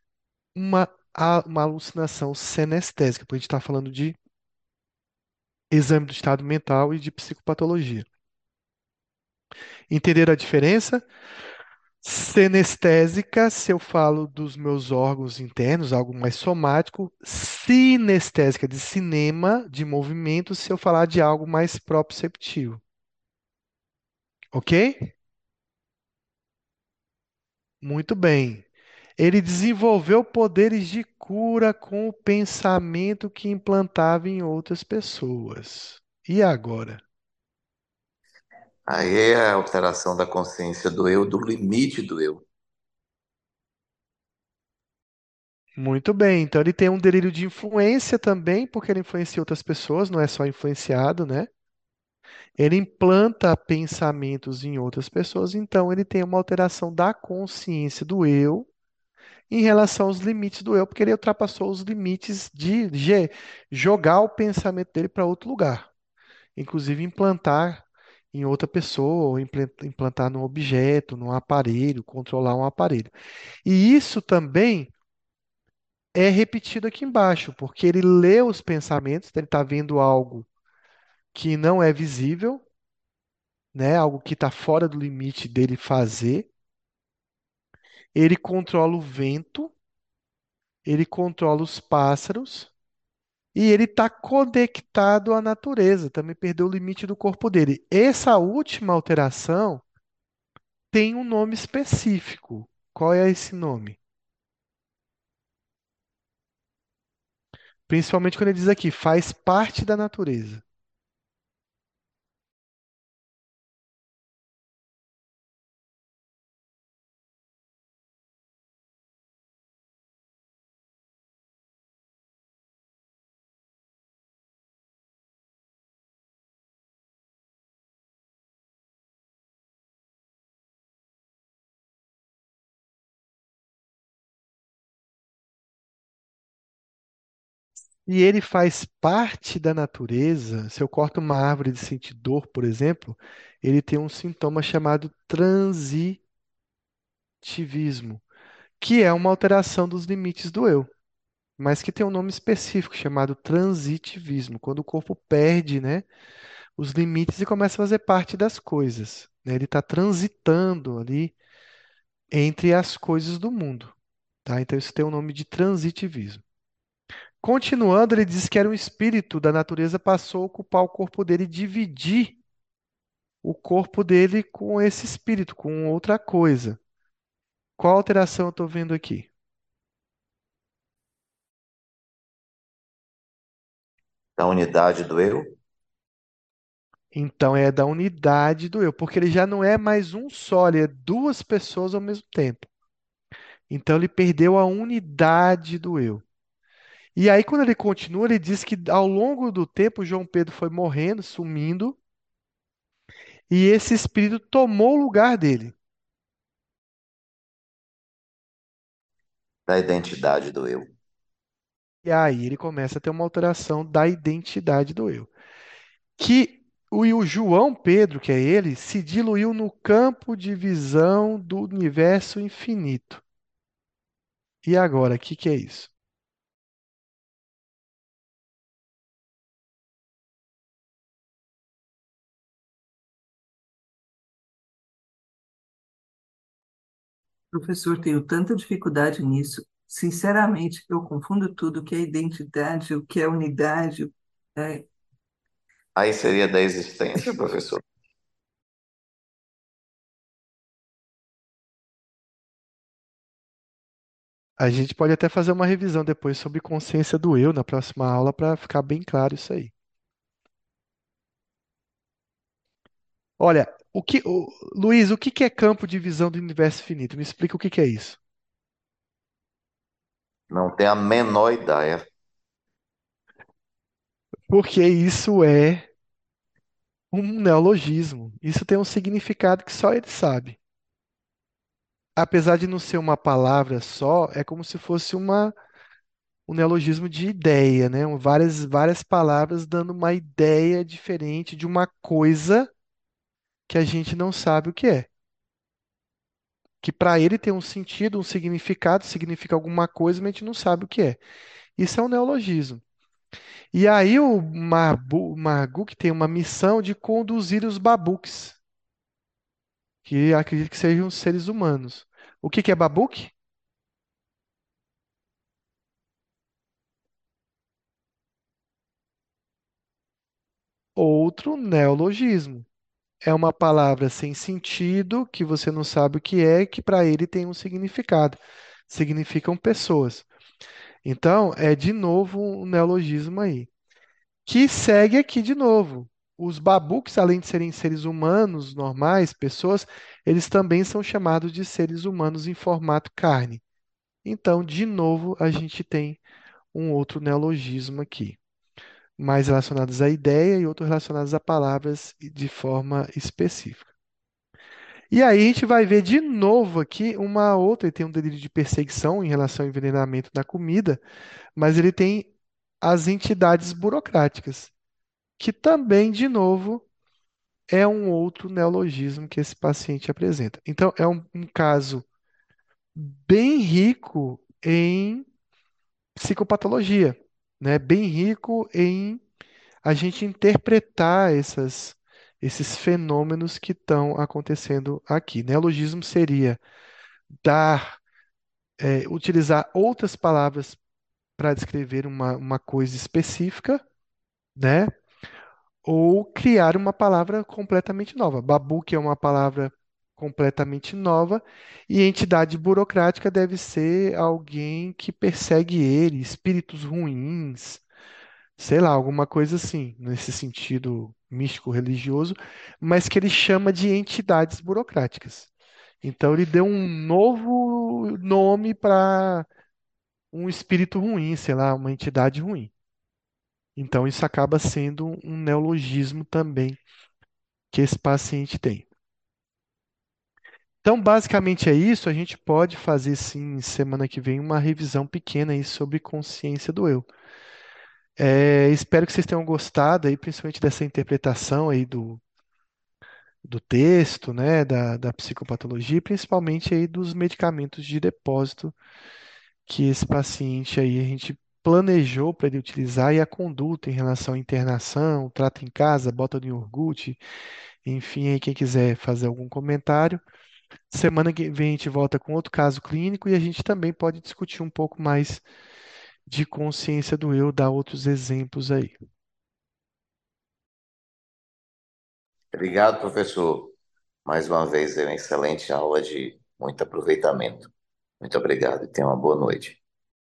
uma alucinação senestésica, porque a gente está falando de exame do estado mental e de psicopatologia. Entenderam a diferença? Senestésica, se eu falo dos meus órgãos internos, algo mais somático. Sinestésica, de cinema, de movimento, se eu falar de algo mais proprioceptivo. Ok? Muito bem. Ele desenvolveu poderes de cura com o pensamento que implantava em outras pessoas. E agora? Aí é a alteração da consciência do eu, do limite do eu. Muito bem. Então ele tem um delírio de influência também, porque ele influencia outras pessoas, não é só influenciado, né? Ele implanta pensamentos em outras pessoas, então ele tem uma alteração da consciência do eu em relação aos limites do eu, porque ele ultrapassou os limites de jogar o pensamento dele para outro lugar, inclusive implantar em outra pessoa, ou implantar num objeto, num aparelho, controlar um aparelho. E isso também é repetido aqui embaixo, porque ele lê os pensamentos, então ele está vendo algo que não é visível, né? Algo que está fora do limite dele fazer. Ele controla o vento, ele controla os pássaros e ele está conectado à natureza. Também perdeu o limite do corpo dele. Essa última alteração tem um nome específico. Qual é esse nome? Principalmente quando ele diz aqui, faz parte da natureza. E ele faz parte da natureza. Se eu corto uma árvore de sentir dor, por exemplo, ele tem um sintoma chamado transitivismo, que é uma alteração dos limites do eu, mas que tem um nome específico chamado transitivismo, quando o corpo perde, né, os limites e começa a fazer parte das coisas, né? Ele está transitando ali entre as coisas do mundo, tá? Então isso tem o nome de transitivismo. Continuando, ele diz que era um espírito da natureza passou a ocupar o corpo dele e dividir o corpo dele com esse espírito, com outra coisa. Qual alteração eu estou vendo aqui? Da unidade do eu? Então é da unidade do eu, porque ele já não é mais um só, ele é duas pessoas ao mesmo tempo. Então ele perdeu a unidade do eu. E aí, quando ele continua, ele diz que ao longo do tempo, João Pedro foi morrendo, sumindo, e esse espírito tomou o lugar dele. Da identidade do eu. E aí ele começa a ter uma alteração da identidade do eu. Que o João Pedro, que é ele, se diluiu no campo de visão do universo infinito. E agora, o que que é isso? Professor, tenho tanta dificuldade nisso. Sinceramente, eu confundo tudo, o que é identidade, o que é unidade. É, Aí seria da existência, professor. A gente pode até fazer uma revisão depois sobre consciência do eu na próxima aula para ficar bem claro isso aí. Olha, Luiz, o que que é campo de visão do universo finito? Me explica o que que é isso. Não tem a menor ideia. Porque isso é um neologismo. Isso tem um significado que só ele sabe. Apesar de não ser uma palavra só, é como se fosse um neologismo de ideia, né? Várias palavras dando uma ideia diferente de uma coisa que a gente não sabe o que é. Que para ele tem um sentido, um significado, significa alguma coisa, mas a gente não sabe o que é. Isso é um neologismo. E aí o Marduk tem uma missão de conduzir os babuques, que acredito que sejam seres humanos. O que que é babuque? Outro neologismo. É uma palavra sem sentido, que você não sabe o que para ele tem um significado. Significam pessoas. Então, é de novo um neologismo aí. Que segue aqui de novo. Os babuques, além de serem seres humanos normais, pessoas, eles também são chamados de seres humanos em formato carne. Então, de novo, a gente tem um outro neologismo aqui, mais relacionados à ideia e outros relacionados a palavras de forma específica. E aí a gente vai ver de novo aqui uma outra, ele tem um delírio de perseguição em relação ao envenenamento da comida, mas ele tem as entidades burocráticas, que também, de novo, é um outro neologismo que esse paciente apresenta. Então, é um caso bem rico em psicopatologia, né? Bem rico em a gente interpretar esses fenômenos que estão acontecendo aqui. Neologismo seria utilizar outras palavras para descrever uma coisa específica, né? Ou criar uma palavra completamente nova. Babu, que é uma palavra completamente nova, e a entidade burocrática deve ser alguém que persegue ele, espíritos ruins, sei lá, alguma coisa assim, nesse sentido místico religioso, mas que ele chama de entidades burocráticas. Então ele deu um novo nome para um espírito ruim, sei lá, uma entidade ruim. Então isso acaba sendo um neologismo também que esse paciente tem. Então, basicamente é isso. A gente pode fazer, sim, semana que vem, uma revisão pequena aí sobre consciência do eu. Espero que vocês tenham gostado aí, principalmente dessa interpretação aí do texto, né, da psicopatologia, e principalmente aí dos medicamentos de depósito que esse paciente aí a gente planejou para ele utilizar e a conduta em relação à internação, trata em casa, bota no iogurte, enfim, aí quem quiser fazer algum comentário. Semana que vem a gente volta com outro caso clínico e a gente também pode discutir um pouco mais de consciência do eu, dar outros exemplos aí. Obrigado, professor. Mais uma vez, é uma excelente aula de muito aproveitamento. Muito obrigado e tenha uma boa noite.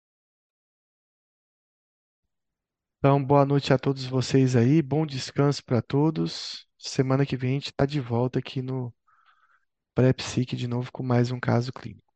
Então, boa noite a todos vocês aí, bom descanso para todos. Semana que vem a gente está de volta aqui no Pré-Psique de novo com mais um caso clínico.